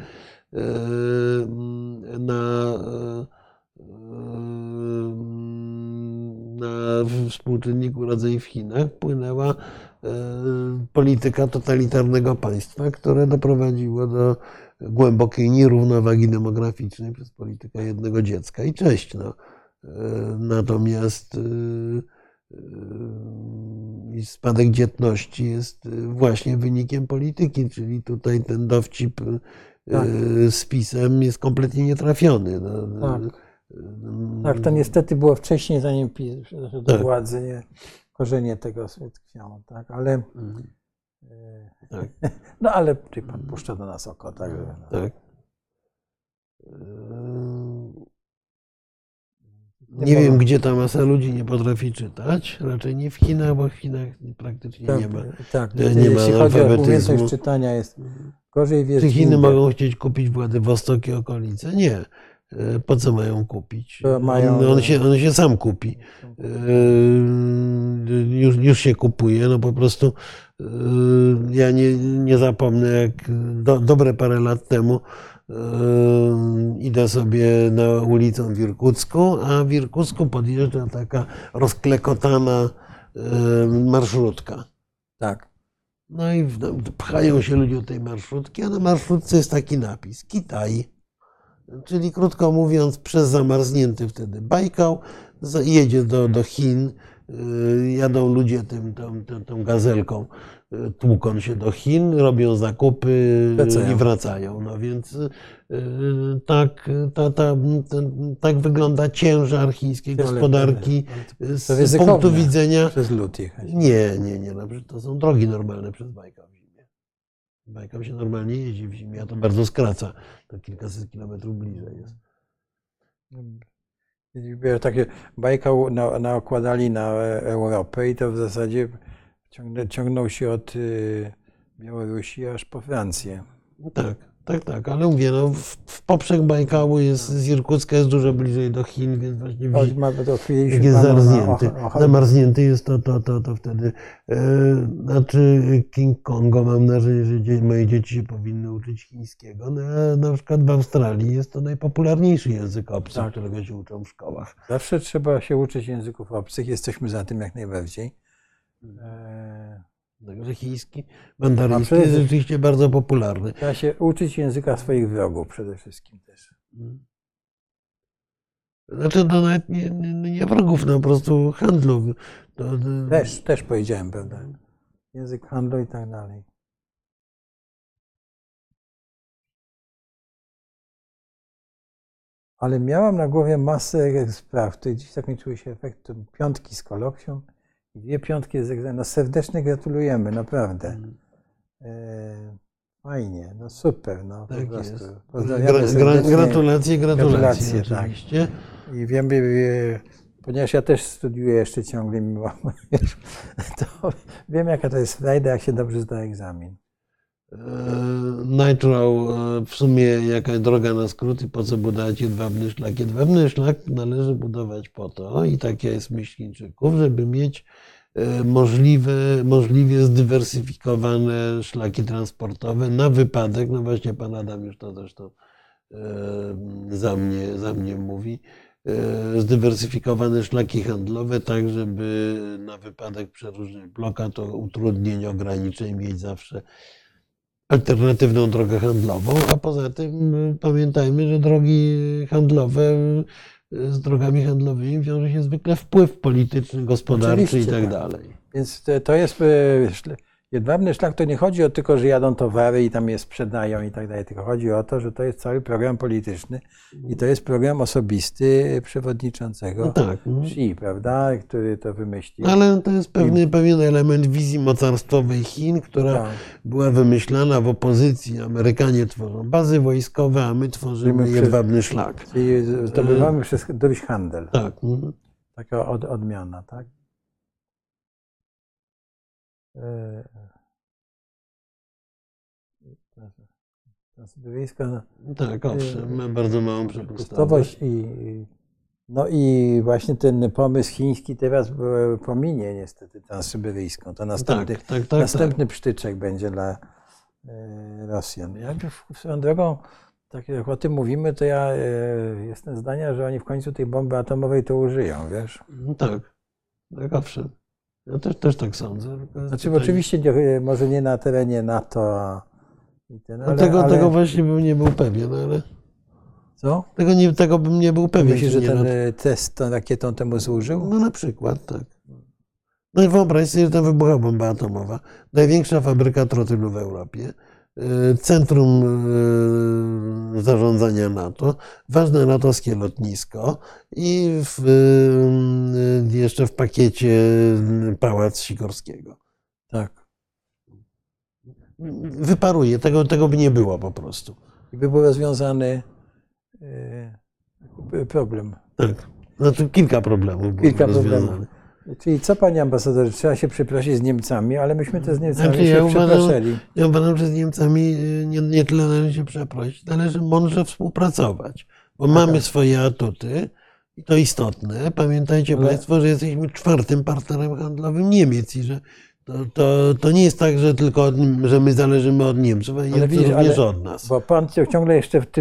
Na współczynnik urodzeń w Chinach wpłynęła polityka totalitarnego państwa, które doprowadziło do głębokiej nierównowagi demograficznej przez politykę jednego dziecka i cześć. No. Natomiast spadek dzietności jest właśnie wynikiem polityki, czyli tutaj ten dowcip z PiS-em jest kompletnie nietrafiony. No, Tak. Tak, to niestety było wcześniej, zanim PiS przyszedł do władzy, nie, korzenie tego tkwią, tak, ale Tak. no ale tutaj pan puszcza do nas oko, także. No. Tak. Nie wiem, gdzie ta masa ludzi nie potrafi czytać. Raczej nie w Chinach, bo w Chinach praktycznie Tak, nie ma. tak. Nie Jeśli ma chodzi o analfabetyzmu. umiejętność czytania, jest gorzej Czy wiedzieć. Chiny mogą chcieć kupić Władywostok i okolice? Nie. Po co mają kupić? To mają- On się sam kupi. Już się kupuje. No po prostu ja nie zapomnę, jak dobre parę lat temu idę sobie na ulicę w Irkucku, a w Irkucku podjeżdża taka rozklekotana marszrutka. Tak. No i pchają się ludzie do tej marszrutki, a na marszrutce jest taki napis: Kitaj. Czyli krótko mówiąc, przez zamarznięty wtedy Bajkał jedzie do Chin, jadą ludzie tą gazelką, tłuką się do Chin, robią zakupy i wracają. No więc tak wygląda ciężar chińskiej gospodarki z punktu widzenia. Przez lód jechać. Nie. No, to są drogi normalne przez Bajkał w zimie. Bajkał się normalnie jeździ w zimie, a to bardzo skraca. To kilkaset kilometrów bliżej jest. Takie Bajkał nakładali na Europę i to w zasadzie ciągnął się od Białorusi aż po Francję. Tak, ale mówię, no, w poprzek Bajkału jest z Irkucka jest dużo bliżej do Chin, więc właśnie jak jest zamarznięty jest to wtedy. Znaczy King Kongo, mam nadzieję, że moje dzieci się powinny uczyć chińskiego. No, na przykład w Australii jest to najpopularniejszy język obcy, którego się uczą w szkołach. Zawsze trzeba się uczyć języków obcych, jesteśmy za tym jak najbardziej. Także chiński, mandaryński jest rzeczywiście bardzo popularny. Trzeba się uczyć języka swoich wrogów przede wszystkim też. Znaczy to nawet nie wrogów, no po prostu handlu. Też powiedziałem, prawda? Język handlu i tak dalej. Ale miałam na głowie masę spraw, które dziś zakończyły się efektem 5 z kolokwium i 2 5 z egzaminu. No serdecznie gratulujemy, naprawdę. Fajnie, no super, no tak po prostu. Jest. Pozdrawiamy Gratulacje oczywiście. Tak. I wiem, ponieważ ja też studiuję jeszcze ciągle, mimo, to wiem, jaka to jest frajda, jak się dobrze zda egzamin. Natural, w sumie jaka droga na skrót i po co budować jedwabny szlak? Jedwabny szlak należy budować po to, i taka jest myśl Chińczyków, żeby mieć możliwie zdywersyfikowane szlaki transportowe na wypadek, no właśnie pan Adam już to zresztą za mnie mówi, zdywersyfikowane szlaki handlowe, tak żeby na wypadek przeróżnych blokad, utrudnień, ograniczeń mieć zawsze alternatywną drogę handlową, a poza tym pamiętajmy, że drogi handlowe, z drogami handlowymi wiąże się zwykle wpływ polityczny, gospodarczy i tak dalej. Więc to jest Jedwabny szlak to nie chodzi o tylko, że jadą towary i tam je sprzedają i tak dalej, tylko chodzi o to, że to jest cały program polityczny i to jest program osobisty przewodniczącego Xi, prawda, który to wymyślił. Ale to jest pewien element wizji mocarstwowej Chin, która była wymyślana w opozycji. Amerykanie tworzą bazy wojskowe, a my tworzymy jedwabny szlak. Czyli zdobywamy przez handel. Tak. Taka odmiana, tak? Ta syberyjska Tak, owszem, ma bardzo małą przepustowość i właśnie ten pomysł chiński teraz pominie niestety transsyberyjską. To następny psztyczek będzie dla Rosjan. Jakby swoją drogą, tak jak o tym mówimy, to ja jestem zdania, że oni w końcu tej bomby atomowej to użyją, wiesz? Tak, owszem. Ja też tak sądzę. Znaczy oczywiście może nie na terenie NATO, tego właśnie bym nie był pewien, ale... Co? Tego bym nie był pewien. Myślisz, że ten test tą rakietą temu służył? No na przykład, tak. No i wyobraź sobie, że tam wybucha bomba atomowa. Największa fabryka trotylu w Europie. Centrum zarządzania NATO, ważne natowskie lotnisko i jeszcze w pakiecie Pałac Sikorskiego. Tak. Wyparuje, tego by nie było po prostu. I by był rozwiązany problem. Tak, znaczy kilka problemów było rozwiązanych. Czyli co, panie ambasadorze, trzeba się przeprosić z Niemcami, ale myśmy też z Niemcami się przeprosili. Ja uważam, że z Niemcami nie tyle należy się przeprosić, należy mądrze współpracować, bo mamy swoje atuty i to istotne. Pamiętajcie państwo, że jesteśmy 4. partnerem handlowym Niemiec i że to nie jest tak, że tylko że my zależymy od Niemców, ale Niemcy również od nas. Bo pan ciągle jeszcze w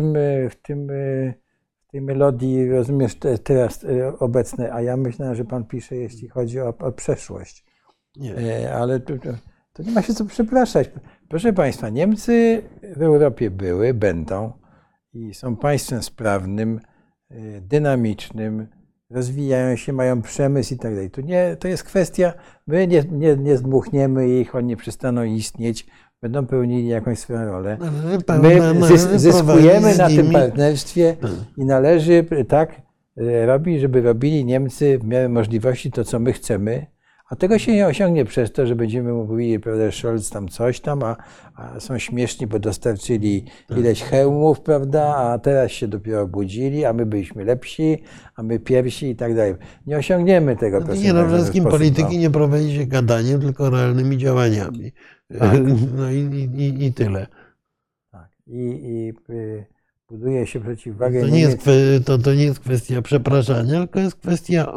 tej melodii, rozumiesz, teraz obecnej, a ja myślałem, że pan pisze, jeśli chodzi o przeszłość. Nie. Ale to nie ma się co przepraszać. Proszę państwa, Niemcy w Europie były, będą i są państwem sprawnym, dynamicznym, rozwijają się, mają przemysł i tak dalej. To jest kwestia, my nie zdmuchniemy ich, oni przestaną istnieć, będą pełnili jakąś swoją rolę. My zyskujemy na tym partnerstwie i należy tak robić, żeby robili Niemcy w miarę możliwości to, co my chcemy, a tego się nie osiągnie przez to, że będziemy mówili, prawda, Scholz tam coś tam, a są śmieszni, bo dostarczyli ileś hełmów, prawda, a teraz się dopiero obudzili, a my byliśmy lepsi, a my pierwsi i tak dalej. Nie osiągniemy tego. Nie, no wszystkim polityki nie prowadzi się gadaniem, tylko realnymi działaniami. Tak. No i tyle. Tak. I buduje się przeciwwagę. To nie jest kwestia przepraszania, tylko jest kwestia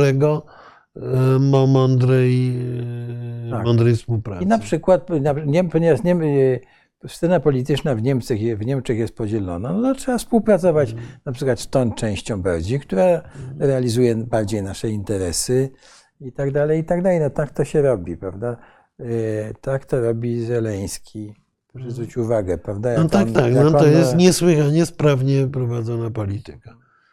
mądrej współpracy. I na przykład, ponieważ scena polityczna w Niemczech jest podzielona, no to trzeba współpracować na przykład z tą częścią bardziej, która realizuje bardziej nasze interesy i tak dalej, i tak dalej. No tak to się robi, prawda? Tak to robi Zeleński. Proszę zwrócić uwagę, prawda? No tak. No to jest niesłychanie sprawnie prowadzona polityka.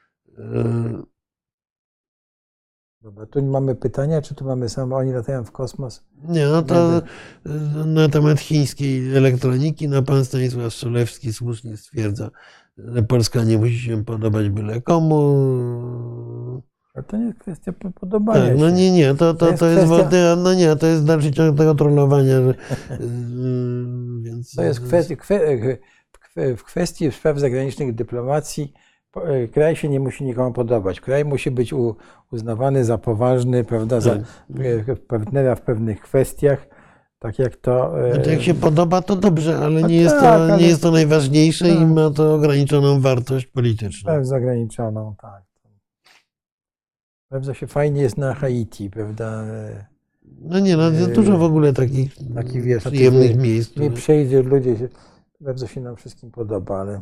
Dobra, tu mamy pytania, czy tu mamy samo, oni latają w kosmos? Nie, no to na temat chińskiej elektroniki, no pan Stanisław Szulewski słusznie stwierdza, że Polska nie musi się podobać byle komu. A to nie jest kwestia podobania tak, no nie, to jest dalszy ciąg tego trollowania. Więc, to jest w kwestii spraw zagranicznych dyplomacji. Kraj się nie musi nikomu podobać. Kraj musi być uznawany za poważny, prawda, za partnera w pewnych kwestiach, tak jak to... Jak się podoba, to dobrze, ale nie jest to najważniejsze i ma to ograniczoną wartość polityczną. Bardzo ograniczoną, tak. Bardzo się fajnie jest na Haiti, prawda? No nie, no dużo w ogóle takich przyjemnych miejsc. Nie przejdzie ludzie, bardzo się nam wszystkim podoba, ale...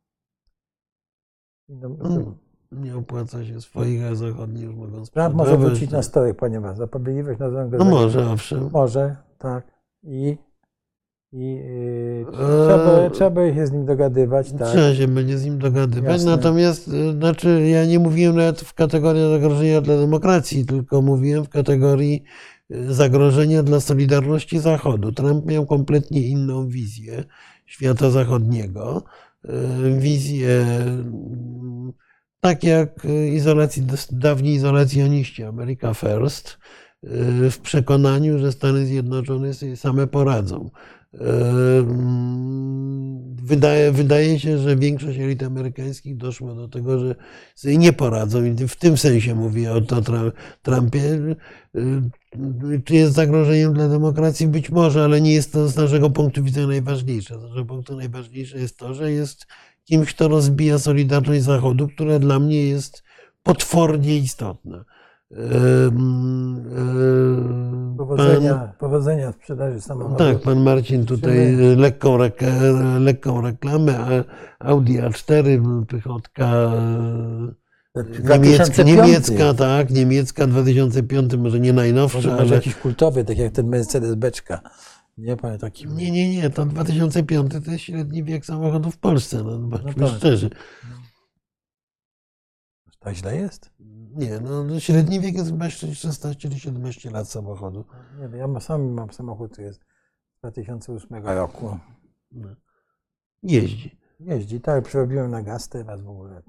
Nie opłaca się swoich, a zachodni już mogą sprzedawać. Trump może wrócić na stołek, ponieważ zapobiegliwych na No może, owszem. Może, tak. Trzeba by się z nim dogadywać. Tak. Trzeba się będzie z nim dogadywać. Jasne. Natomiast ja nie mówiłem nawet w kategorii zagrożenia dla demokracji, tylko mówiłem w kategorii zagrożenia dla solidarności Zachodu. Trump miał kompletnie inną wizję świata zachodniego. Wizję tak jak dawni izolacjoniści, America First, w przekonaniu, że Stany Zjednoczone sobie same poradzą. Wydaje się, że większość elit amerykańskich doszło do tego, że sobie nie poradzą. I w tym sensie mówię o Trumpie. Czy jest zagrożeniem dla demokracji? Być może, ale nie jest to z naszego punktu widzenia najważniejsze. Z naszego punktu najważniejsze jest to, że jest kimś, kto rozbija solidarność Zachodu, która dla mnie jest potwornie istotna. Powodzenia w sprzedaży samochodów. Tak, pan Marcin tutaj lekką reklamę, Audi A4, pychotka niemiecka, tak, niemiecka 2005, może nie najnowszy, ale jakiś kultowy, tak jak ten Mercedes Beczka. Nie, panie taki. Nie, to 2005 to jest średni wiek samochodów w Polsce, no bądźmy szczerzy. Tak źle jest? Nie, no średni wiek jest chyba 16 czy 17 lat samochodu. Nie wiem, ja sam mam samochód, który jest z 2008 roku. No. Jeździ, tak, przerobiłem na gaz teraz w ogóle.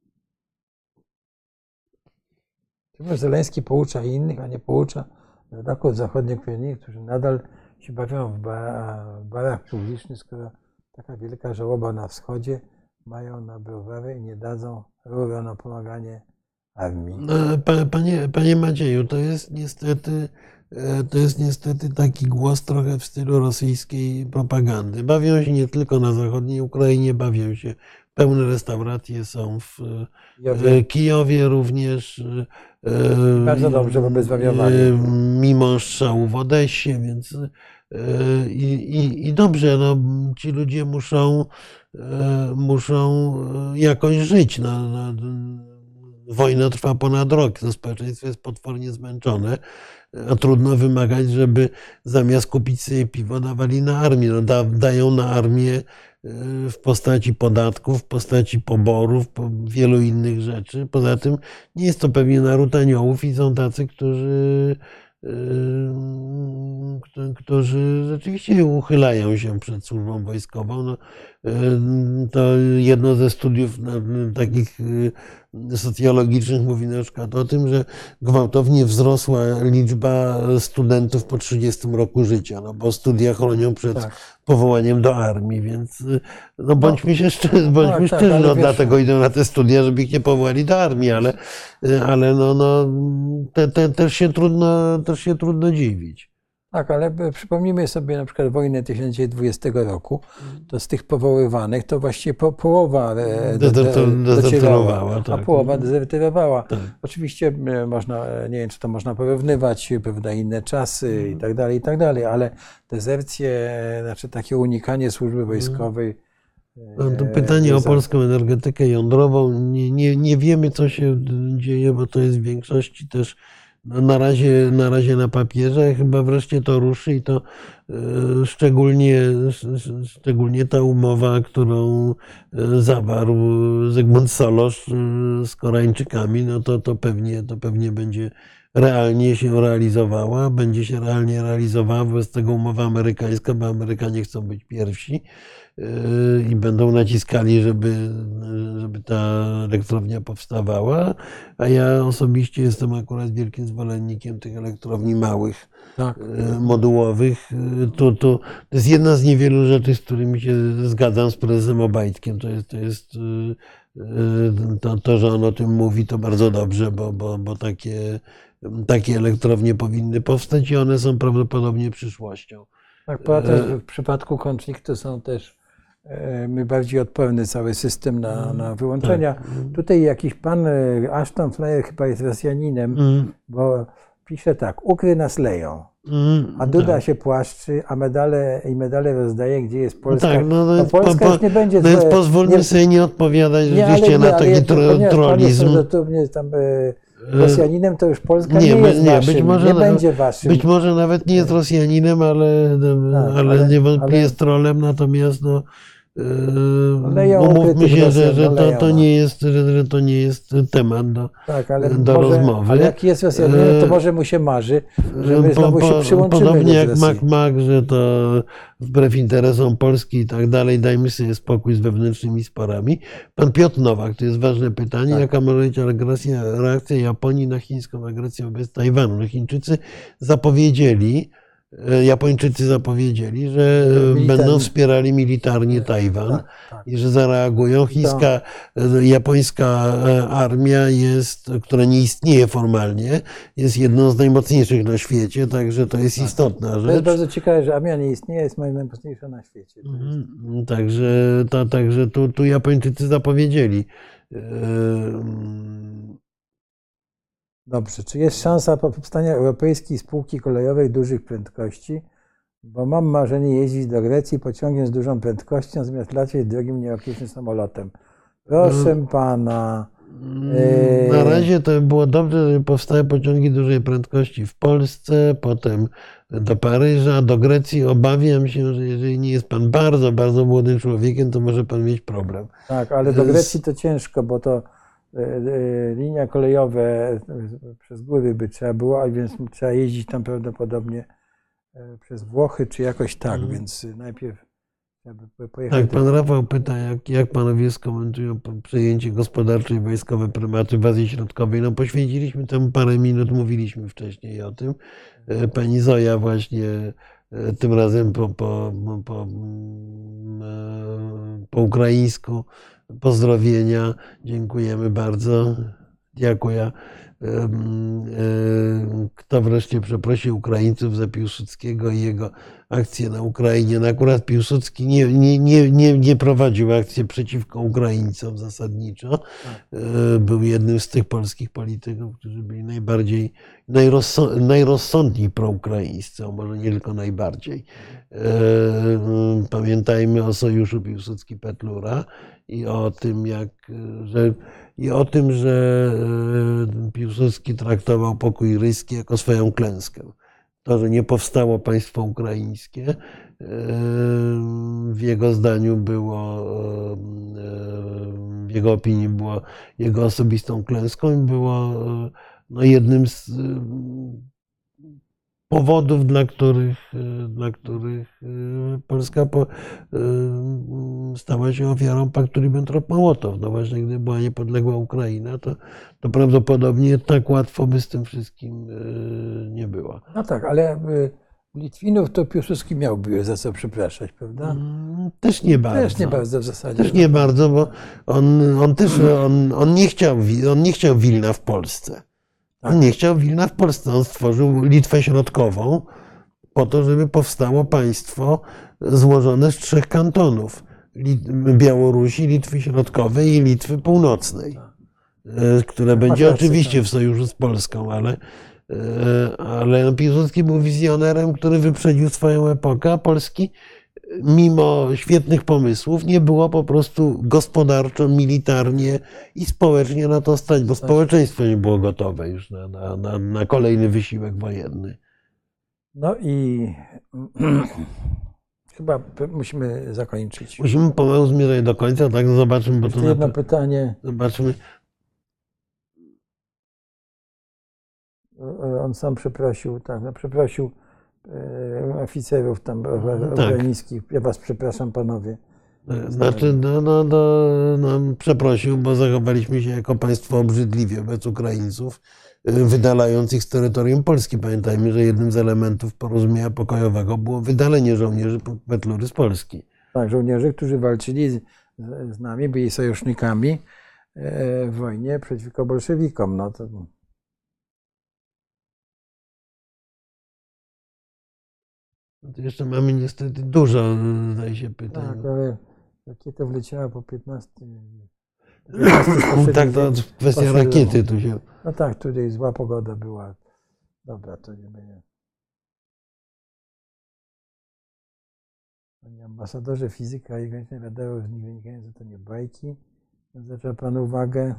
Chyba Zeleński poucza innych, a nie poucza rodaków zachodnich, którzy nadal się bawią w barach publicznych, skoro taka wielka żałoba na wschodzie, mają na browary i nie dadzą rurę na pomaganie armii. Panie Macieju, to jest niestety taki głos trochę w stylu rosyjskiej propagandy. Bawią się nie tylko na zachodniej Ukrainie, bawią się. Pełne restauracje są w Kijowie również. Bardzo dobrze, bo bezwariowali. Mimo strzału w Odessie, więc i dobrze, no, ci ludzie muszą jakoś żyć. Wojna trwa ponad rok, to społeczeństwo jest potwornie zmęczone, a trudno wymagać, żeby zamiast kupić sobie piwo dawali na armię. No, dają na armię w postaci podatków, w postaci poborów, wielu innych rzeczy. Poza tym nie jest to pewnie naród aniołów i są tacy, którzy rzeczywiście uchylają się przed służbą wojskową. No, to jedno ze studiów takich socjologicznych mówi na przykład o tym, że gwałtownie wzrosła liczba studentów po 30 roku życia, no bo studia chronią przed powołaniem do armii, więc no bądźmy szczerzy, no, dlatego idą na te studia, żeby ich nie powołali do armii, ale też się trudno dziwić. Tak, ale przypomnijmy sobie na przykład wojnę 1920 roku, to z tych powoływanych to właściwie połowa docierała, a połowa dezerterowała. Tak. Oczywiście można, nie wiem, czy to można porównywać, prawda, inne czasy i tak dalej, ale dezercje, znaczy takie unikanie służby wojskowej. To pytanie o polską energetykę jądrową. Nie wiemy, co się dzieje, bo to jest w większości też na razie na papierze, chyba wreszcie to ruszy i to szczególnie ta umowa, którą zawarł Zygmunt Solorz z Koreańczykami, no to pewnie będzie realnie się realizowała, będzie się realnie realizowała, wobec tego umowa amerykańska, bo Amerykanie chcą być pierwsi i będą naciskali, żeby ta elektrownia powstawała, a ja osobiście jestem akurat wielkim zwolennikiem tych elektrowni małych, modułowych. To jest jedna z niewielu rzeczy, z którymi się zgadzam z prezesem Obajtkiem. To, że on o tym mówi, to bardzo dobrze, bo takie elektrownie powinny powstać i one są prawdopodobnie przyszłością. Tak, poza tym w przypadku konfliktu są też bardziej odporny cały system na wyłączenia. Tak. Tutaj jakiś pan Ashton Fleyer chyba jest Rosjaninem, bo pisze tak: Ukry nas leją, a Duda się płaszczy, a medale rozdaje, gdzie jest Polska. Tak, Polska już nie będzie... No więc pozwólmy sobie nie odpowiadać rzeczywiście na taki trollizm. Rosjaninem to już Polska nie jest waszym, nie będzie waszym. Być może nawet nie jest Rosjaninem, ale niewątpliwie jest trollem, natomiast Leja Umówmy ukrytych się, Rosjan, że leja to ma. nie jest, że to nie jest temat Tak, ale do może, rozmowy. ale jak jest Rosjaninem, to może mu się marzy, że my znowu się przyłączymy Podobnie do jak Rosji. Mac, że to wbrew interesom Polski i tak dalej, dajmy sobie spokój z wewnętrznymi sporami. Pan Piotr Nowak, to jest ważne pytanie, Tak. jaka może być reakcja Japonii na chińską agresję wobec Tajwanu? No Japończycy zapowiedzieli, że Militarnie. będą wspierali militarnie Tajwan Tak, tak. i że zareagują. Japońska armia która nie istnieje formalnie, jest jedną z najmocniejszych na świecie, także to jest istotna To jest rzecz. bardzo ciekawe, że armia nie istnieje, jest najmocniejsza na świecie. Także tu Japończycy zapowiedzieli. Dobrze, czy jest szansa powstania europejskiej spółki kolejowej dużych prędkości? Bo mam marzenie jeździć do Grecji pociągiem z dużą prędkością, zamiast lecieć drogim nieokieśnym samolotem. Proszę pana. Na razie to by było dobrze, żeby powstały pociągi dużej prędkości w Polsce, potem do Paryża, do Grecji. Obawiam się, że jeżeli nie jest pan bardzo, bardzo młodym człowiekiem, to może pan mieć problem. Tak, ale do Grecji to ciężko, bo to linia kolejowe przez góry by trzeba było, a więc trzeba jeździć tam prawdopodobnie przez Włochy, czy jakoś tak, więc najpierw trzeba by pojechać. Tak, pan Rafał pyta, jak panowie skomentują przejęcie gospodarcze i wojskowe prymatu w Azji Środkowej. No poświęciliśmy temu parę minut, mówiliśmy wcześniej o tym. Pani Zoja właśnie tym razem po ukraińsku pozdrowienia. Dziękujemy bardzo. Dziękuję. Kto wreszcie przeprosił Ukraińców za Piłsudskiego i jego akcję na Ukrainie? No akurat Piłsudski nie prowadził akcji przeciwko Ukraińcom zasadniczo. Był jednym z tych polskich polityków, którzy byli najrozsądniej proukraińscy, a może nie tylko najbardziej. Pamiętajmy o sojuszu Piłsudski-Petlura i o tym, że Piłsudski traktował pokój ryski jako swoją klęskę. To, że nie powstało państwo ukraińskie, w jego zdaniu w jego opinii było jego osobistą klęską i było jednym z powodów, dla których Polska stała się ofiarą paktu Ribbentrop-Mołotow. No właśnie, gdyby była niepodległa Ukraina, to prawdopodobnie tak łatwo by z tym wszystkim nie było. No tak, ale Litwinów to Piłsudski miałby za co przepraszać, prawda? Też nie bardzo. Też nie bardzo w zasadzie. Też nie bardzo, bo on nie chciał Wilna w Polsce. On nie chciał Wilna w Polsce. On stworzył Litwę Środkową po to, żeby powstało państwo złożone z 3 kantonów. Białorusi, Litwy Środkowej i Litwy Północnej, które będzie oczywiście w sojuszu z Polską, ale Piłsudski był wizjonerem, który wyprzedził swoją epokę, a Polski mimo świetnych pomysłów nie było po prostu gospodarczo, militarnie i społecznie na to stać, bo społeczeństwo nie było gotowe już na kolejny wysiłek wojenny. No i chyba musimy zakończyć. Musimy pomału zmierzać do końca, tak? Zobaczymy, bo Jeszcze to jedno pytanie. Zobaczmy. On sam przeprosił, tak, no przeprosił oficerów tam ukraińskich. Ja was przepraszam, panowie. Znaczy, przeprosił, bo zachowaliśmy się jako państwo obrzydliwie wobec Ukraińców, wydalając ich z terytorium Polski. Pamiętajmy, że jednym z elementów porozumienia pokojowego było wydalenie żołnierzy Petlury z Polski. Tak, żołnierzy, którzy walczyli z nami, byli sojusznikami w wojnie przeciwko bolszewikom. No to... Jeszcze mamy niestety dużo, zdaje się, pytań. Tak, ale rakieta wleciała po 15. Tak, to kwestia rakiety tu się. No tak, tutaj zła pogoda była. Dobra, to nie będzie. Panie ambasadorze, fizyka i graniczne radaru z nich wynikające to nie bajki. Zwraca pan uwagę.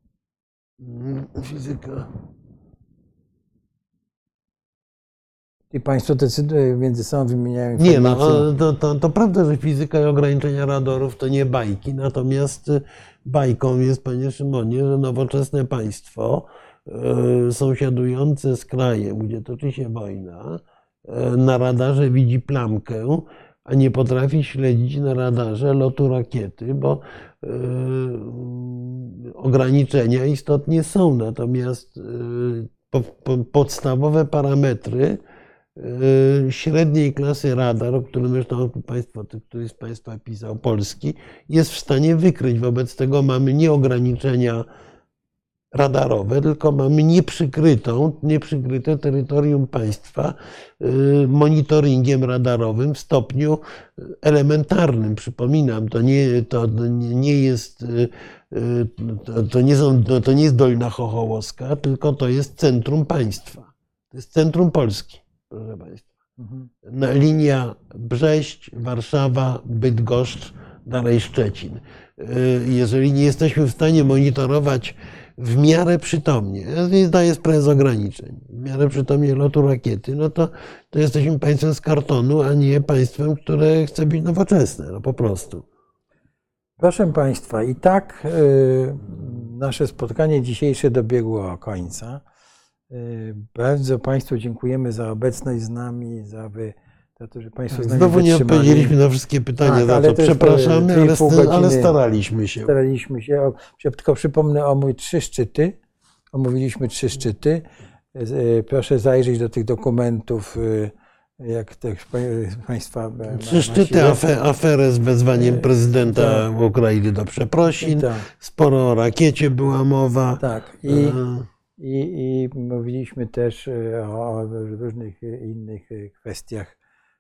Fizyka. I państwo między sobą wymieniają Nie, informacje? no, to prawda, że fizyka i ograniczenia radarów to nie bajki, natomiast bajką jest, panie Szymonie, że nowoczesne państwo sąsiadujące z krajem, gdzie toczy się wojna, na radarze widzi plamkę, a nie potrafi śledzić na radarze lotu rakiety, bo ograniczenia istotnie są, natomiast podstawowe parametry średniej klasy radar, o którym zresztą któryś z Państwa pisał, polski, jest w stanie wykryć. Wobec tego mamy nie ograniczenia radarowe, tylko mamy nieprzykryte terytorium państwa monitoringiem radarowym w stopniu elementarnym. Przypominam, to nie jest Dolna Chochołowska, tylko to jest centrum państwa. To jest centrum Polski, proszę Państwa. Linia Brześć, Warszawa, Bydgoszcz, dalej Szczecin. Jeżeli nie jesteśmy w stanie monitorować w miarę przytomnie, nie zdaję sprawy z ograniczeń, w miarę przytomnie lotu rakiety, no to jesteśmy państwem z kartonu, a nie państwem, które chce być nowoczesne, no po prostu. Proszę Państwa, i tak nasze spotkanie dzisiejsze dobiegło końca. Bardzo Państwu dziękujemy za obecność z nami, za to, że Państwo z nami Znowu nie wytrzymali. odpowiedzieliśmy na wszystkie pytania, za ale to to jest przepraszamy, 2,5 ale godziny. staraliśmy się. Staraliśmy się. Tylko przypomnę o mój 3 szczyty. Omówiliśmy 3 szczyty. Proszę zajrzeć do tych dokumentów, jak też Państwa. 3 szczyty, aferę z wezwaniem prezydenta Ukrainy do przeprosin. Sporo o rakiecie była mowa. Tak. I mówiliśmy też o różnych innych kwestiach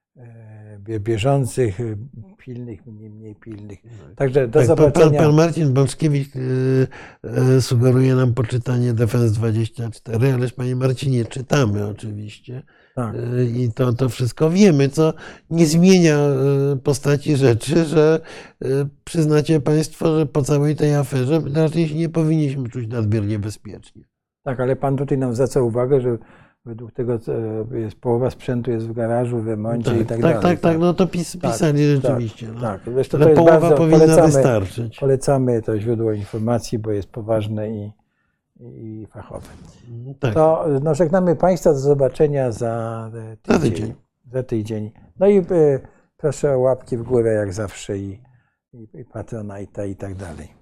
bieżących, pilnych, mniej pilnych. Także do zobaczenia. Pan Marcin Bączkiewicz sugeruje nam poczytanie Defense 24, ależ panie Marcinie, czytamy oczywiście. Tak. I to wszystko wiemy, co nie zmienia postaci rzeczy, że przyznacie Państwo, że po całej tej aferze raczej się nie powinniśmy czuć nadmiernie bezpiecznie. Tak, ale pan tutaj nam zwraca uwagę, że według tego jest połowa sprzętu jest w garażu, w remoncie i tak dalej. Tak, no to pisali rzeczywiście. Tak, no. Zresztą ale połowa powinna wystarczyć. Polecamy to źródło informacji, bo jest poważne i fachowe. Tak. To żegnamy Państwa, do zobaczenia za tydzień. No i proszę o łapki w górę jak zawsze i Patronite'a i tak dalej.